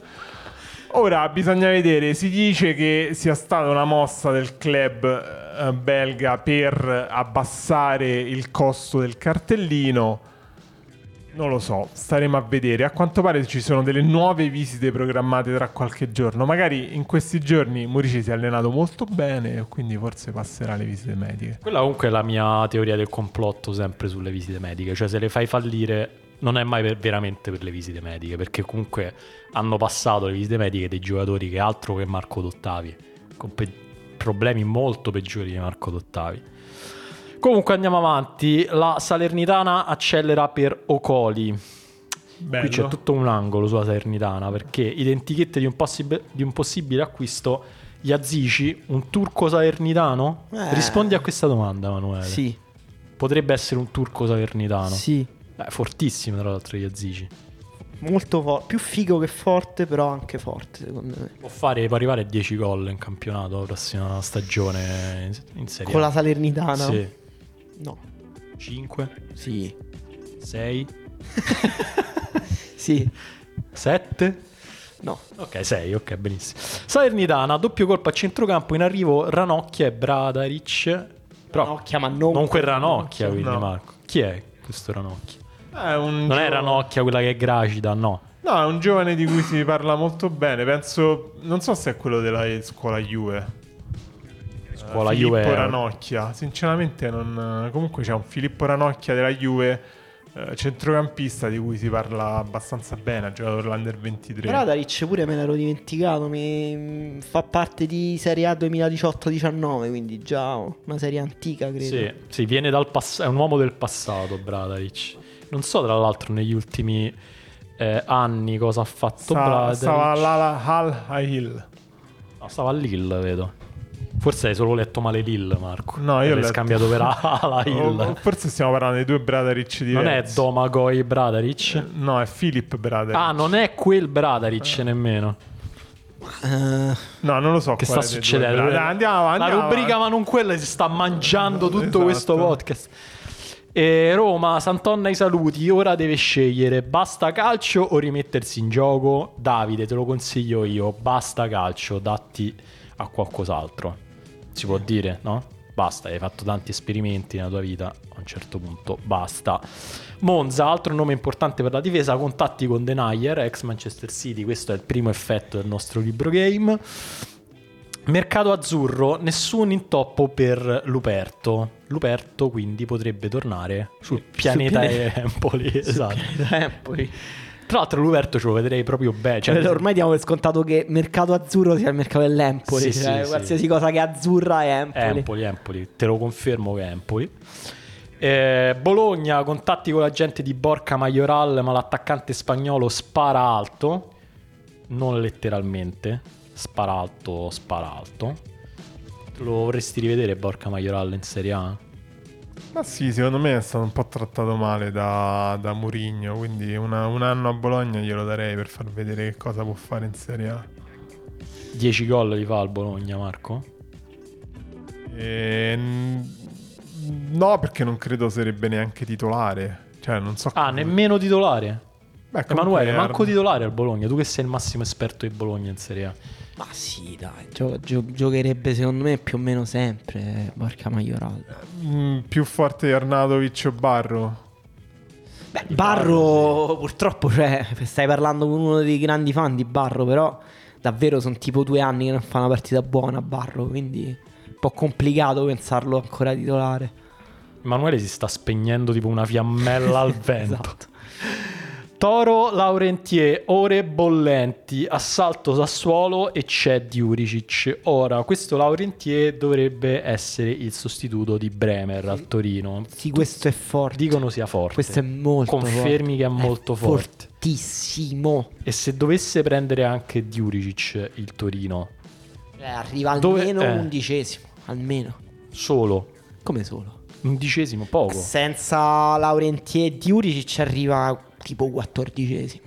Ora bisogna vedere, si dice che sia stata una mossa del club eh, belga per abbassare il costo del cartellino. Non lo so, staremo a vedere. A quanto pare ci sono delle nuove visite programmate tra qualche giorno. Magari in questi giorni Murici si è allenato molto bene e quindi forse passerà le visite mediche. Quella comunque è la mia teoria del complotto sempre sulle visite mediche. Cioè se le fai fallire non è mai per, veramente per le visite mediche, perché comunque hanno passato le visite mediche dei giocatori che altro che Marco Dottavi, con pe- problemi molto peggiori di Marco Dottavi. Comunque andiamo avanti. La Salernitana accelera per Ocoli. Bello. Qui c'è tutto un angolo sulla Salernitana, perché identichette di un, possib- di un possibile acquisto. Iazici, un turco salernitano? Eh. Rispondi a questa domanda, Emanuele. Sì. Potrebbe essere un turco salernitano. Sì. Eh, fortissimo tra l'altro Iazici. Molto forte, più figo che forte, però anche forte secondo me. Può fare, può arrivare a dieci gol in campionato la prossima stagione in, in Serie A. Con la Salernitana? Sì. No. cinque? Sì. sei? Sì. sette? No. Ok, sei, ok, benissimo. Salernitana, doppio colpo a centrocampo, in arrivo Ranocchia e Bradaric. Però Ranocchia, ma non, non quel Ranocchia, quindi no. Marco. Chi è questo Ranocchia? È un non gio- è Ranocchia quella che è gracida, no. No, è un giovane di cui si parla molto bene. Penso, non so se è quello della scuola Juve. Scuola uh, Filippo Juve. Ranocchia. Sinceramente non... Comunque c'è un Filippo Ranocchia della Juve, uh, centrocampista di cui si parla abbastanza bene. Ha giocato l'Under ventitré. Bradaric pure me l'ero dimenticato. Mi... Fa parte di Serie A duemiladiciotto diciannove, quindi già una serie antica, credo. Sì, sì, viene dal passato, è un uomo del passato Bradaric. Non so tra l'altro negli ultimi eh, anni cosa ha fatto Sta, Bradaric. Stava all'Al Hilal. No, stava a Lille, vedo. Forse hai solo letto male Lil, Marco. No, io l'ho scambiato per Ala Hill. Forse stiamo parlando di due Bradaric diversi. Non è Domagoj Bradaric? No, è Filip Bradaric. Ah, non è quel Bradaric uh. nemmeno. Uh, no, non lo so che sta succedendo. Dai, andiamo, andiamo, la rubrica ma non quella si sta mangiando tutto esatto. questo podcast. E Roma, Sant'Onna i saluti. Ora deve scegliere basta calcio o rimettersi in gioco. Davide, te lo consiglio io. Basta calcio, datti a qualcos'altro. Si può dire, no? Basta, hai fatto tanti esperimenti nella tua vita, a un certo punto basta. Monza, altro nome importante per la difesa, contatti con Denayer, ex Manchester City, questo è il primo effetto del nostro libro game. Mercato azzurro, nessun intoppo per Luperto. Luperto quindi potrebbe tornare sul pianeta, sul pianeta Empoli, esatto. Pianeta Empoli. Tra l'altro Luperto ce lo vedrei proprio bene, cioè, ormai diamo per scontato che mercato azzurro sia il mercato dell'Empoli, sì, cioè, sì, qualsiasi sì. cosa che è azzurra è Empoli. Empoli, Empoli, te lo confermo che è Empoli. eh, Bologna, contatti con la gente di Borca Majoral, ma l'attaccante spagnolo spara alto, non letteralmente, spara alto, spara alto. Lo vorresti rivedere Borca Majoral in Serie A? Ma sì, secondo me è stato un po' trattato male da, da Mourinho, quindi una, un anno a Bologna glielo darei per far vedere che cosa può fare in Serie A. dieci gol li fa al Bologna, Marco? E... No, perché non credo sarebbe neanche titolare. Cioè, non so. Ah, come... nemmeno titolare? Beh, Emanuele, manco titolare al Bologna. Tu che sei il massimo esperto di Bologna in Serie A. Ma sì, dai, gio- gio- giocherebbe secondo me più o meno sempre Borca Majoral. Mm, più forte di Arnautovic o Barro? Beh, Barro, Barro purtroppo, cioè, stai parlando con uno dei grandi fan di Barro, però davvero sono tipo due anni che non fa una partita buona Barro, quindi un po' complicato pensarlo ancora titolare. Emanuele si sta spegnendo tipo una fiammella al vento. Esatto. Toro, Laurentier, ore bollenti, assalto Sassuolo e c'è Djuricic. Ora, questo Laurentier dovrebbe essere il sostituto di Bremer al Torino. Sì, questo è forte. Dicono sia forte. Questo è molto Confermi forte. che è molto è forte. Fortissimo. E se dovesse prendere anche Djuricic il Torino? Eh, arriva Dove- almeno eh. undicesimo. Almeno. Solo? Come solo? Undicesimo, poco. Senza Laurentier e Djuricic arriva tipo quattordicesimo.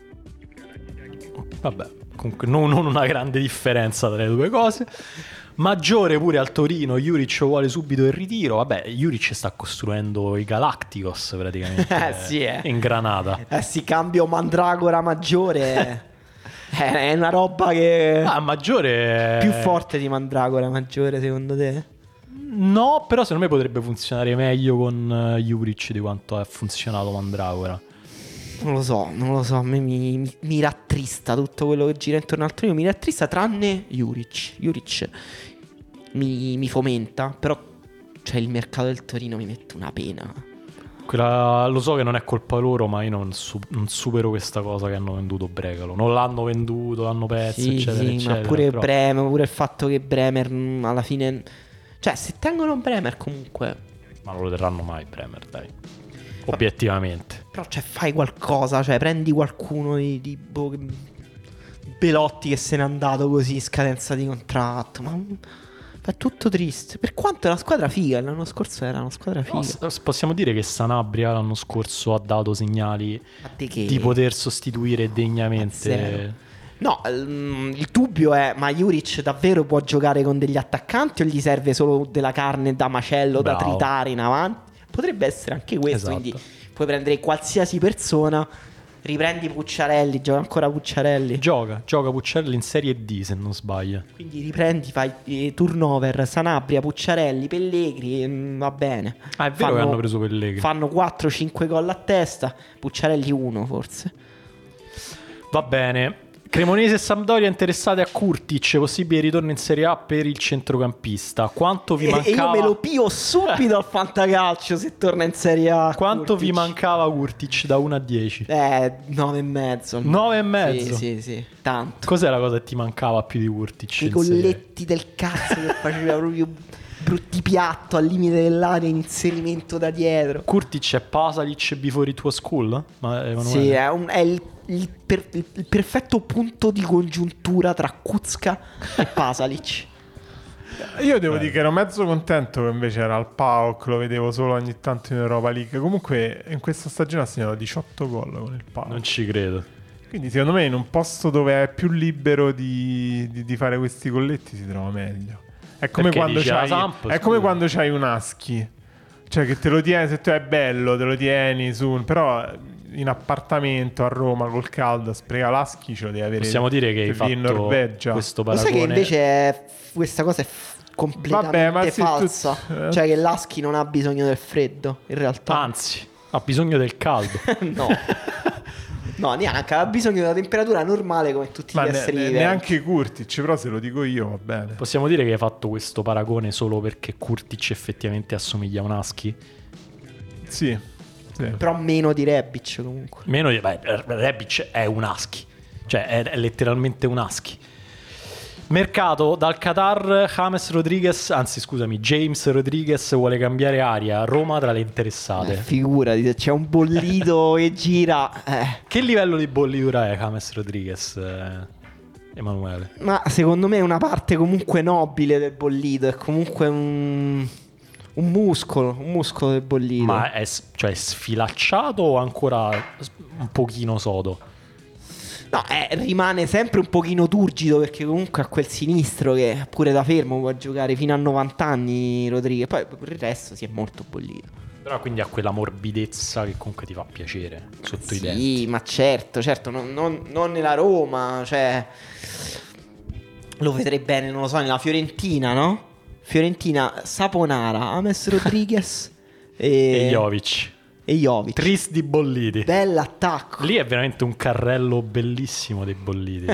Vabbè, comunque non, non una grande differenza tra le due cose. Maggiore pure al Torino, Juric vuole subito il ritiro. Vabbè, Juric sta costruendo i Galacticos praticamente. Eh, sì, eh. In Granada. Eh sì, cambio Mandragora Maggiore. È una roba che... Ah, Maggiore è... più forte di Mandragora Maggiore secondo te? No, però secondo me potrebbe funzionare meglio con uh, Juric di quanto ha funzionato Mandragora. Non lo so, non lo so, a me mi, mi, mi rattrista tutto quello che gira intorno al Torino, mi rattrista tranne Juric. Juric mi, mi fomenta, però cioè il mercato del Torino mi mette una pena. Quella, lo so che non è colpa loro, ma io non, su, non supero questa cosa che hanno venduto Brecalo. Non l'hanno venduto, l'hanno perso, Sì, eccetera, sì, eccetera. ma pure però... Bremer, pure il fatto che Bremer mh, alla fine... Cioè, se tengono Bremer comunque... Ma non lo terranno mai Bremer, dai. Obiettivamente. Però cioè fai qualcosa, cioè prendi qualcuno di, di boh, che- Belotti che se n'è andato così in scadenza di contratto, ma fa tutto triste. Per quanto è una squadra figa, l'anno scorso era una squadra figa. No, s- possiamo dire che Sanabria l'anno scorso ha dato segnali Ma te che- di poter sostituire degnamente. Zero. No, il, il dubbio è, ma Juric davvero può giocare con degli attaccanti o gli serve solo della carne da macello, da Bravo. tritare in avanti? Potrebbe essere anche questo, Esatto. quindi puoi prendere qualsiasi persona, riprendi Pucciarelli, gioca ancora Pucciarelli. Gioca, gioca Pucciarelli in Serie D se non sbaglio. Quindi riprendi, fai eh, turnover, Sanabria, Pucciarelli, Pellegrini, mm, va bene. Ah, è vero che hanno preso Pellegrini. Fanno quattro cinque gol a testa, Pucciarelli uno forse. Va bene. Cremonese e Sampdoria interessate a Kurtic, possibile ritorno in Serie A per il centrocampista. Quanto vi E- mancava? E io me lo pio subito al fantacalcio se torna in Serie A. Quanto vi Kurtic. mancava Kurtic da uno a dieci? Eh, nove e mezzo. nove e mezzo? Sì, sì, sì, tanto. Cos'è la cosa che ti mancava più di Kurtic? I in Serie A? colletti del cazzo che faceva proprio brutti piatto al limite dell'area, inserimento da dietro. Kurtic è Pasalic before it was cool? Ma Emanuele? Sì, è, un- è il, il per- il perfetto punto di congiuntura tra Kuzka e Pasalic. Io devo Beh. dire che ero mezzo contento che invece era al P A O C, lo vedevo solo ogni tanto in Europa League. Comunque in questa stagione ha segnato diciotto gol con il P A O C. Non ci credo. Quindi secondo me in un posto dove è più libero di, di, di fare questi golletti si trova meglio. È come, Perché quando dice la c'hai, Samp, è scusa. come quando c'hai un husky. Cioè che te lo tieni, se tu è bello te lo tieni su, però in appartamento a Roma col caldo a sprecare l'husky ce lo devi avere. Possiamo dire che hai per lì in fatto Norvegia. questo Lo sai paragone. che invece è- questa cosa è f- completamente Vabbè, ma se tu- falsa. eh. Cioè che l'husky non ha bisogno del freddo, in realtà. Anzi, ha bisogno del caldo. No. No, neanche, ha bisogno della temperatura normale come tutti Ma gli ne- esseri ne- viventi. neanche Kurtic, però se lo dico io va bene. Possiamo dire che hai fatto questo paragone solo perché Kurtic effettivamente assomiglia a un husky? Sì, sì. Però meno di Rebic comunque. Meno di... Beh, Rebic è un husky. Cioè è, è letteralmente un husky. Mercato dal Qatar, James Rodriguez, anzi scusami, James Rodriguez vuole cambiare aria. Roma tra le interessate. Eh, figurati, se c'è un bollito che gira. Eh. Che livello di bollitura è James Rodriguez, eh, Emanuele? Ma secondo me è una parte comunque nobile del bollito. È comunque un, un muscolo, un muscolo del bollito. Ma è, s- cioè, è sfilacciato o ancora s- un pochino sodo? No, eh, rimane sempre un pochino turgido perché comunque ha quel sinistro che pure da fermo può giocare fino a novanta anni Rodriguez. Poi per il resto si è molto bollito. Però quindi ha quella morbidezza che comunque ti fa piacere sotto i Sì, denti. ma certo, certo, non, non- non nella Roma, cioè lo vedrei bene, non lo so, nella Fiorentina, no? Fiorentina, Saponara, James Rodriguez e, E Jovic. e Jovic. Tris di bolliti. Bell'attacco. Lì è veramente un carrello bellissimo dei bolliti.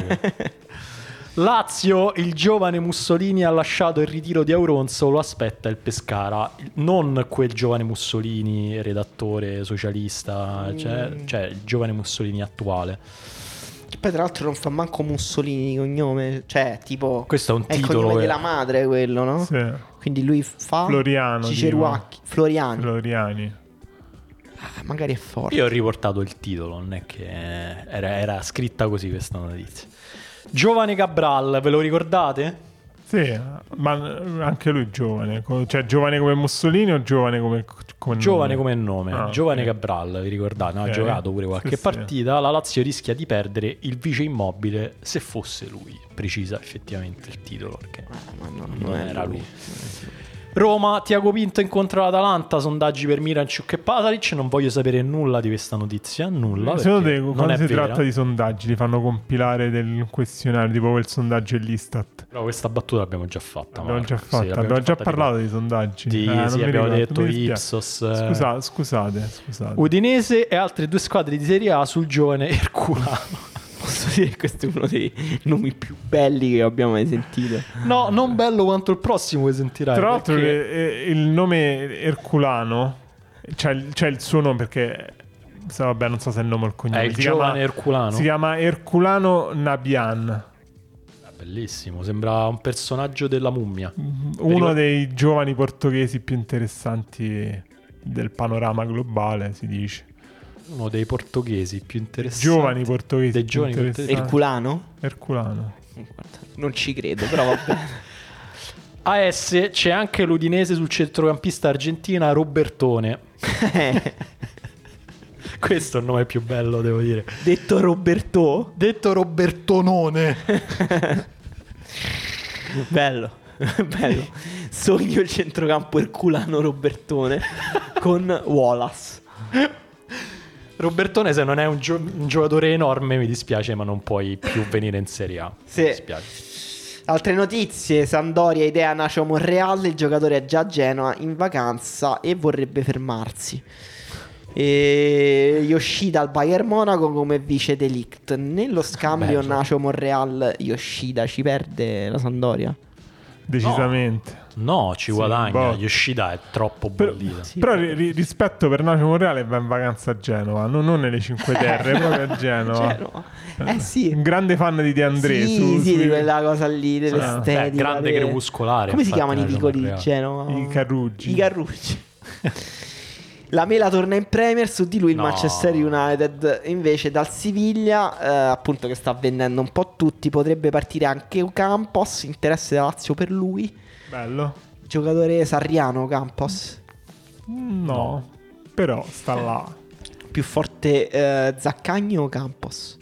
Lazio, il giovane Mussolini ha lasciato il ritiro di Auronzo, lo aspetta il Pescara. Non quel giovane Mussolini, redattore socialista, cioè, Mm. cioè il giovane Mussolini attuale. Che poi tra l'altro non fa manco Mussolini di cognome, cioè tipo Questo è un è il titolo, cognome eh. della madre quello, no? Sì. Quindi lui fa Floriano, Ciceruacchi, Floriani. Floriani. Ah, magari è forte. Io ho riportato il titolo, non è che era, era scritta così questa notizia. Giovane Cabral, ve lo ricordate? Sì, ma anche lui giovane. Co- Cioè giovane come Mussolini o giovane come, come Giovane nome? come nome, Ah, giovane ok. Cabral, vi ricordate? No, Ok. ha giocato pure qualche Sì, sì. partita. La Lazio rischia di perdere il vice immobile se fosse lui. Precisa effettivamente il titolo perché Ah, ma no, non è era lui. Roma, Tiago Pinto incontra l'Atalanta, sondaggi per Miranchuk e Pasalic. Non voglio sapere nulla di questa notizia, nulla. Secondo perché te non quando è si vera. tratta di sondaggi li fanno compilare del questionario tipo quel sondaggio dell'Istat? Però questa battuta l'abbiamo già fatta. Abbiamo Marco. già Sì, fatto, abbiamo già fatta parlato tipo- di sondaggi. Di- Eh, non sì, mi abbiamo ricordo, detto mi dispiace. Ipsos, eh. Scusa- scusate, scusate. Udinese e altre due squadre di Serie A sul giovane Erculano. Posso dire che questo è uno dei nomi più belli che abbiamo mai sentito. No, non bello quanto il prossimo che sentirai. Tra l'altro perché- eh, il nome Erculano c'è, c'è il suo nome perché so, vabbè, non so se è il nome o il cognome. È il Si giovane chiama- Erculano. Si chiama Erculano Nabian, Ah, bellissimo, sembra un personaggio della mummia. uno ricordo- dei giovani portoghesi più interessanti del panorama globale, si dice. Uno dei portoghesi più interessanti. Giovani portoghesi Dei più giovani interessanti. Erculano? Erculano. Guarda, non ci credo, però va bene. A S c'è anche l'Udinese sul centrocampista argentina Robertone. Questo è il nome più bello, devo dire. Detto Roberto? Detto Robertonone. Bello, bello. Sogno il centrocampo Erculano Robertone con Wallace. Robertone, se non è un, gio- un giocatore enorme, mi dispiace, ma non puoi più venire in Serie A. Sì. Mi dispiace. Altre notizie: Sampdoria idea Nacho Monreal, il giocatore è già a Genoa in vacanza e vorrebbe fermarsi. E Yoshida al Bayern Monaco come vice De Ligt. Nello scambio Bello. Nacho Monreal Yoshida ci perde la Sampdoria. Decisamente. No, ci guadagna. boh. Yoshida è troppo Per- bollito. Sì, Però però- ri- rispetto per Nacio Monreale va in vacanza a Genova, non, non nelle Cinque Terre, proprio a Genova. Genoa. Eh sì. Un grande fan di De André. Sì, su- sì, su- di quella cosa lì, dell'estetica. Beh, grande crepuscolare, Come si infatti, chiamano i Nacho vicoli di Monreal. Genova? I Carruggi. I Carruggi. La Mela torna in Premier, su di lui il No. Manchester United invece dal Siviglia, eh, appunto che sta vendendo un po' tutti, potrebbe partire anche Campos, interesse da Lazio per lui, Bello. giocatore sarriano Campos, No, però sta là. più forte eh, Zaccagni o Campos?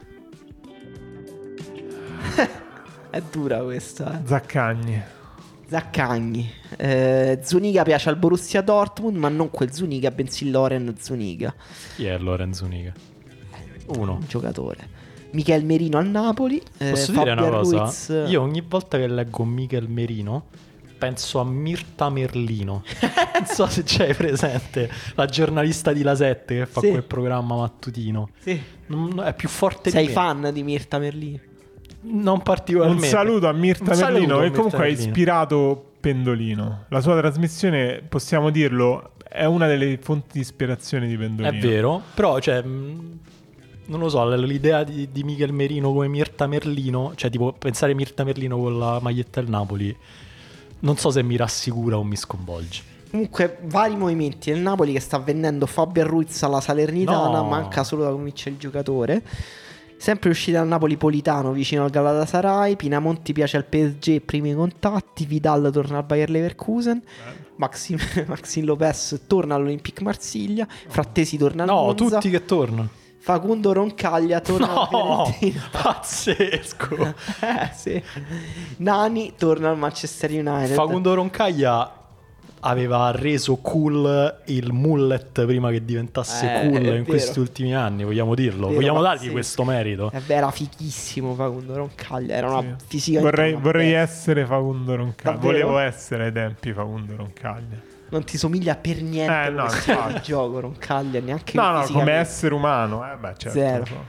È dura questa, eh. Zaccagni. Zaccagni. Eh, Zuniga piace al Borussia Dortmund, ma non quel Zuniga, bensì Loren Zuniga, Chi è Lorenzo Zuniga? Uno. un giocatore. Michel Merino al Napoli. eh, Posso dire una Fabian cosa? Ruiz- Io ogni volta che leggo Michel Merino penso a Mirta Merlino. Non so se c'hai presente la giornalista di La sette che fa Sì. quel programma mattutino. Sì. Non- è più forte Sei di me. fan di Mirta Merlino? Non Un particolarmente. saluto a Mirta Un saluto Merlino, a che Mirta comunque ha Merlino. ispirato Pendolino. La sua trasmissione, possiamo dirlo, è una delle fonti di ispirazione di È Pendolino. vero, però cioè mh, non lo so, l- l'idea di, di Michel Merino come Mirta Merlino, cioè tipo pensare Mirta Merlino con la maglietta del Napoli, non so se mi rassicura o mi sconvolge. Comunque, vari movimenti del Napoli che sta vendendo Fabian Ruiz alla Salernitana. No. Manca solo da convincere il giocatore. Sempre uscita dal Napoli Politano vicino al Galatasaray. Pinamonti piace al P S G, primi contatti. Vidal torna al Bayer Leverkusen. Maxim, Maxim Lopez torna all'Olympique Marsiglia. Frattesi torna al No, Monza. tutti che tornano. Facundo Roncaglia torna al No, Fiorentina. pazzesco. Eh, sì. Nani torna al Manchester United. Facundo Roncaglia aveva reso cool il mullet prima che diventasse Eh, cool è in vero. questi ultimi anni, vogliamo dirlo. Vero, vogliamo dargli pazzesco. questo merito. Eh beh, era fighissimo Facundo Roncaglia. Era una Sì. fisica. Vorrei, vorrei essere Facundo Roncaglia. Davvero? Volevo essere ai tempi Facundo Roncaglia. Non ti somiglia per niente Eh, no, come stile di infatti. gioco Roncaglia, neanche No, no, come fisicamente. essere umano. Eh, beh, certo. Zero.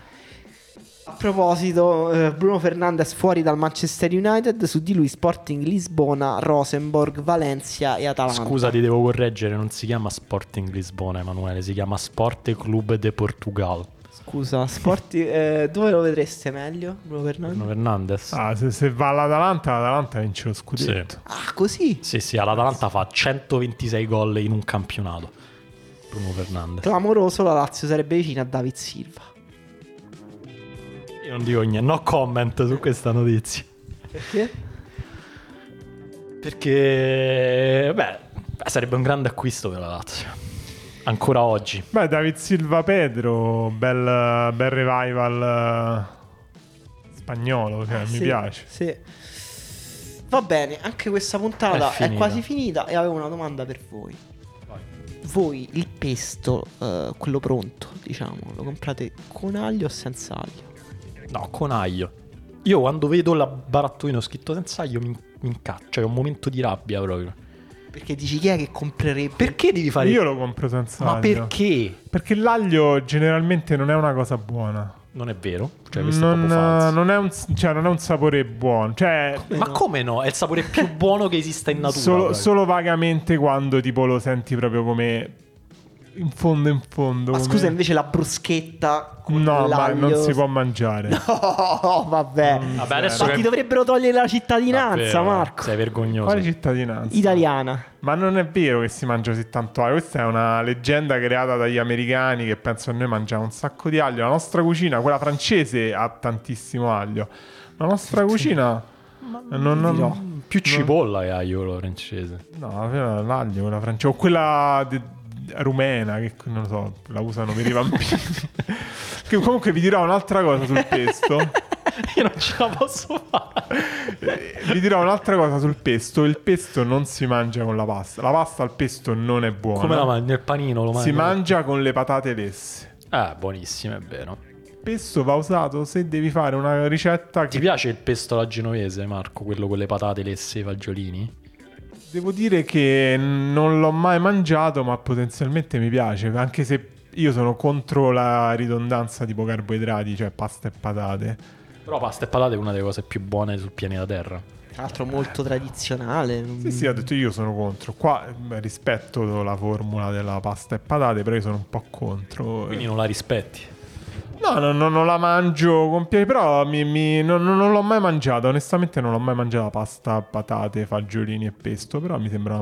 A proposito, eh, Bruno Fernandes fuori dal Manchester United, su di lui Sporting Lisbona, Rosenborg, Valencia e Atalanta. Scusa, ti devo correggere, non si chiama Sporting Lisbona, Emanuele, si chiama Sport Club de Portugal. Scusa, Sporting, eh, dove lo vedreste meglio, Bruno Fernandes? Bruno Fernandes. Ah, se, se va all'Atalanta, l'Atalanta vince lo scudetto. Ah, così? Sì, sì, all'Atalanta fa centoventisei gol in un campionato. Bruno Fernandes. Clamoroso, la Lazio sarebbe vicina a David Silva. Io non dico niente, no comment su questa notizia. Perché? Perché, beh, sarebbe un grande acquisto per la Lazio. Ancora oggi. Beh, David Silva Pedro, bel, bel revival eh, spagnolo, cioè, mi Sì, piace. Sì. Va bene, anche questa puntata È è, finita. quasi finita e avevo una domanda per voi. Voi il pesto, eh, quello pronto, diciamo, lo comprate con aglio o senza aglio? No, con aglio. Io quando vedo la barattolino scritto senza aglio mi, mi incaccio, cioè è un momento di rabbia proprio. Perché dici chi è che comprerebbe? Perché devi fare... Io lo compro senza Ma aglio. perché? Perché l'aglio generalmente non è una cosa buona. Non è vero? Cioè questo Non, è proprio falso. non è un, cioè, non è un sapore buono. Cioè, Ma come no? È il sapore più buono che esista in natura. solo, proprio. solo vagamente quando tipo lo senti proprio come in fondo in fondo. Ma come- scusa, invece la bruschetta con No, ma l'aglio... non si può mangiare. Oh, vabbè. Vabbè, adesso Ma che... ti dovrebbero togliere la cittadinanza, Davvero, Marco. Sei vergognoso. Quale cittadinanza? Italiana. Ma non è vero che si mangia così tanto aglio. Questa è una leggenda creata dagli americani che pensano che noi mangiamo un sacco di aglio. La nostra cucina, quella francese, ha tantissimo aglio. La nostra cucina non, non, dirò. Più cipolla che aglio quello francese. no, l'aglio, quella francese o quella de- rumena che non lo so, la usano per i vampiri. Che comunque vi dirò un'altra cosa sul pesto. Io non ce la posso fare. Eh, Vi dirò un'altra cosa sul pesto. Il pesto non si mangia con la pasta. La pasta al pesto non è buona. Come la mangi? Nel panino lo mangi? Si mangia con le patate lesse. Eh, buonissimo, è vero. Il pesto va usato se devi fare una ricetta Ti che piace il pesto alla genovese, Marco? Quello con le patate lesse e i fagiolini? devo dire che non l'ho mai mangiato, ma potenzialmente mi piace, anche se io sono contro la ridondanza tipo carboidrati, cioè pasta e patate. Però pasta e patate è una delle cose più buone sul pianeta Terra. Tra l'altro molto tradizionale. Sì, sì, ho detto io sono contro. Qua beh, rispetto la formula della pasta e patate, però io sono un po' contro. Quindi non la rispetti. No, no, no, non la mangio con piacere, però mi, mi- non, non- non l'ho mai mangiata. Onestamente non l'ho mai mangiata pasta, patate, fagiolini e pesto, però mi sembra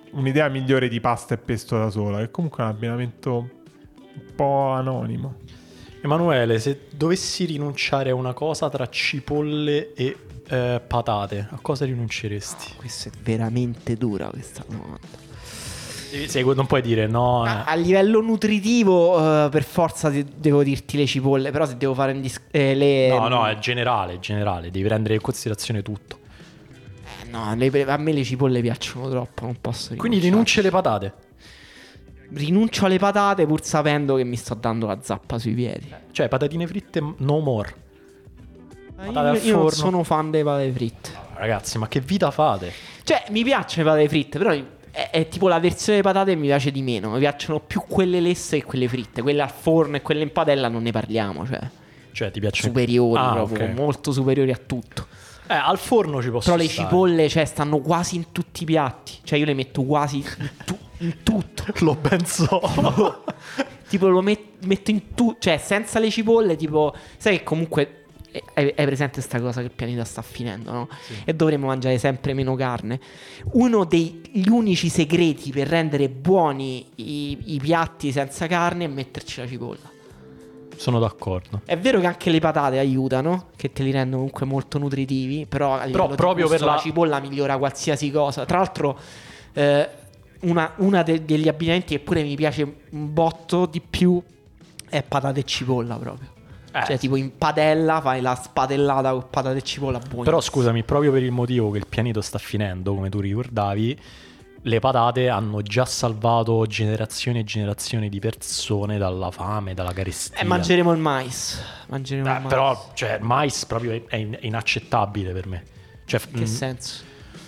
un'idea migliore di pasta e pesto da sola, che comunque è un abbinamento un po' anonimo. Emanuele, se dovessi rinunciare a una cosa tra cipolle e eh, patate, a cosa rinunceresti? Oh, questa è veramente dura questa domanda. Se, non puoi dire no. A, eh. a livello nutritivo, uh, per forza ti, devo dirti le cipolle. Però se devo fare un dis- eh, le. No, no, è generale, è generale. Devi prendere in considerazione tutto. Eh, no, le, a me le cipolle piacciono troppo. Non posso rinunciare. Quindi rinunci alle patate. Rinuncio alle patate pur sapendo che mi sto dando la zappa sui piedi. Cioè, patatine fritte no more. Io, Patate al io non forno. sono fan delle patate fritte. Ragazzi, ma che vita fate? Cioè, mi piacciono le patate fritte, però è, è tipo la versione delle patate che mi piace di meno. Mi piacciono più quelle lesse che quelle fritte. Quelle al forno e quelle in padella non ne parliamo, cioè. Cioè, ti piacciono Superiori, ah, proprio, ok. molto superiori a tutto. Eh, al forno ci posso Però le stare. cipolle, cioè, stanno quasi in tutti i piatti. Cioè, io le metto quasi in, tu- in tutto. Lo ben so. Tipo, lo met- metto in tutto. Cioè, senza le cipolle, tipo. Sai che comunque. Hai, hai presente sta cosa che il pianeta sta finendo, no? Sì. E dovremo mangiare sempre meno carne. Uno degli unici segreti per rendere buoni i, i piatti senza carne è metterci la cipolla. Sono d'accordo. È vero che anche le patate aiutano, che te li rendono comunque molto nutritivi, però a livello Però proprio di gusto, per la... la cipolla migliora qualsiasi cosa. Tra l'altro eh, una, una de- degli abbinamenti che pure mi piace un botto di più è patate e cipolla proprio. Eh, Cioè tipo in padella fai la spadellata con patate e cipolla buona. Però scusami, proprio per il motivo che il pianeta sta finendo, come tu ricordavi, le patate hanno già salvato generazioni e generazioni di persone dalla fame, dalla carestia. Eh, mangeremo il mais. Mangeremo Eh, il mais. però, cioè, il mais proprio è, è in- è inaccettabile per me. Cioè, Che mm, senso?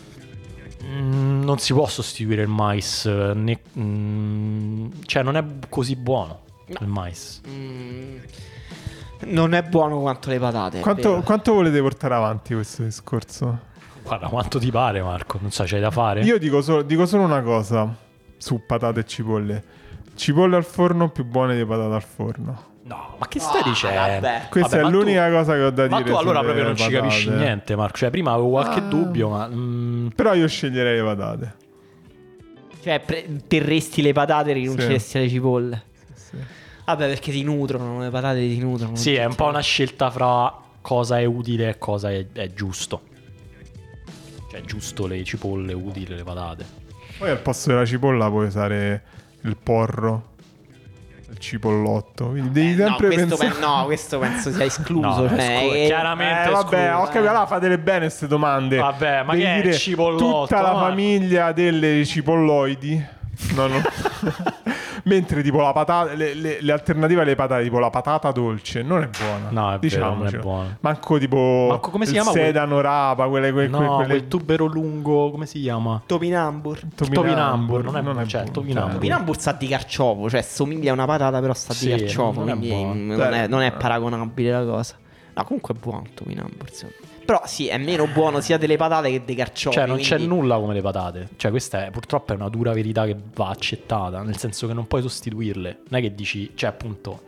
mm, non si può sostituire il mais, eh, né, mm, cioè non è così buono il mais. Mm, non è buono quanto le patate. è Quanto, vero. quanto volete portare avanti questo discorso? Guarda, quanto ti pare, Marco? Non so, c'hai da fare? Io dico solo, dico solo una cosa su patate e cipolle. Cipolle al forno più buone di patate al forno. No, ma che stai Ah, dicendo? vabbè. Questa Vabbè, è ma l'unica tu- cosa che ho da Ma dire. tu allora sulle proprio non ci patate. capisci niente, Marco. Cioè, prima avevo qualche Ah. dubbio, ma... mm, Però io sceglierei le patate. Cioè pre- terresti le patate e rinunceresti Sì. alle cipolle. Sì. Vabbè, perché ti nutrono, le patate ti nutrono. sì, è un po' una scelta fra cosa è utile e cosa è, è giusto. Cioè, giusto le cipolle, utile le patate. Poi al posto della cipolla puoi usare il porro, il cipollotto. Quindi devi Eh, no, sempre questo pensare. pen- no, questo penso sia escluso. No, è cioè, esclu- è- chiaramente Eh, vabbè, escluso. ho capito, allora fatele bene queste domande. Vabbè, ma Devi che è dire cipollotto? tutta la Ma- famiglia delle cipolloidi. No, no. Mentre tipo la patata, le, le- le alternative alle patate, tipo la patata dolce, non è buona. No, è vero, diciamocelo. non è buona. Manco tipo Manco come si il chiama quel- sedano rapa, quelle, quelle, No, quelle... quel tubero lungo, come si chiama? Topinambur. Topinambur, non è- non è cioè, buono. topinambur. Topinambur sa di carciofo, cioè somiglia a una patata però sa Sì, di carciofo, non è quindi buono. mm, non, Beh, è, non è paragonabile la cosa. No, comunque è buono il topinambur, insomma. Però sì, è meno buono sia delle patate che dei carciofi. Cioè, non c'è quindi- nulla come le patate. Cioè, questa è, purtroppo è una dura verità che va accettata. Nel senso che non puoi sostituirle. Non è che dici, cioè, appunto,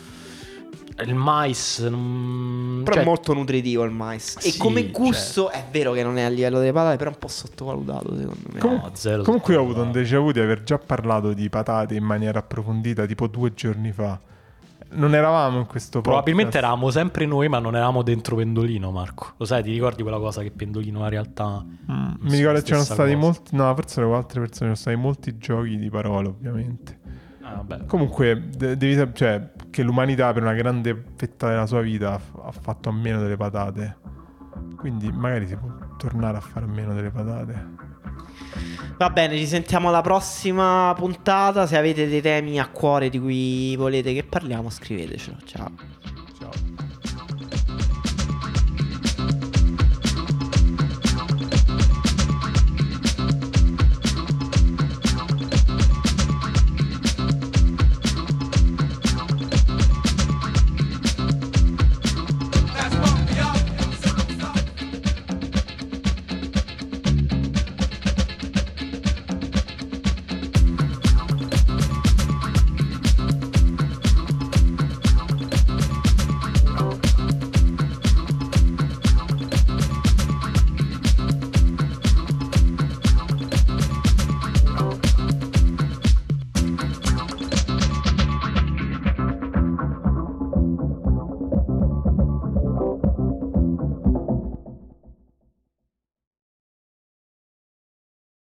il mais. Non... Però cioè, è molto nutritivo il mais. E Sì, come gusto è vero che non è a livello delle patate, però è un po' sottovalutato secondo me. Comunque, no, zero comunque io ho avuto un sottovalutato. déjà vu di aver già parlato di patate in maniera approfondita tipo due giorni fa. Non eravamo in questo Probabilmente podcast. eravamo sempre noi, ma non eravamo dentro Pendolino, Marco. Lo sai, ti ricordi quella cosa che Pendolino in realtà... Mm, mi ricordo che c'erano stessa stati cosa. molti. No, forse erano altre persone. C'erano stati molti giochi di parole, ovviamente. Ah, vabbè. Comunque, de- devi sap- cioè, che l'umanità per una grande fetta della sua vita ha, f- ha fatto a meno delle patate. Quindi magari si può tornare a fare a meno delle patate. Va bene, ci sentiamo alla prossima puntata. Se avete dei temi a cuore di cui volete che parliamo, scrivetecelo. Ciao.